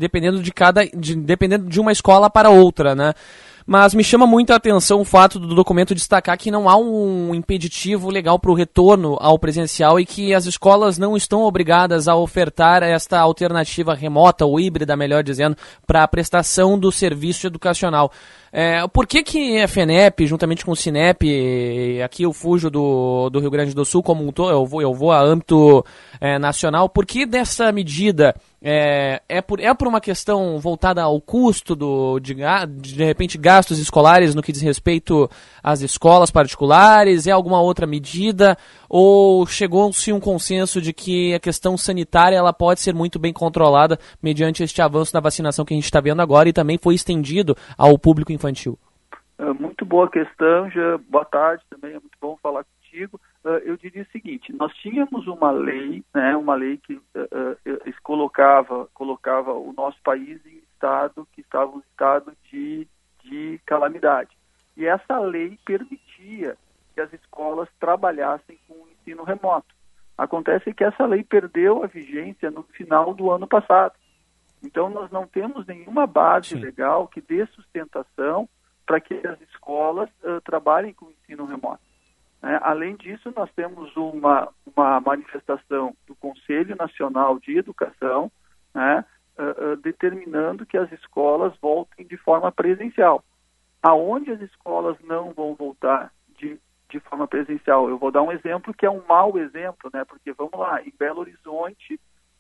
de uma escola para outra, né? Mas me chama muito a atenção o fato do documento destacar que não há um impeditivo legal para o retorno ao presencial e que as escolas não estão obrigadas a ofertar esta alternativa remota ou híbrida, melhor dizendo, para a prestação do serviço educacional. Por que a FENEP, juntamente com o Sinep, aqui eu fujo do Rio Grande do Sul como um todo, eu vou a âmbito nacional, por que dessa medida? Por uma questão voltada ao custo de repente gastos escolares no que diz respeito às escolas particulares? É alguma outra medida? Ou chegou-se um consenso de que a questão sanitária ela pode ser muito bem controlada mediante este avanço da vacinação que a gente está vendo agora e também foi estendido ao público infantil? Muito boa questão, já boa tarde também, é muito bom falar contigo. Eu diria o seguinte, nós tínhamos uma lei, né, uma lei que colocava o nosso país em estado que estava um estado de calamidade. E essa lei permitia que as escolas trabalhassem com o ensino remoto. Acontece que essa lei perdeu a vigência no final do ano passado. Então, nós não temos nenhuma base legal que dê sustentação para que as escolas trabalhem com o ensino remoto. Além disso, nós temos uma manifestação do Conselho Nacional de Educação, determinando que as escolas voltem de forma presencial. Aonde as escolas não vão voltar de forma presencial? Eu vou dar um exemplo que é um mau exemplo, né? Porque, vamos lá, em Belo Horizonte,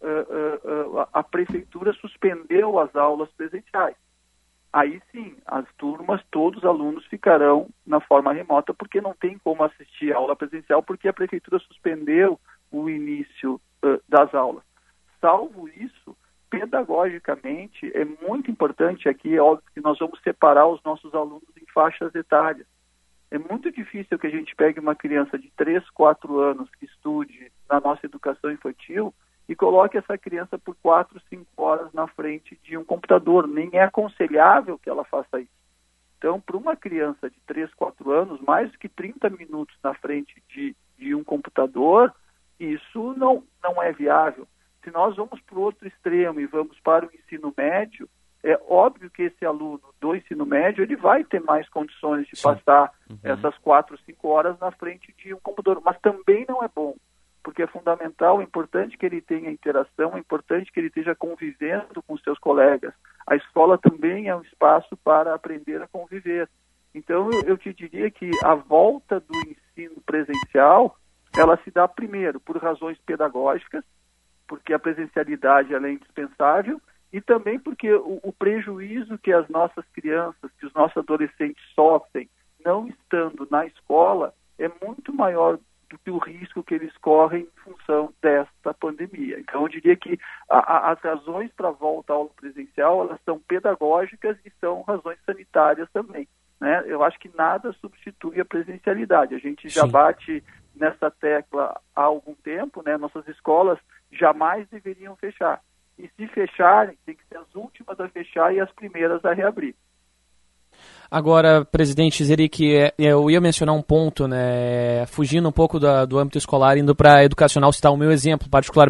a prefeitura suspendeu as aulas presenciais. Aí sim, as turmas, todos os alunos ficarão na forma remota, porque não tem como assistir a aula presencial, porque a prefeitura suspendeu o início das aulas. Salvo isso, pedagogicamente, é muito importante aqui, é óbvio que nós vamos separar os nossos alunos em faixas etárias. É muito difícil que a gente pegue uma criança de 3, 4 anos que estude na nossa educação infantil e coloque essa criança por 4, 5 horas na frente de um computador. Nem é aconselhável que ela faça isso. Então, para uma criança de 3, 4 anos, mais do que 30 minutos na frente de um computador, isso não é viável. Se nós vamos para o outro extremo e vamos para o ensino médio, é óbvio que esse aluno do ensino médio ele vai ter mais condições de passar essas 4, 5 horas na frente de um computador, mas também não é bom, porque é fundamental, é importante que ele tenha interação, é importante que ele esteja convivendo com seus colegas. A escola também é um espaço para aprender a conviver. Então, eu te diria que a volta do ensino presencial, ela se dá primeiro por razões pedagógicas, porque a presencialidade ela é indispensável, e também porque o prejuízo que as nossas crianças, que os nossos adolescentes sofrem não estando na escola é muito maior do que o risco que eles correm em função desta pandemia. Então, eu diria que as razões para a volta à aula presencial, elas são pedagógicas e são razões sanitárias também, né? Eu acho que nada substitui a presencialidade. A gente já bate nessa tecla há algum tempo, né? Nossas escolas jamais deveriam fechar. E se fecharem, tem que ser as últimas a fechar e as primeiras a reabrir. Agora, presidente Zeric, eu ia mencionar um ponto, né, fugindo um pouco do âmbito escolar, indo para educacional, citar o meu exemplo.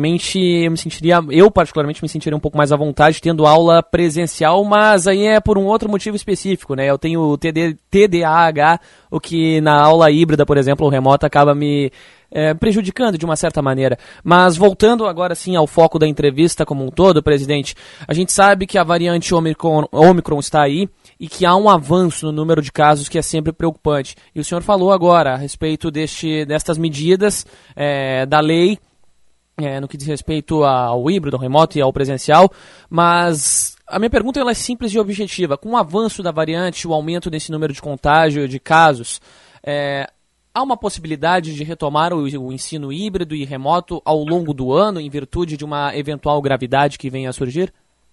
Eu particularmente me sentiria um pouco mais à vontade tendo aula presencial, mas aí é por um outro motivo específico, né? Eu tenho TDAH, o que na aula híbrida, por exemplo, ou remota, acaba me prejudicando de uma certa maneira. Mas voltando agora sim ao foco da entrevista como um todo, presidente, a gente sabe que a variante Omicron está aí e que há um avanço no número de casos que é sempre preocupante. E o senhor falou agora a respeito destas medidas da lei, no que diz respeito ao híbrido, ao remoto e ao presencial, mas a minha pergunta ela é simples e objetiva. Com o avanço da variante, o aumento desse número de contágio, de casos, há uma possibilidade de retomar o ensino híbrido e remoto ao longo do ano, em virtude de uma eventual gravidade que venha a surgir?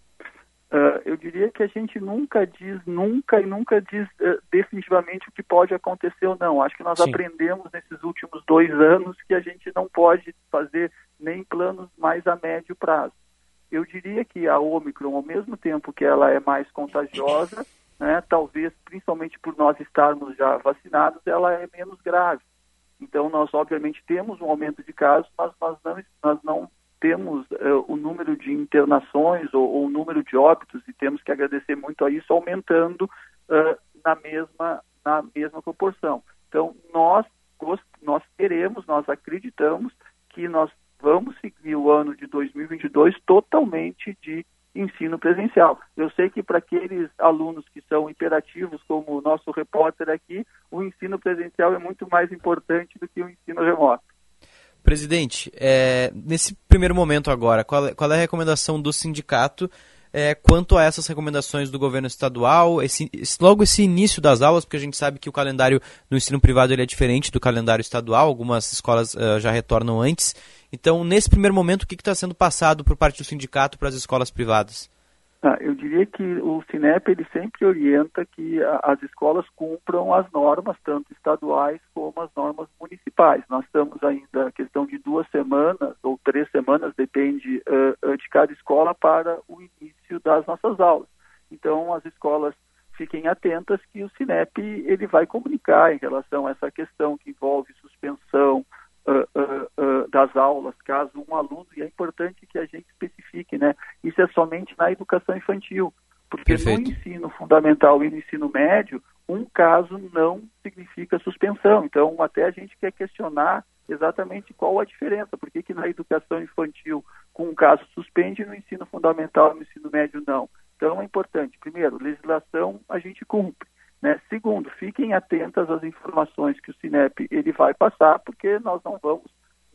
Eu diria que a gente nunca diz definitivamente o que pode acontecer ou não. Acho que nós aprendemos nesses últimos 2 anos que a gente não pode fazer nem planos mais a médio prazo. Eu diria que a Omicron, ao mesmo tempo que ela é mais contagiosa, né, talvez, principalmente por nós estarmos já vacinados, ela é menos grave. Então, nós obviamente temos um aumento de casos, mas nós não temos o número de internações ou o número de óbitos, e temos que agradecer muito a isso, aumentando na mesma proporção. Então, nós acreditamos que nós vamos seguir o ano de 2022 totalmente de ensino presencial. Eu sei que para aqueles alunos que são imperativos, como o nosso repórter aqui, o ensino presencial é muito mais importante do que o ensino remoto. Presidente, nesse primeiro momento agora, qual é a recomendação do sindicato quanto a essas recomendações do governo estadual, logo esse início das aulas, porque a gente sabe que o calendário do ensino privado ele é diferente do calendário estadual, algumas escolas já retornam antes. Então, nesse primeiro momento, o que está sendo passado por parte do sindicato para as escolas privadas? Eu diria que o Sinep ele sempre orienta que as escolas cumpram as normas, tanto estaduais como as normas municipais. Nós estamos ainda a questão de 2 semanas ou 3 semanas, depende de cada escola, para o início das nossas aulas. Então, as escolas fiquem atentas que o Sinep ele vai comunicar em relação a essa questão que envolve suspensão das aulas, caso um aluno, e é importante que a gente especifique, né? Isso é somente na educação infantil, porque no ensino fundamental e no ensino médio, um caso não significa suspensão. Então, até a gente quer questionar exatamente qual a diferença, por que na educação infantil, com um caso suspende, no ensino fundamental e no ensino médio não. Então, é importante, primeiro, legislação a gente cumpre, né? Segundo, fiquem atentas às informações que o Sinep ele vai passar, porque nós não vamos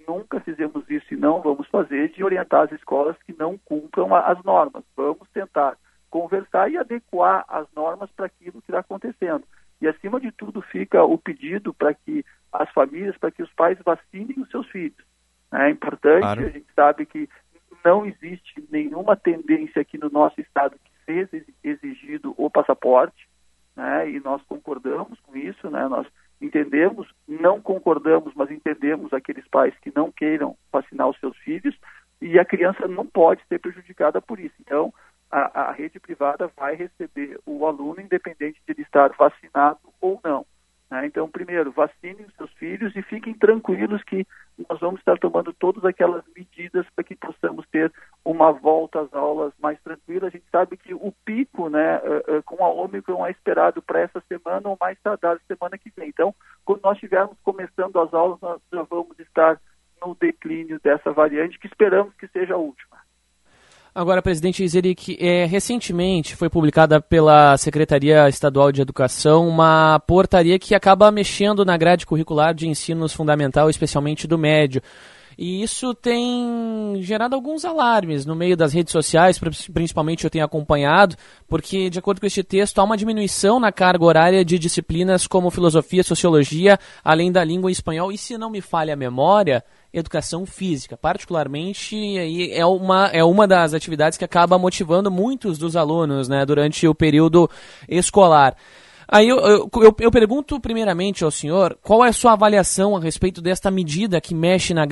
nunca fizemos isso e não vamos fazer, de orientar as escolas que não cumpram as normas. Vamos tentar conversar e adequar as normas para aquilo que está acontecendo. E, acima de tudo, fica o pedido para que as famílias, para que os pais vacinem os seus filhos. É importante, claro. A gente sabe que não existe nenhuma tendência aqui no nosso estado que seja exigido o passaporte, né? E nós concordamos com isso, né? Nós entendemos, não concordamos, mas entendemos aqueles pais que não queiram vacinar os seus filhos, e a criança não pode ser prejudicada por isso. Então, a rede privada vai receber o aluno independente de ele estar vacinado ou não. Né? Então, primeiro, vacinem os seus filhos e fiquem tranquilos que nós vamos estar tomando todas aquelas medidas para que possamos ter uma volta às aulas mais tranquila. A gente sabe que o pico, né, com a Ômicron é esperado para essa semana ou mais tardar semana que vem. Então, quando nós estivermos começando as aulas, nós já vamos estar no declínio dessa variante, que esperamos que seja a última. Agora, presidente Izeric, recentemente foi publicada pela Secretaria Estadual de Educação uma portaria que acaba mexendo na grade curricular de ensino fundamental, especialmente do médio. E isso tem gerado alguns alarmes no meio das redes sociais, principalmente eu tenho acompanhado, porque, de acordo com este texto, há uma diminuição na carga horária de disciplinas como filosofia, sociologia, além da língua espanhol e, se não me falha a memória, educação física. Particularmente, aí é uma das atividades que acaba motivando muitos dos alunos, né, durante o período escolar. Aí eu pergunto primeiramente ao senhor, qual é a sua avaliação a respeito desta medida que mexe na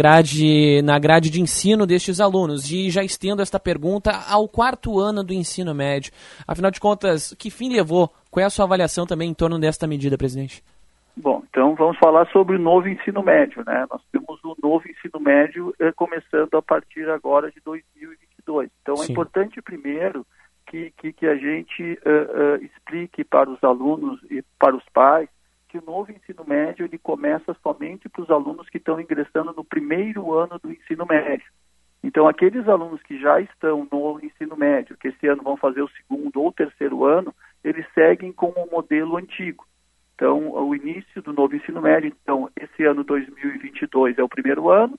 grade de ensino destes alunos? E já estendo esta pergunta ao 4º ano do ensino médio. Afinal de contas, que fim levou? Qual é a sua avaliação também em torno desta medida, presidente? Bom, então vamos falar sobre o novo ensino médio, né? Nós temos o novo ensino médio começando a partir agora de 2022. Então Sim. É importante primeiro que a gente explique para os alunos e para os pais que o novo ensino médio ele começa somente para os alunos que estão ingressando no 1º ano do ensino médio. Então, aqueles alunos que já estão no ensino médio, que esse ano vão fazer o 2º ou 3º ano, eles seguem com o modelo antigo. Então, o início do novo ensino médio, então, esse ano 2022 é o 1º ano,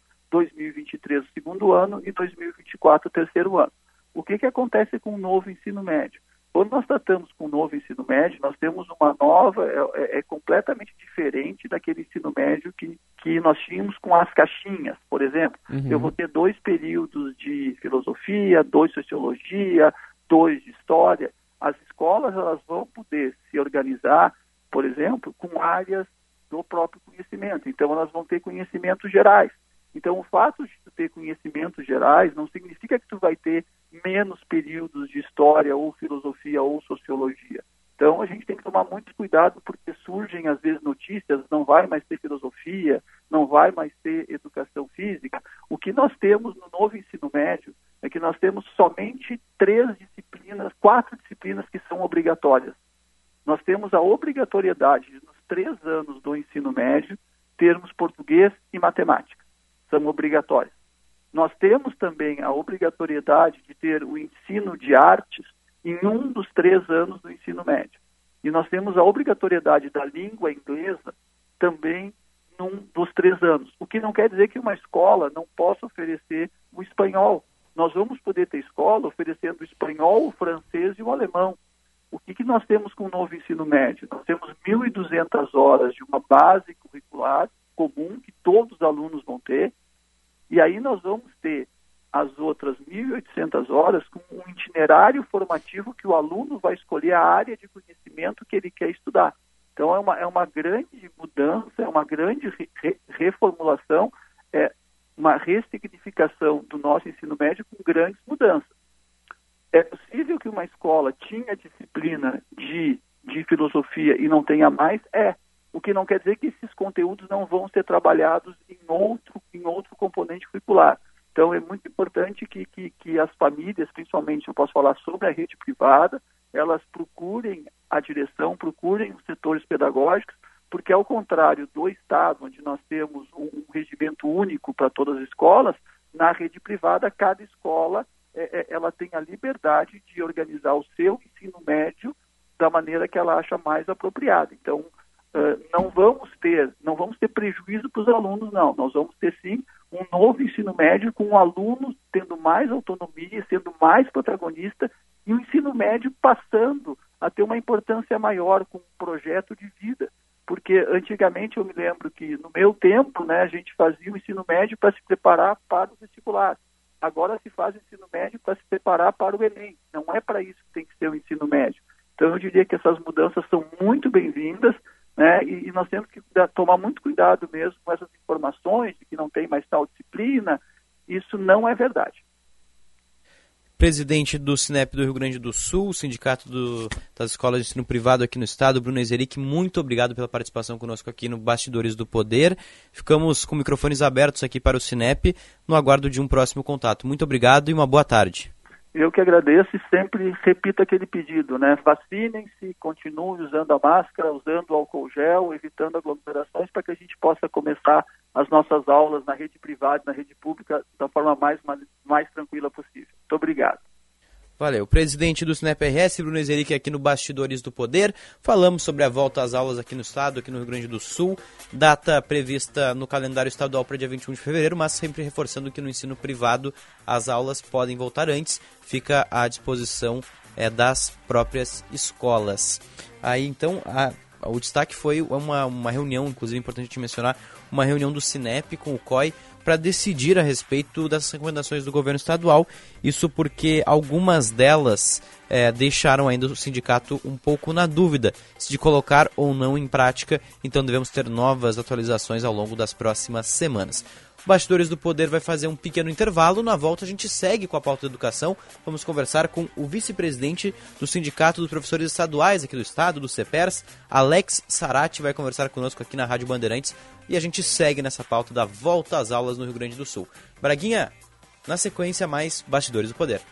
2023 o 2º ano e 2024 o 3º ano. O que acontece com o novo ensino médio? Quando nós tratamos com o novo ensino médio, nós temos uma nova, é completamente diferente daquele ensino médio que nós tínhamos com as caixinhas, por exemplo. Uhum. Eu vou ter 2 períodos de filosofia, 2 de sociologia, 2 de história. As escolas elas vão poder se organizar, por exemplo, com áreas do próprio conhecimento. Então, elas vão ter conhecimentos gerais. Então, o fato de tu ter conhecimentos gerais não significa que tu vai ter menos períodos de história ou filosofia ou sociologia. Então, a gente tem que tomar muito cuidado porque surgem, às vezes, notícias, não vai mais ter filosofia, não vai mais ter educação física. O que nós temos no novo ensino médio é que nós temos somente 4 disciplinas que são obrigatórias. Nós temos a obrigatoriedade de, nos 3 anos do ensino médio, termos português e matemática. São obrigatórias. Nós temos também a obrigatoriedade de ter o ensino de artes em um dos 3 anos do ensino médio. E nós temos a obrigatoriedade da língua inglesa também num dos 3 anos. O que não quer dizer que uma escola não possa oferecer o espanhol. Nós vamos poder ter escola oferecendo o espanhol, o francês e o alemão. O que nós temos com o novo ensino médio? Nós temos 1.200 horas de uma base curricular comum que todos os alunos vão ter. E aí nós vamos ter as outras 1.800 horas com um itinerário formativo que o aluno vai escolher a área de conhecimento que ele quer estudar. Então é uma grande mudança, é uma grande reformulação, é uma ressignificação do nosso ensino médio com grandes mudanças. É possível que uma escola tinha disciplina de filosofia e não tenha mais? O que não quer dizer que esses conteúdos não vão ser trabalhados em outro componente curricular. Então, é muito importante que as famílias, principalmente, eu posso falar sobre a rede privada, elas procurem a direção, procurem os setores pedagógicos, porque, ao contrário do Estado, onde nós temos um regimento único para todas as escolas, na rede privada, cada escola ela tem a liberdade de organizar o seu ensino médio da maneira que ela acha mais apropriada. Então, não vamos ter prejuízo para os alunos, não. Nós vamos ter, sim, um novo ensino médio com o aluno tendo mais autonomia, sendo mais protagonista, e o ensino médio passando a ter uma importância maior com um projeto de vida. Porque antigamente eu me lembro que no meu tempo, né, a gente fazia o ensino médio para se preparar para o vestibular. Agora se faz o ensino médio para se preparar para o Enem. Não é para isso que tem que ser o ensino médio. Então eu diria que essas mudanças são muito bem-vindas, né, e nós temos que tomar muito cuidado mesmo com essas informações de que não tem mais tal disciplina. Isso não é verdade. Presidente do Sinep do Rio Grande do Sul, Sindicato das Escolas de Ensino Privado aqui no estado, Bruno Ezeric, muito obrigado pela participação conosco aqui no Bastidores do Poder. Ficamos com microfones abertos aqui para o Sinep, no aguardo de um próximo contato. Muito obrigado e uma boa tarde. Eu que agradeço e sempre repito aquele pedido, né? Vacinem-se, continuem usando a máscara, usando o álcool gel, evitando aglomerações, para que a gente possa começar as nossas aulas na rede privada e na rede pública da forma mais tranquila possível. Muito obrigado. Valeu. Presidente do Sinep RS, Bruno Ezeric, aqui no Bastidores do Poder. Falamos sobre a volta às aulas aqui no estado, aqui no Rio Grande do Sul. Data prevista no calendário estadual para dia 21 de fevereiro, mas sempre reforçando que no ensino privado as aulas podem voltar antes. Fica à disposição das próprias escolas. Aí, então, o destaque foi uma reunião, inclusive é importante a gente mencionar, uma reunião do Sinep com o COI para decidir a respeito dessas recomendações do governo estadual. Isso porque algumas delas deixaram ainda o sindicato um pouco na dúvida se de colocar ou não em prática. Então devemos ter novas atualizações ao longo das próximas semanas. O Bastidores do Poder vai fazer um pequeno intervalo. Na volta a gente segue com a pauta da educação. Vamos conversar com o vice-presidente do Sindicato dos Professores Estaduais aqui do estado, do CEPERS, Alex Sarati, vai conversar conosco aqui na Rádio Bandeirantes. E a gente segue nessa pauta da volta às aulas no Rio Grande do Sul. Braguinha, na sequência, mais Bastidores do Poder.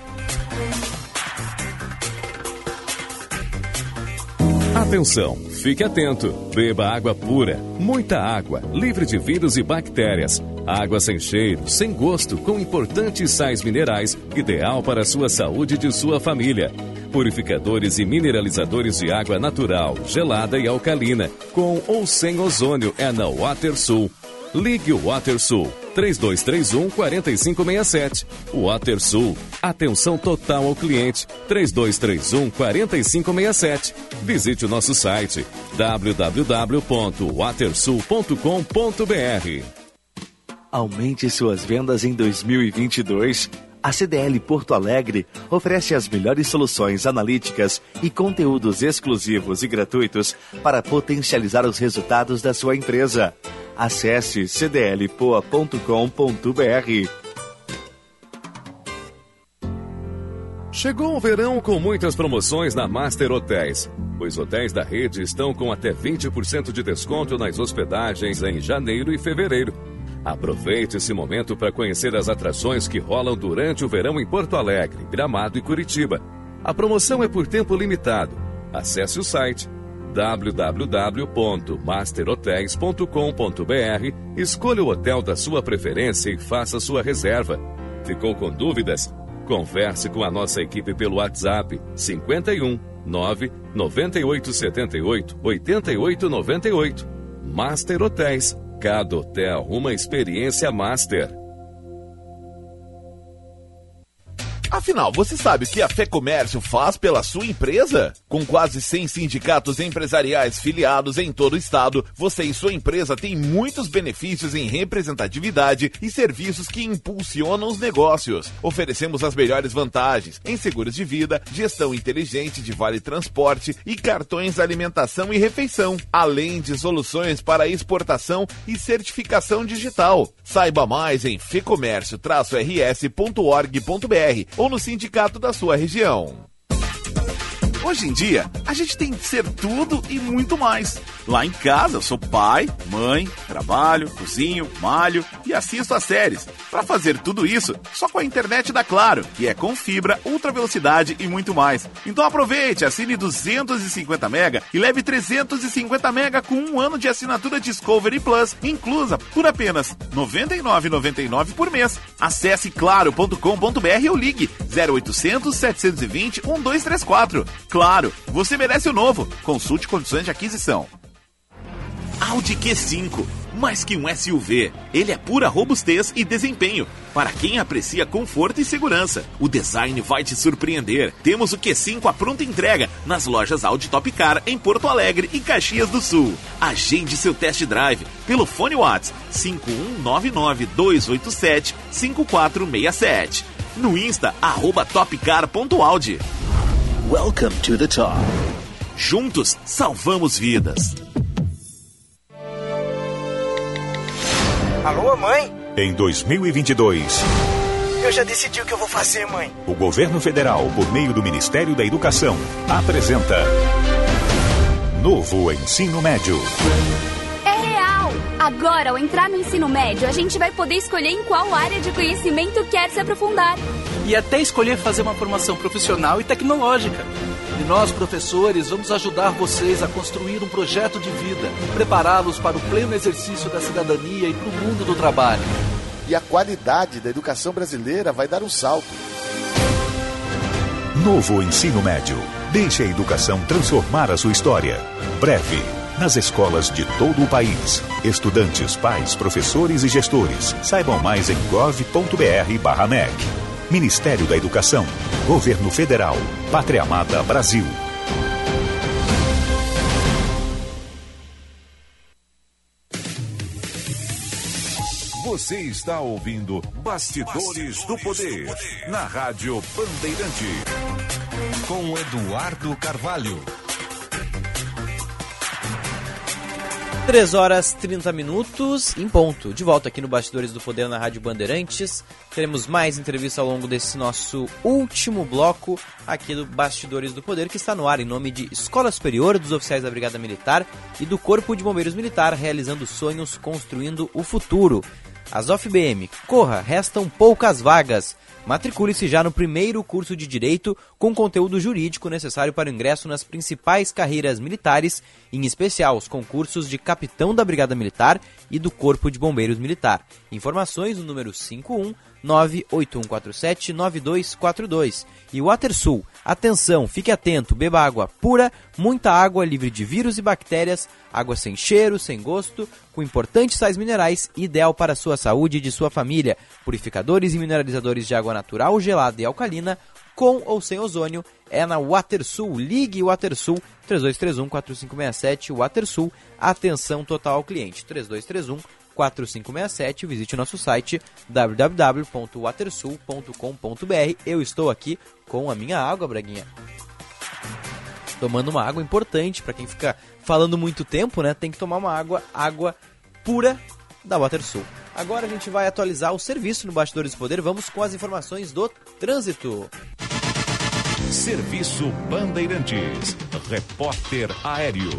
Atenção, fique atento. Beba água pura, muita água, livre de vírus e bactérias. Água sem cheiro, sem gosto, com importantes sais minerais, ideal para a sua saúde e de sua família. Purificadores e mineralizadores de água natural, gelada e alcalina, com ou sem ozônio, é na WaterSul. Ligue o WaterSul 3231-4567. WaterSul, atenção total ao cliente, 3231-4567. Visite o nosso site www.watersul.com.br. Aumente suas vendas em 2022. A CDL Porto Alegre oferece as melhores soluções analíticas e conteúdos exclusivos e gratuitos para potencializar os resultados da sua empresa. Acesse cdlpoa.com.br. Chegou o verão com muitas promoções na Master Hotéis. Os hotéis da rede estão com até 20% de desconto nas hospedagens em janeiro e fevereiro. Aproveite esse momento para conhecer as atrações que rolam durante o verão em Porto Alegre, Gramado e Curitiba. A promoção é por tempo limitado. Acesse o site www.masterhotels.com.br, escolha o hotel da sua preferência e faça sua reserva. Ficou com dúvidas? Converse com a nossa equipe pelo WhatsApp 51 9 9878 8898. Master Hotéis. Cada hotel uma experiência master. Afinal, você sabe o que a Fé Comércio faz pela sua empresa? Com quase 100 sindicatos empresariais filiados em todo o estado, você e sua empresa têm muitos benefícios em representatividade e serviços que impulsionam os negócios. Oferecemos as melhores vantagens em seguros de vida, gestão inteligente de vale transporte e cartões alimentação e refeição, além de soluções para exportação e certificação digital. Saiba mais em fecomércio-rs.org.br ou no sindicato da sua região. Hoje em dia, a gente tem que ser tudo e muito mais. Lá em casa, eu sou pai, mãe, trabalho, cozinho, malho e assisto às séries. Para fazer tudo isso, só com a internet da Claro, que é com fibra, ultra velocidade e muito mais. Então aproveite, assine 250 mega e leve 350 mega com um ano de assinatura Discovery Plus, inclusa por apenas R$ 99,99 por mês. Acesse claro.com.br ou ligue 0800 720 1234. Claro, você merece o novo. Consulte condições de aquisição. Audi Q5, mais que um SUV, ele é pura robustez e desempenho, para quem aprecia conforto e segurança. O design vai te surpreender. Temos o Q5 à pronta entrega nas lojas Audi Top Car em Porto Alegre e Caxias do Sul. Agende seu test drive pelo fone WhatsApp 5199-287-5467. No Insta, @topcar.audi. Welcome to the top. Juntos, salvamos vidas. Alô, mãe? Em 2022, Eu já decidi o que eu vou fazer, mãe. o governo federal, por meio do Ministério da Educação, apresenta Novo Ensino Médio. É real! Agora, ao entrar no ensino médio, a gente vai poder escolher em qual área de conhecimento quer se aprofundar. E até escolher fazer uma formação profissional e tecnológica. E nós, professores, vamos ajudar vocês a construir um projeto de vida, prepará-los para o pleno exercício da cidadania e para o mundo do trabalho. E a qualidade da educação brasileira vai dar um salto. Novo Ensino Médio. Deixe a educação transformar a sua história. Breve, nas escolas de todo o país. Estudantes, pais, professores e gestores. Saibam mais em gov.br/MEC. Ministério da Educação. Governo Federal. Pátria Amada Brasil. Você está ouvindo Bastidores do Poder, na Rádio Bandeirante. Com Eduardo Carvalho. 3h30 em ponto. De volta aqui no Bastidores do Poder na Rádio Bandeirantes. Teremos mais entrevistas ao longo desse nosso último bloco aqui do Bastidores do Poder, que está no ar em nome de Escola Superior dos Oficiais da Brigada Militar e do Corpo de Bombeiros Militar, realizando sonhos, construindo o futuro. Azof BM, corra, restam poucas vagas. Matricule-se já no primeiro curso de Direito com conteúdo jurídico necessário para o ingresso nas principais carreiras militares, em especial os concursos de Capitão da Brigada Militar e do Corpo de Bombeiros Militar. Informações no número 51981479242. E o WaterSul, atenção, fique atento, beba água pura, muita água livre de vírus e bactérias, água sem cheiro, sem gosto, com importantes sais minerais, ideal para a sua saúde e de sua família. Purificadores e mineralizadores de água natural, gelada e alcalina, com ou sem ozônio, é na WaterSul. Ligue o WaterSul 3231-4567. WaterSul, atenção total ao cliente. 3231-4567. Visite o nosso site www.watersul.com.br. Eu estou aqui com a minha água, Braguinha. Tomando uma água importante para quem fica falando muito tempo, né? Tem que tomar uma água pura da WaterSul. Agora a gente vai atualizar o serviço no Bastidores do Poder. Vamos com as informações do trânsito. Serviço Bandeirantes. Repórter Aéreo.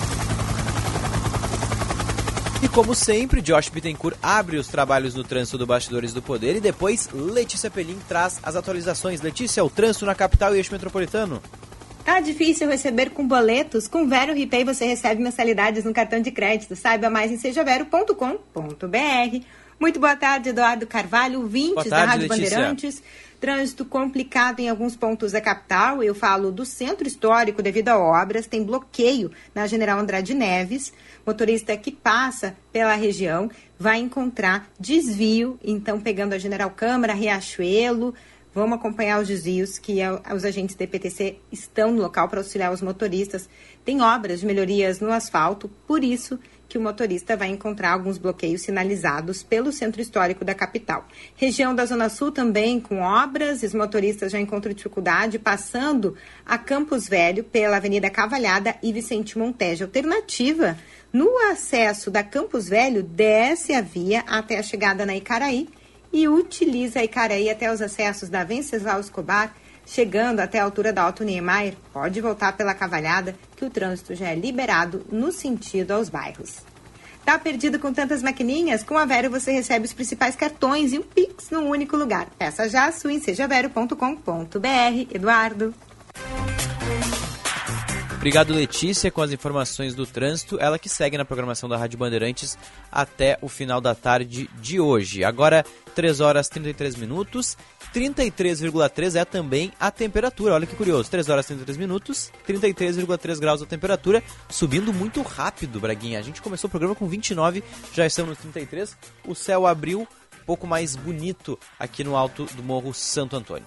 E como sempre, Josh Bittencourt abre os trabalhos no trânsito do Bastidores do Poder e depois Letícia Pelim traz as atualizações. Letícia, o trânsito na capital e eixo metropolitano. Tá difícil receber com boletos? Com Vero Repay você recebe mensalidades no cartão de crédito. Saiba mais em sejavero.com.br. Muito boa tarde, Eduardo Carvalho, ouvintes da Rádio Letícia. Bandeirantes. Trânsito complicado em alguns pontos da capital. Eu falo do centro histórico devido a obras. Tem bloqueio na General Andrade Neves. Motorista que passa pela região vai encontrar desvio. Então, pegando a General Câmara, Riachuelo. Vamos acompanhar os desvios que os agentes da EPTC estão no local para auxiliar os motoristas. Tem obras de melhorias no asfalto, por isso que o motorista vai encontrar alguns bloqueios sinalizados pelo centro histórico da capital. Região da Zona Sul também com obras, os motoristas já encontram dificuldade passando a Campos Velho pela Avenida Cavalhada e Vicente Montejo. Alternativa, no acesso da Campos Velho, desce a via até a chegada na Icaraí e utiliza a Icaraí até os acessos da Venceslau Escobar, chegando até a altura da Otto Niemeyer. Pode voltar pela Cavalhada, que o trânsito já é liberado no sentido aos bairros. Tá perdido com tantas maquininhas? Com a Vero você recebe os principais cartões e um Pix num único lugar. Peça já a sua em sejavero.com.br. Eduardo. Obrigado, Letícia, com as informações do trânsito. Ela que segue na programação da Rádio Bandeirantes até o final da tarde de hoje. Agora, 3 horas e 33 minutos. 33,3 é também a temperatura. Olha que curioso. 3 horas e 33 minutos. 33,3 graus a temperatura. Subindo muito rápido, Braguinha. A gente começou o programa com 29, já estamos nos 33. O céu abriu um pouco mais bonito aqui no alto do Morro Santo Antônio.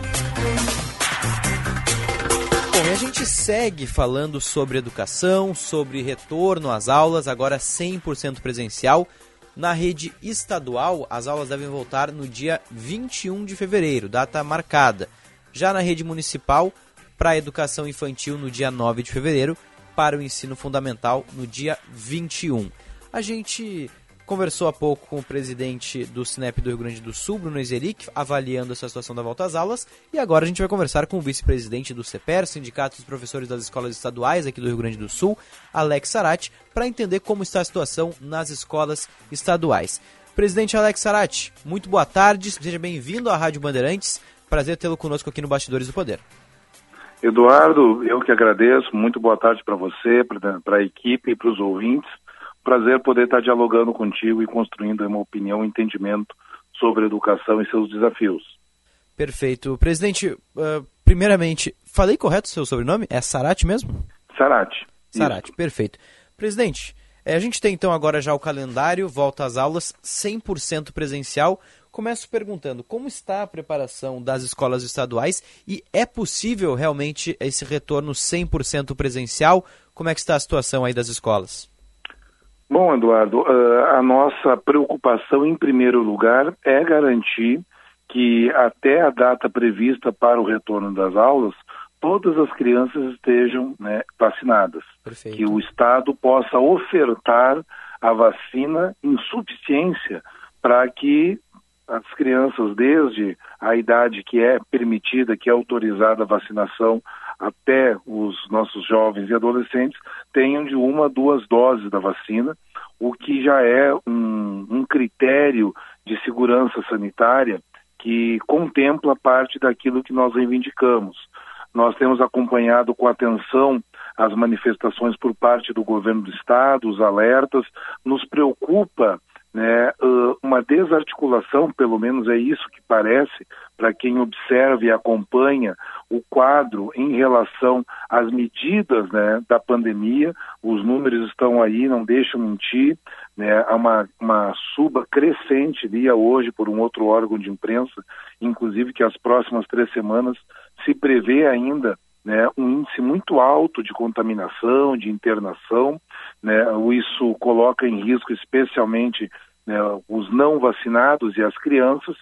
Bom, e a gente segue falando sobre educação, sobre retorno às aulas, agora 100% presencial. Na rede estadual, as aulas devem voltar no dia 21 de fevereiro, data marcada. Já na rede municipal, para a educação infantil no dia 9 de fevereiro, para o ensino fundamental no dia 21. A gente conversou há pouco com o presidente do SINEP do Rio Grande do Sul, Bruno Ezeric, avaliando essa situação da volta às aulas. E agora a gente vai conversar com o vice-presidente do CEPER, Sindicato dos Professores das Escolas Estaduais aqui do Rio Grande do Sul, Alex Sarati, para entender como está a situação nas escolas estaduais. Presidente Alex Sarati, muito boa tarde, seja bem-vindo à Rádio Bandeirantes. Prazer tê-lo conosco aqui no Bastidores do Poder. Eduardo, eu que agradeço, muito boa tarde para você, para a equipe e para os ouvintes. Prazer poder estar dialogando contigo e construindo uma opinião, um entendimento sobre a educação e seus desafios. Perfeito. Presidente, primeiramente, falei correto o seu sobrenome? É Sarati mesmo? Sarati. Sarati, isso. Perfeito. Presidente, a gente tem então agora já o calendário, volta às aulas 100% presencial. Começo perguntando, como está a preparação das escolas estaduais e é possível realmente esse retorno 100% presencial? Como é que está a situação aí das escolas? Bom, Eduardo, a nossa preocupação em primeiro lugar é garantir que até a data prevista para o retorno das aulas, todas as crianças estejam, né, vacinadas. Perfeito. Que o Estado possa ofertar a vacina em suficiência para que as crianças, desde a idade que é permitida, que é autorizada a vacinação, até os nossos jovens e adolescentes, tenham de 1 a 2 doses da vacina, o que já é um critério de segurança sanitária que contempla parte daquilo que nós reivindicamos. Nós temos acompanhado com atenção as manifestações por parte do governo do Estado, os alertas, nos preocupa, né, uma desarticulação, pelo menos é isso que parece, para quem observa e acompanha o quadro em relação às medidas, né, da pandemia. Os números estão aí, não deixam mentir, né, há uma suba crescente, via hoje por um outro órgão de imprensa, inclusive que as próximas 3 semanas se prevê ainda, né, um índice muito alto de contaminação, de internação, né, isso coloca em risco especialmente, né, os não vacinados e as crianças,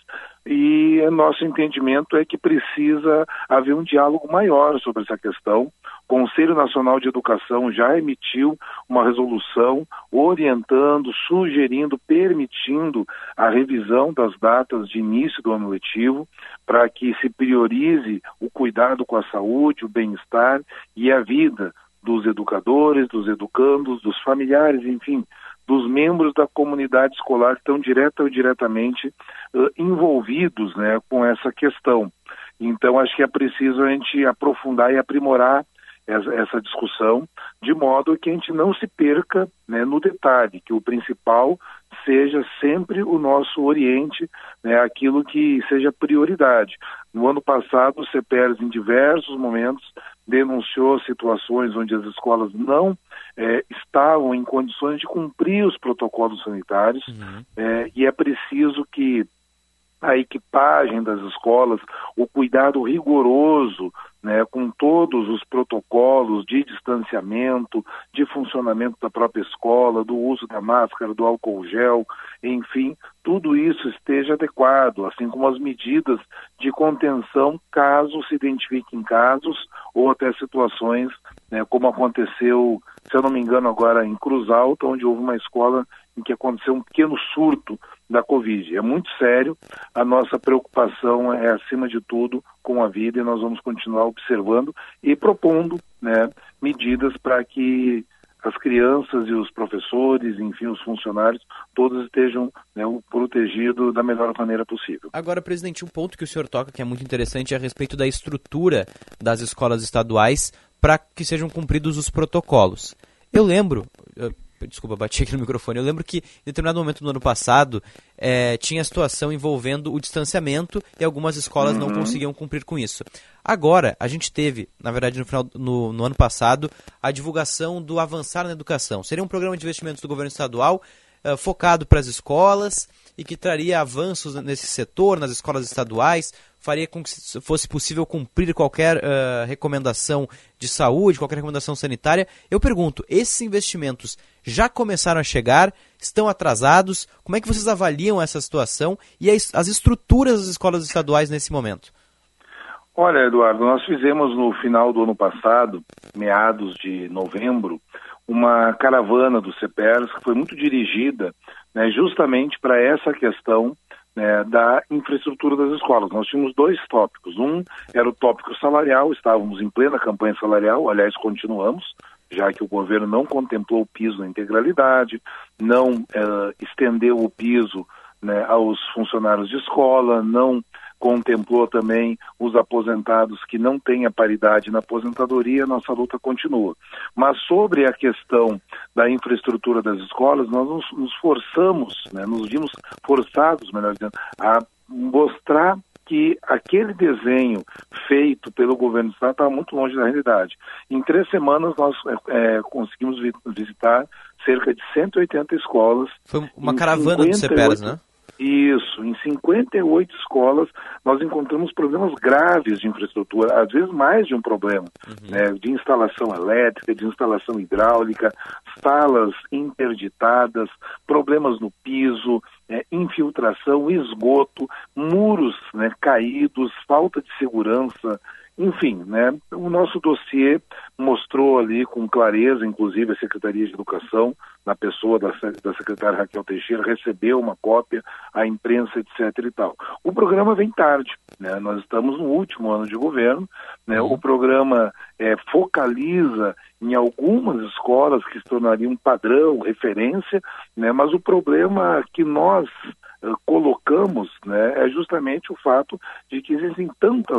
e nosso entendimento é que precisa haver um diálogo maior sobre essa questão. O Conselho Nacional de Educação já emitiu uma resolução orientando, sugerindo, permitindo a revisão das datas de início do ano letivo para que se priorize o cuidado com a saúde, o bem-estar e a vida dos educadores, dos educandos, dos familiares, enfim, dos membros da comunidade escolar que estão direta ou diretamente envolvidos, né, com essa questão. Então, acho que é preciso a gente aprofundar e aprimorar essa discussão, de modo que a gente não se perca, né, no detalhe, que o principal seja sempre o nosso oriente, né, aquilo que seja prioridade. No ano passado, o CEPER, em diversos momentos, denunciou situações onde as escolas não estavam em condições de cumprir os protocolos sanitários, e é preciso que a equipagem das escolas, o cuidado rigoroso, né, com todos os protocolos de distanciamento, de funcionamento da própria escola, do uso da máscara, do álcool gel, enfim, tudo isso esteja adequado, assim como as medidas de contenção caso se identifiquem casos ou até situações, né, como aconteceu, se eu não me engano agora em Cruz Alta, onde houve uma escola em que aconteceu um pequeno surto da Covid. É muito sério, a nossa preocupação é, acima de tudo, com a vida, e nós vamos continuar observando e propondo, né, medidas para que as crianças e os professores, enfim, os funcionários, todos estejam, né, protegidos da melhor maneira possível. Agora, presidente, um ponto que o senhor toca que é muito interessante é a respeito da estrutura das escolas estaduais para que sejam cumpridos os protocolos. Eu lembro, desculpa, bati aqui no microfone, eu lembro que em determinado momento no ano passado tinha a situação envolvendo o distanciamento e algumas escolas não conseguiam cumprir com isso. Agora, a gente teve, na verdade no ano passado, a divulgação do Avançar na Educação. Seria um programa de investimentos do governo estadual focado para as escolas e que traria avanços nesse setor, nas escolas estaduais, faria com que fosse possível cumprir qualquer recomendação de saúde, qualquer recomendação sanitária. Eu pergunto, esses investimentos já começaram a chegar? Estão atrasados? Como é que vocês avaliam essa situação e as estruturas das escolas estaduais nesse momento? Olha, Eduardo, nós fizemos no final do ano passado, meados de novembro, uma caravana do CEPERS que foi muito dirigida, né, justamente para essa questão, né, da infraestrutura das escolas. Nós tínhamos 2 tópicos. Um era o tópico salarial, estávamos em plena campanha salarial, aliás, continuamos, já que o governo não contemplou o piso na integralidade, não estendeu o piso, né, aos funcionários de escola, não contemplou também os aposentados que não têm a paridade na aposentadoria, nossa luta continua. Mas sobre a questão da infraestrutura das escolas, nós nos forçamos, né, nos vimos forçados, melhor dizendo, a mostrar que aquele desenho feito pelo governo do estado estava muito longe da realidade. Em 3 semanas nós conseguimos visitar cerca de 180 escolas. Foi uma caravana do CEPERS, né? Isso, em 58 escolas nós encontramos problemas graves de infraestrutura, às vezes mais de um problema, né, de instalação elétrica, de instalação hidráulica, salas interditadas, problemas no piso, infiltração, esgoto, muros, né, caídos, falta de segurança. Enfim, né, o nosso dossiê mostrou ali com clareza, inclusive a Secretaria de Educação, na pessoa da secretária Raquel Teixeira, recebeu uma cópia, a imprensa, etc. e tal. O programa vem tarde, né, nós estamos no último ano de governo, né, o programa focaliza em algumas escolas que se tornariam padrão, referência, né, mas o problema que nós colocamos, né, é justamente o fato de que existem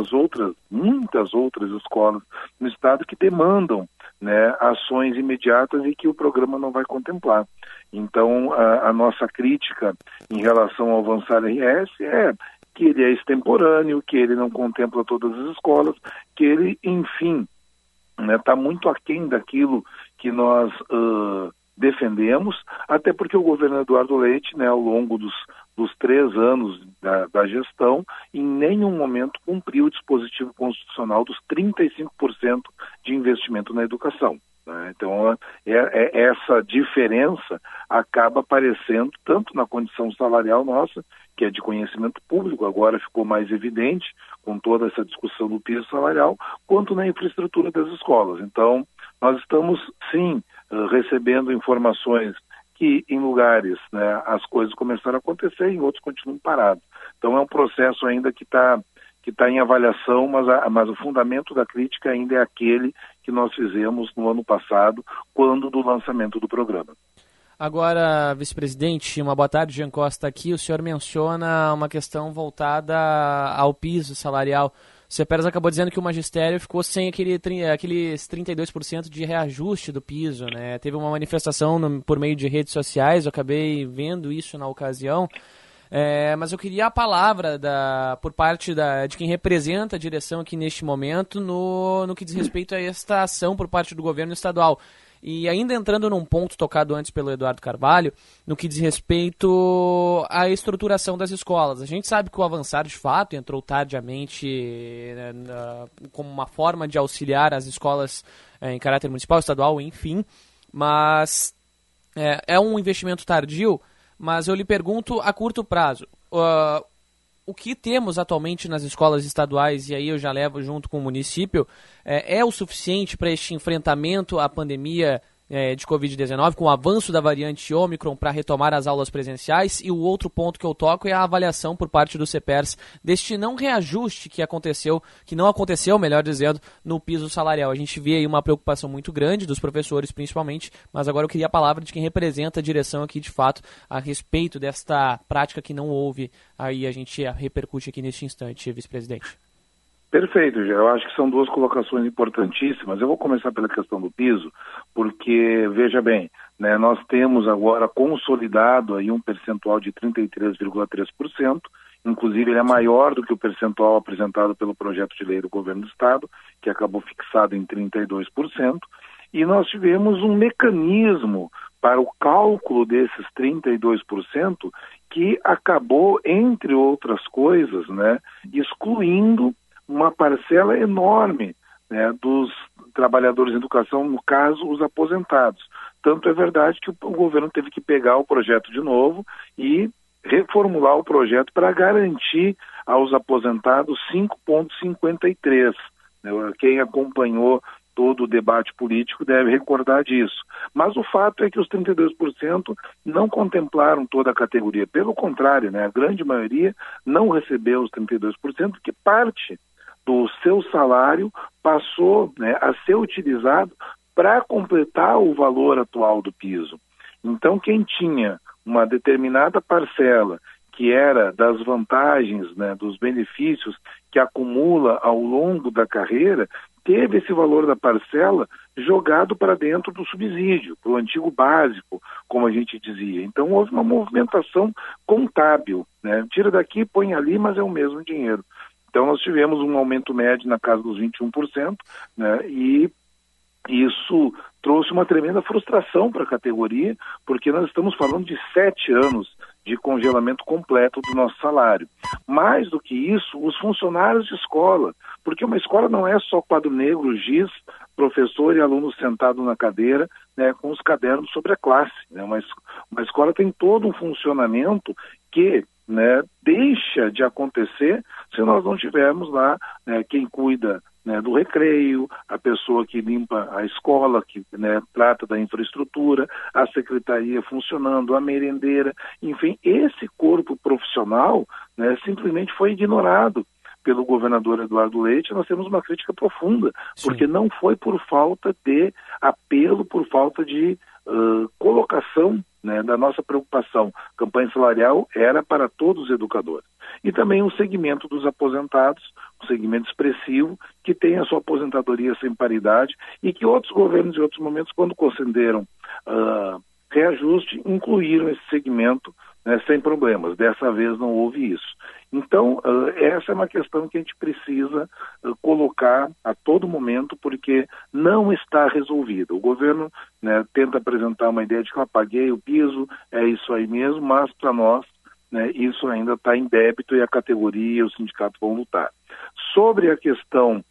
muitas outras escolas no estado que demandam, né, ações imediatas e que o programa não vai contemplar. Então, a nossa crítica em relação ao Avançar RS é que ele é extemporâneo, que ele não contempla todas as escolas, que ele, enfim, está muito aquém daquilo que nós defendemos, até porque o governo Eduardo Leite, né, ao longo dos 3 anos da gestão, em nenhum momento cumpriu o dispositivo constitucional dos 35% de investimento na educação, né? Então, essa diferença acaba aparecendo tanto na condição salarial nossa, que é de conhecimento público, agora ficou mais evidente com toda essa discussão do piso salarial, quanto na infraestrutura das escolas. Então, nós estamos, sim, recebendo informações que em lugares, né, as coisas começaram a acontecer e em outros continuam parados. Então é um processo ainda que está em avaliação, mas o fundamento da crítica ainda é aquele que nós fizemos no ano passado, quando do lançamento do programa. Agora, vice-presidente, uma boa tarde, Jean Costa aqui. O senhor menciona uma questão voltada ao piso salarial. O CEPERS acabou dizendo que o magistério ficou sem aqueles 32% de reajuste do piso, né? Teve uma manifestação por meio de redes sociais, eu acabei vendo isso na ocasião, mas eu queria a palavra por parte de quem representa a direção aqui neste momento no que diz respeito a esta ação por parte do governo estadual. E ainda entrando num ponto tocado antes pelo Eduardo Carvalho, no que diz respeito à estruturação das escolas. A gente sabe que o Avançar, de fato, entrou tardiamente como uma forma de auxiliar as escolas em caráter municipal, estadual, enfim, mas é um investimento tardio, mas eu lhe pergunto a curto prazo. O que temos atualmente nas escolas estaduais, e aí eu já levo junto com o município, é o suficiente para este enfrentamento à pandemia de Covid-19, com o avanço da variante Ômicron para retomar as aulas presenciais? E o outro ponto que eu toco é a avaliação por parte do CEPERS deste não reajuste que não aconteceu, melhor dizendo, no piso salarial. A gente vê aí uma preocupação muito grande dos professores, principalmente, mas agora eu queria a palavra de quem representa a direção aqui, de fato, a respeito desta prática que não houve, aí a gente repercute aqui neste instante, vice-presidente. Perfeito, eu acho que são duas colocações importantíssimas. Eu vou começar pela questão do piso, porque, veja bem, né, nós temos agora consolidado aí um percentual de 33,3%, inclusive ele é maior do que o percentual apresentado pelo projeto de lei do governo do estado, que acabou fixado em 32%, e nós tivemos um mecanismo para o cálculo desses 32% que acabou, entre outras coisas, né, excluindo uma parcela enorme, né, dos trabalhadores em educação, no caso, os aposentados. Tanto é verdade que o governo teve que pegar o projeto de novo e reformular o projeto para garantir aos aposentados 5,53. Quem acompanhou todo o debate político deve recordar disso. Mas o fato é que os 32% não contemplaram toda a categoria. Pelo contrário, né, a grande maioria não recebeu os 32%, porque parte do seu salário passou, né, a ser utilizado para completar o valor atual do piso. Então, quem tinha uma determinada parcela que era das vantagens, né, dos benefícios que acumula ao longo da carreira, teve esse valor da parcela jogado para dentro do subsídio, para o antigo básico, como a gente dizia. Então, houve uma movimentação contábil, né? Tira daqui, põe ali, mas é o mesmo dinheiro. Então, nós tivemos um aumento médio na casa dos 21%, né, e isso trouxe uma tremenda frustração para a categoria, porque nós estamos falando de 7 anos de congelamento completo do nosso salário. Mais do que isso, os funcionários de escola, porque uma escola não é só quadro negro, giz, professor e aluno sentado na cadeira, né, com os cadernos sobre a classe. Né? Uma escola tem todo um funcionamento que, né, deixa de acontecer se nós não tivermos lá, né, quem cuida, né, do recreio, a pessoa que limpa a escola, que, né, trata da infraestrutura, a secretaria funcionando, a merendeira, enfim, esse corpo profissional, né, simplesmente foi ignorado pelo governador Eduardo Leite. Nós temos uma crítica profunda, porque não foi por falta de apelo, por falta de colocação, né, da nossa preocupação. Campanha salarial era para todos os educadores. E também o segmento dos aposentados, um segmento expressivo, que tem a sua aposentadoria sem paridade e que outros governos, em outros momentos, quando concederam reajuste, incluíram esse segmento, né, sem problemas. Dessa vez não houve isso. Então, essa é uma questão que a gente precisa colocar a todo momento, porque não está resolvida. O governo, né, tenta apresentar uma ideia de que eu paguei o piso, é isso aí mesmo, mas para nós, né, isso ainda está em débito e a categoria e o sindicato vão lutar. Sobre a questão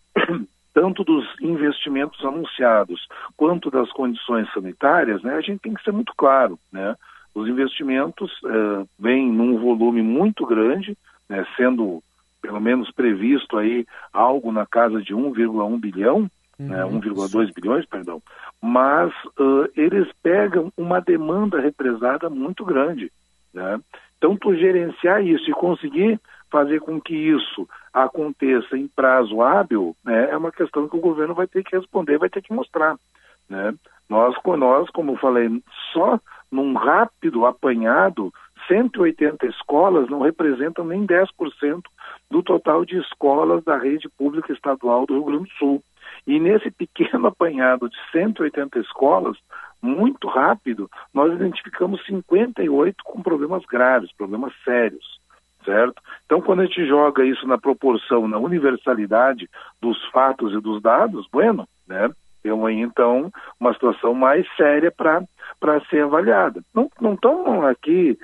tanto dos investimentos anunciados quanto das condições sanitárias, né, a gente tem que ser muito claro, né? Os investimentos vêm num volume muito grande, né, sendo pelo menos previsto aí algo na casa de 1,1 bilhão, né, 1,2 bilhões, perdão, mas eles pegam uma demanda represada muito grande, né? Então, tu gerenciar isso e conseguir fazer com que isso aconteça em prazo hábil, né, é uma questão que o governo vai ter que responder, vai ter que mostrar, né? Nós, como eu falei, só num rápido apanhado, 180 escolas não representam nem 10% do total de escolas da rede pública estadual do Rio Grande do Sul. E nesse pequeno apanhado de 180 escolas, muito rápido, nós identificamos 58 com problemas graves, problemas sérios, certo? Então, quando a gente joga isso na proporção, na universalidade dos fatos e dos dados, bueno, né? Temos aí, então, uma situação mais séria para ser avaliada. Não estão aqui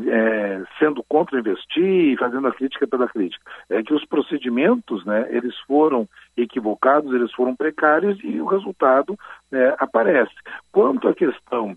sendo contra investir e fazendo a crítica pela crítica. É que os procedimentos, né, eles foram equivocados, eles foram precários e o resultado, né, aparece. Quanto à questão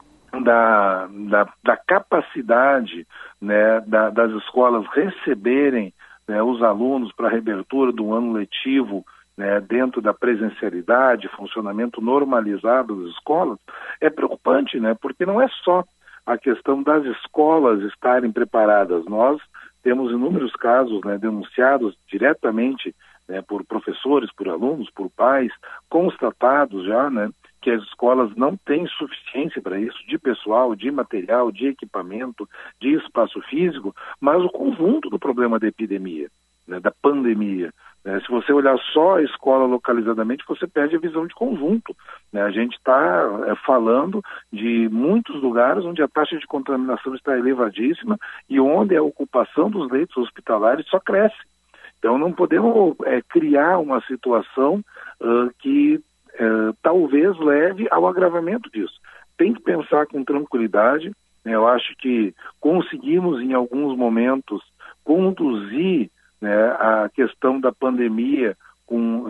da capacidade, né, das escolas receberem, né, os alunos para a reabertura do ano letivo, né, dentro da presencialidade, funcionamento normalizado das escolas, é preocupante, né, porque não é só a questão das escolas estarem preparadas. Nós temos inúmeros casos, né, denunciados diretamente, né, por professores, por alunos, por pais, constatados já, né, que as escolas não têm suficiência para isso, de pessoal, de material, de equipamento, de espaço físico, mas o conjunto do problema da epidemia, né, da pandemia, Se você olhar só a escola localizadamente, você perde a visão de conjunto. A gente está falando de muitos lugares onde a taxa de contaminação está elevadíssima e onde a ocupação dos leitos hospitalares só cresce. Então não podemos criar uma situação que talvez leve ao agravamento disso. Tem que pensar com tranquilidade. Eu acho que conseguimos em alguns momentos conduzir a questão da pandemia com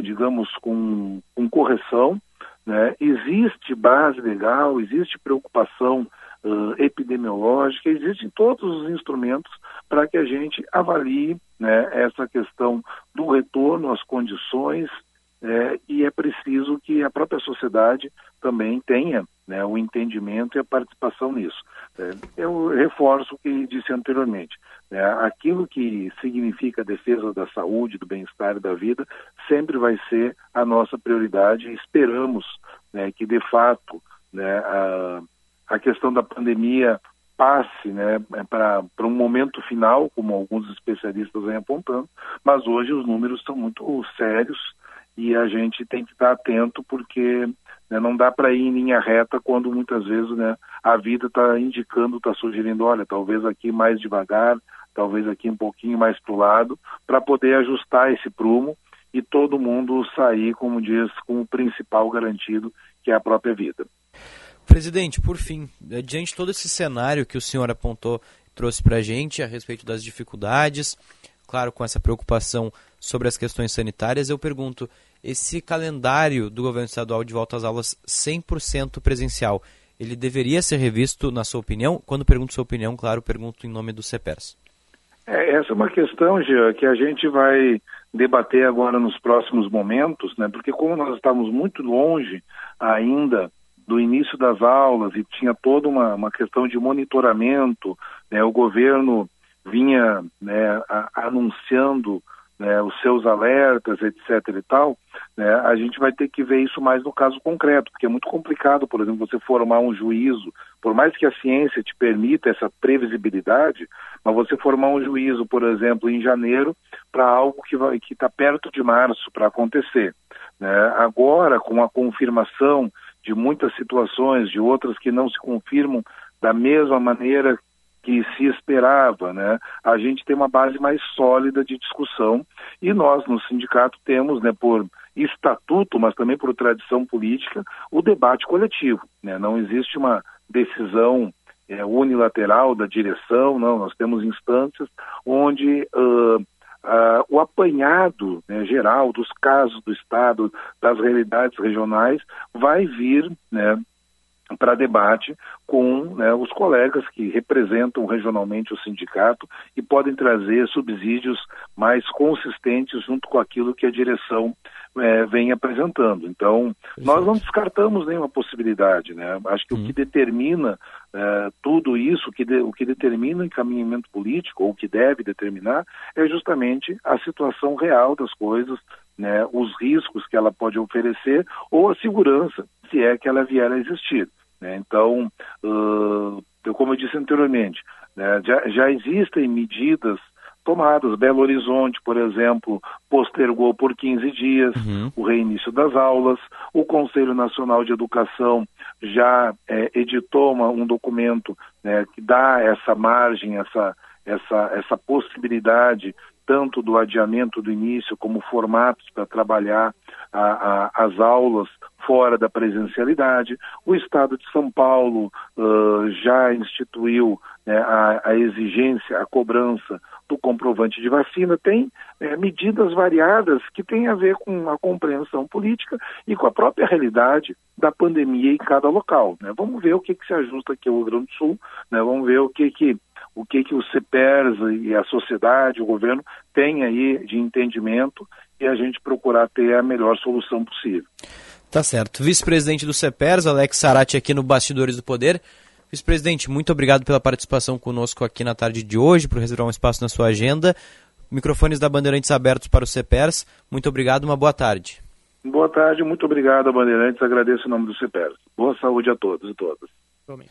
correção. Existe base legal, existe preocupação epidemiológica, existem todos os instrumentos para que a gente avalie essa questão do retorno às condições, e é preciso que a própria sociedade também tenha o entendimento e a participação nisso. Eu reforço o que disse anteriormente. Aquilo que significa a defesa da saúde, do bem-estar e da vida sempre vai ser a nossa prioridade e esperamos que, de fato, a questão da pandemia passe para um momento final, como alguns especialistas vêm apontando, mas hoje os números são muito sérios e a gente tem que estar atento porque não dá para ir em linha reta quando muitas vezes a vida está indicando, está sugerindo, olha, talvez aqui mais devagar, talvez aqui um pouquinho mais para o lado, para poder ajustar esse prumo e todo mundo sair, como diz, com o principal garantido, que é a própria vida. Presidente, por fim, diante de todo esse cenário que o senhor apontou, trouxe para a gente a respeito das dificuldades, claro, com essa preocupação sobre as questões sanitárias, eu pergunto, esse calendário do governo estadual de volta às aulas 100% presencial, ele deveria ser revisto, na sua opinião? Quando pergunto sua opinião, claro, pergunto em nome do CEPERS. Essa é uma questão, Jean, que a gente vai debater agora nos próximos momentos, porque como nós estamos muito longe ainda do início das aulas e tinha toda uma questão de monitoramento, o governo vinha anunciando os seus alertas, etc. e tal, a gente vai ter que ver isso mais no caso concreto, porque é muito complicado, por exemplo, você formar um juízo, por mais que a ciência te permita essa previsibilidade, mas você formar um juízo, por exemplo, em janeiro, para algo que está perto de março para acontecer. Agora, com a confirmação de muitas situações, de outras que não se confirmam da mesma maneira que se esperava, a gente tem uma base mais sólida de discussão e nós no sindicato temos, por estatuto, mas também por tradição política, o debate coletivo. Não existe uma decisão unilateral da direção, não, nós temos instâncias onde o apanhado geral dos casos do Estado, das realidades regionais, vai vir para debate com os colegas que representam regionalmente o sindicato e podem trazer subsídios mais consistentes junto com aquilo que a direção vem apresentando. Então, nós não descartamos nenhuma possibilidade. Acho que o que determina tudo isso, o que determina o encaminhamento político, ou o que deve determinar, é justamente a situação real das coisas, os riscos que ela pode oferecer ou a segurança, se é que ela vier a existir. Então, como eu disse anteriormente, já existem medidas tomadas. Belo Horizonte, por exemplo, postergou por 15 dias o reinício das aulas. O Conselho Nacional de Educação já editou um documento que dá essa margem, essa possibilidade tanto do adiamento do início como formatos para trabalhar as aulas fora da presencialidade. O Estado de São Paulo já instituiu a exigência, a cobrança do comprovante de vacina. Tem medidas variadas que têm a ver com a compreensão política e com a própria realidade da pandemia em cada local. Vamos ver o que se ajusta aqui ao Rio Grande do Sul, vamos ver o que o CEPERS e a sociedade, o governo, tem aí de entendimento e a gente procurar ter a melhor solução possível. Tá certo. Vice-presidente do CEPERS, Alex Sarati, aqui no Bastidores do Poder. Vice-presidente, muito obrigado pela participação conosco aqui na tarde de hoje, por reservar um espaço na sua agenda. Microfones da Bandeirantes abertos para o CEPERS. Muito obrigado, uma boa tarde. Boa tarde, muito obrigado a Bandeirantes, agradeço em nome do CEPERS. Boa saúde a todos e todas. Realmente.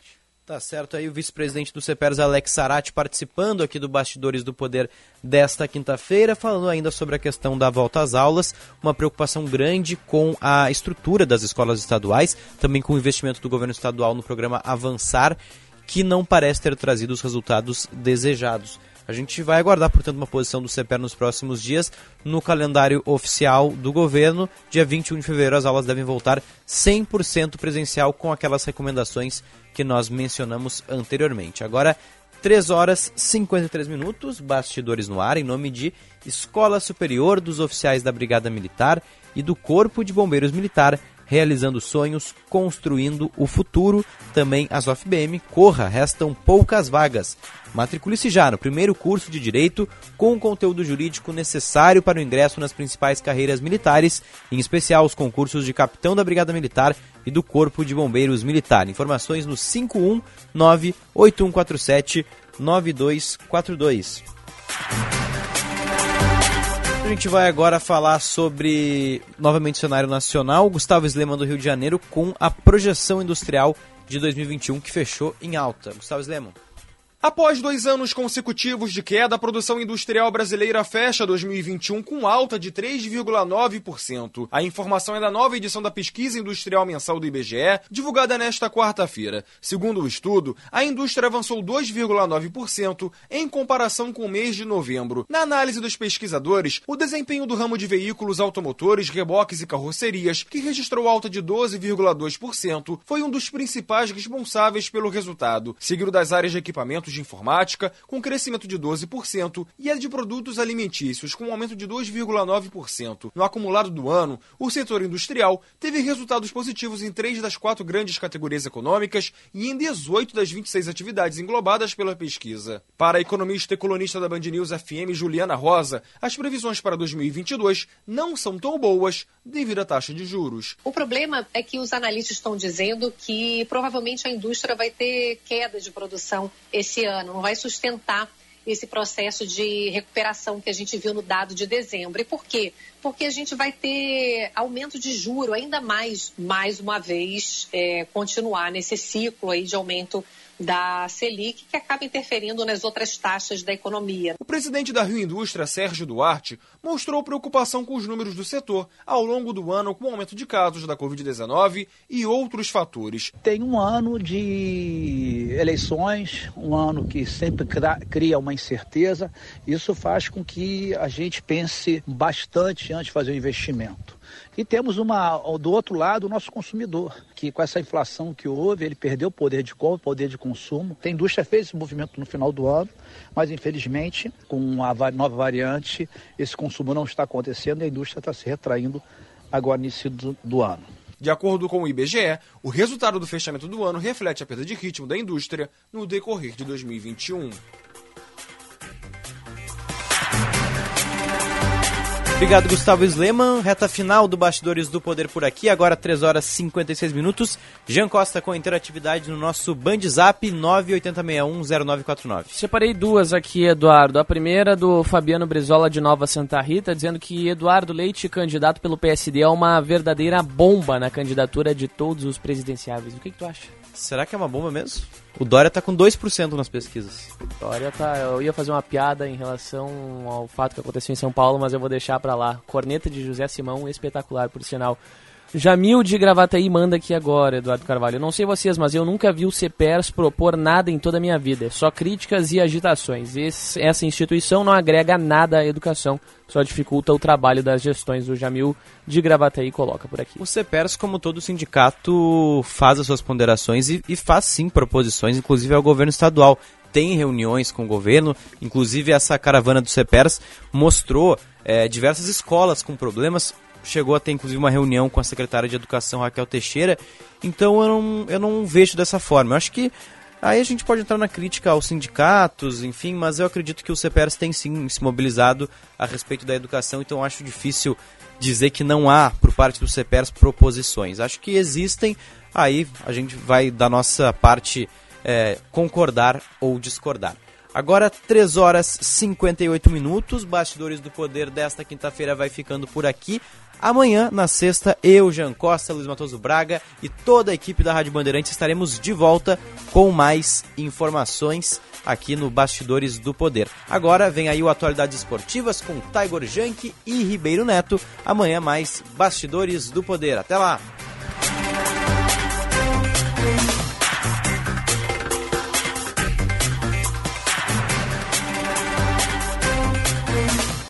Tá certo, aí o vice-presidente do CEPERS, Alex Sarati, participando aqui do Bastidores do Poder desta quinta-feira, falando ainda sobre a questão da volta às aulas, uma preocupação grande com a estrutura das escolas estaduais, também com o investimento do governo estadual no programa Avançar, que não parece ter trazido os resultados desejados. A gente vai aguardar, portanto, uma posição do CEPER nos próximos dias. No calendário oficial do governo, dia 21 de fevereiro, as aulas devem voltar 100% presencial, com aquelas recomendações que nós mencionamos anteriormente. Agora, 3 horas e 53 minutos, Bastidores no ar, em nome de Escola Superior dos Oficiais da Brigada Militar e do Corpo de Bombeiros Militar, realizando sonhos, construindo o futuro. Também as UFBM, corra, restam poucas vagas. Matricule-se já no primeiro curso de Direito com o conteúdo jurídico necessário para o ingresso nas principais carreiras militares, em especial os concursos de Capitão da Brigada Militar e do Corpo de Bombeiros Militar. Informações no 519-8147-9242. A gente vai agora falar sobre, novamente, cenário nacional. Gustavo Sleman, do Rio de Janeiro, com a projeção industrial de 2021, que fechou em alta. Gustavo Sleman. Após 2 anos consecutivos de queda, a produção industrial brasileira fecha 2021 com alta de 3,9%. A informação é da nova edição da Pesquisa Industrial Mensal do IBGE, divulgada nesta quarta-feira. Segundo o estudo, a indústria avançou 2,9% em comparação com o mês de novembro. Na análise dos pesquisadores, o desempenho do ramo de veículos automotores, reboques e carrocerias, que registrou alta de 12,2%, foi um dos principais responsáveis pelo resultado, seguido das áreas de equipamentos de informática, com crescimento de 12%, e a de produtos alimentícios, com um aumento de 2,9%. No acumulado do ano, o setor industrial teve resultados positivos em 3 das 4 grandes categorias econômicas e em 18 das 26 atividades englobadas pela pesquisa. Para a economista e colunista da Band News FM, Juliana Rosa, as previsões para 2022 não são tão boas devido à taxa de juros. O problema é que os analistas estão dizendo que provavelmente a indústria vai ter queda de produção esse ano, não vai sustentar esse processo de recuperação que a gente viu no dado de dezembro. E por quê? Porque a gente vai ter aumento de juro ainda mais uma vez, continuar nesse ciclo aí de aumento da Selic, que acaba interferindo nas outras taxas da economia. O presidente da Rio Indústria, Sérgio Duarte, mostrou preocupação com os números do setor ao longo do ano, com o aumento de casos da Covid-19 e outros fatores. Tem um ano de eleições, um ano que sempre cria uma incerteza. Isso faz com que a gente pense bastante antes de fazer o investimento. E temos do outro lado o nosso consumidor, que com essa inflação que houve, ele perdeu o poder de compra, poder de consumo. A indústria fez esse movimento no final do ano, mas infelizmente, com a nova variante, esse consumo não está acontecendo e a indústria está se retraindo agora no início do ano. De acordo com o IBGE, o resultado do fechamento do ano reflete a perda de ritmo da indústria no decorrer de 2021. Obrigado, Gustavo Sleman. Reta final do Bastidores do Poder por aqui. Agora 3 horas e 56 minutos. Jean Costa com a interatividade no nosso Band Zap 980610949. Separei 2 aqui, Eduardo. A primeira do Fabiano Brizola de Nova Santa Rita, dizendo que Eduardo Leite, candidato pelo PSD, é uma verdadeira bomba na candidatura de todos os presidenciáveis. O que tu acha? Será que é uma bomba mesmo? O Dória tá com 2% nas pesquisas. Dória tá... Eu ia fazer uma piada em relação ao fato que aconteceu em São Paulo, mas eu vou deixar pra lá. Corneta de José Simão, espetacular, por sinal. Jamil de Gravataí manda aqui agora, Eduardo Carvalho. Eu não sei vocês, mas eu nunca vi o CEPERS propor nada em toda a minha vida. Só críticas e agitações. Essa instituição não agrega nada à educação, só dificulta o trabalho das gestões. O Jamil de Gravataí coloca por aqui. O CEPERS, como todo sindicato, faz as suas ponderações e faz sim proposições, inclusive ao governo estadual. Tem reuniões com o governo, inclusive essa caravana do CEPERS mostrou diversas escolas com problemas. Chegou a ter, inclusive, uma reunião com a secretária de Educação, Raquel Teixeira. Então, eu não vejo dessa forma. Eu acho que aí a gente pode entrar na crítica aos sindicatos, enfim, mas eu acredito que o CEPERS tem, sim, se mobilizado a respeito da educação. Então, eu acho difícil dizer que não há, por parte do CEPERS, proposições. Acho que existem, aí a gente vai, da nossa parte, concordar ou discordar. Agora, 3 horas e 58 minutos, Bastidores do Poder desta quinta-feira vai ficando por aqui. Amanhã, na sexta, eu, Jean Costa, Luiz Matoso Braga e toda a equipe da Rádio Bandeirantes estaremos de volta com mais informações aqui no Bastidores do Poder. Agora vem aí o Atualidades Esportivas com Taigor Jank e Ribeiro Neto. Amanhã mais Bastidores do Poder. Até lá!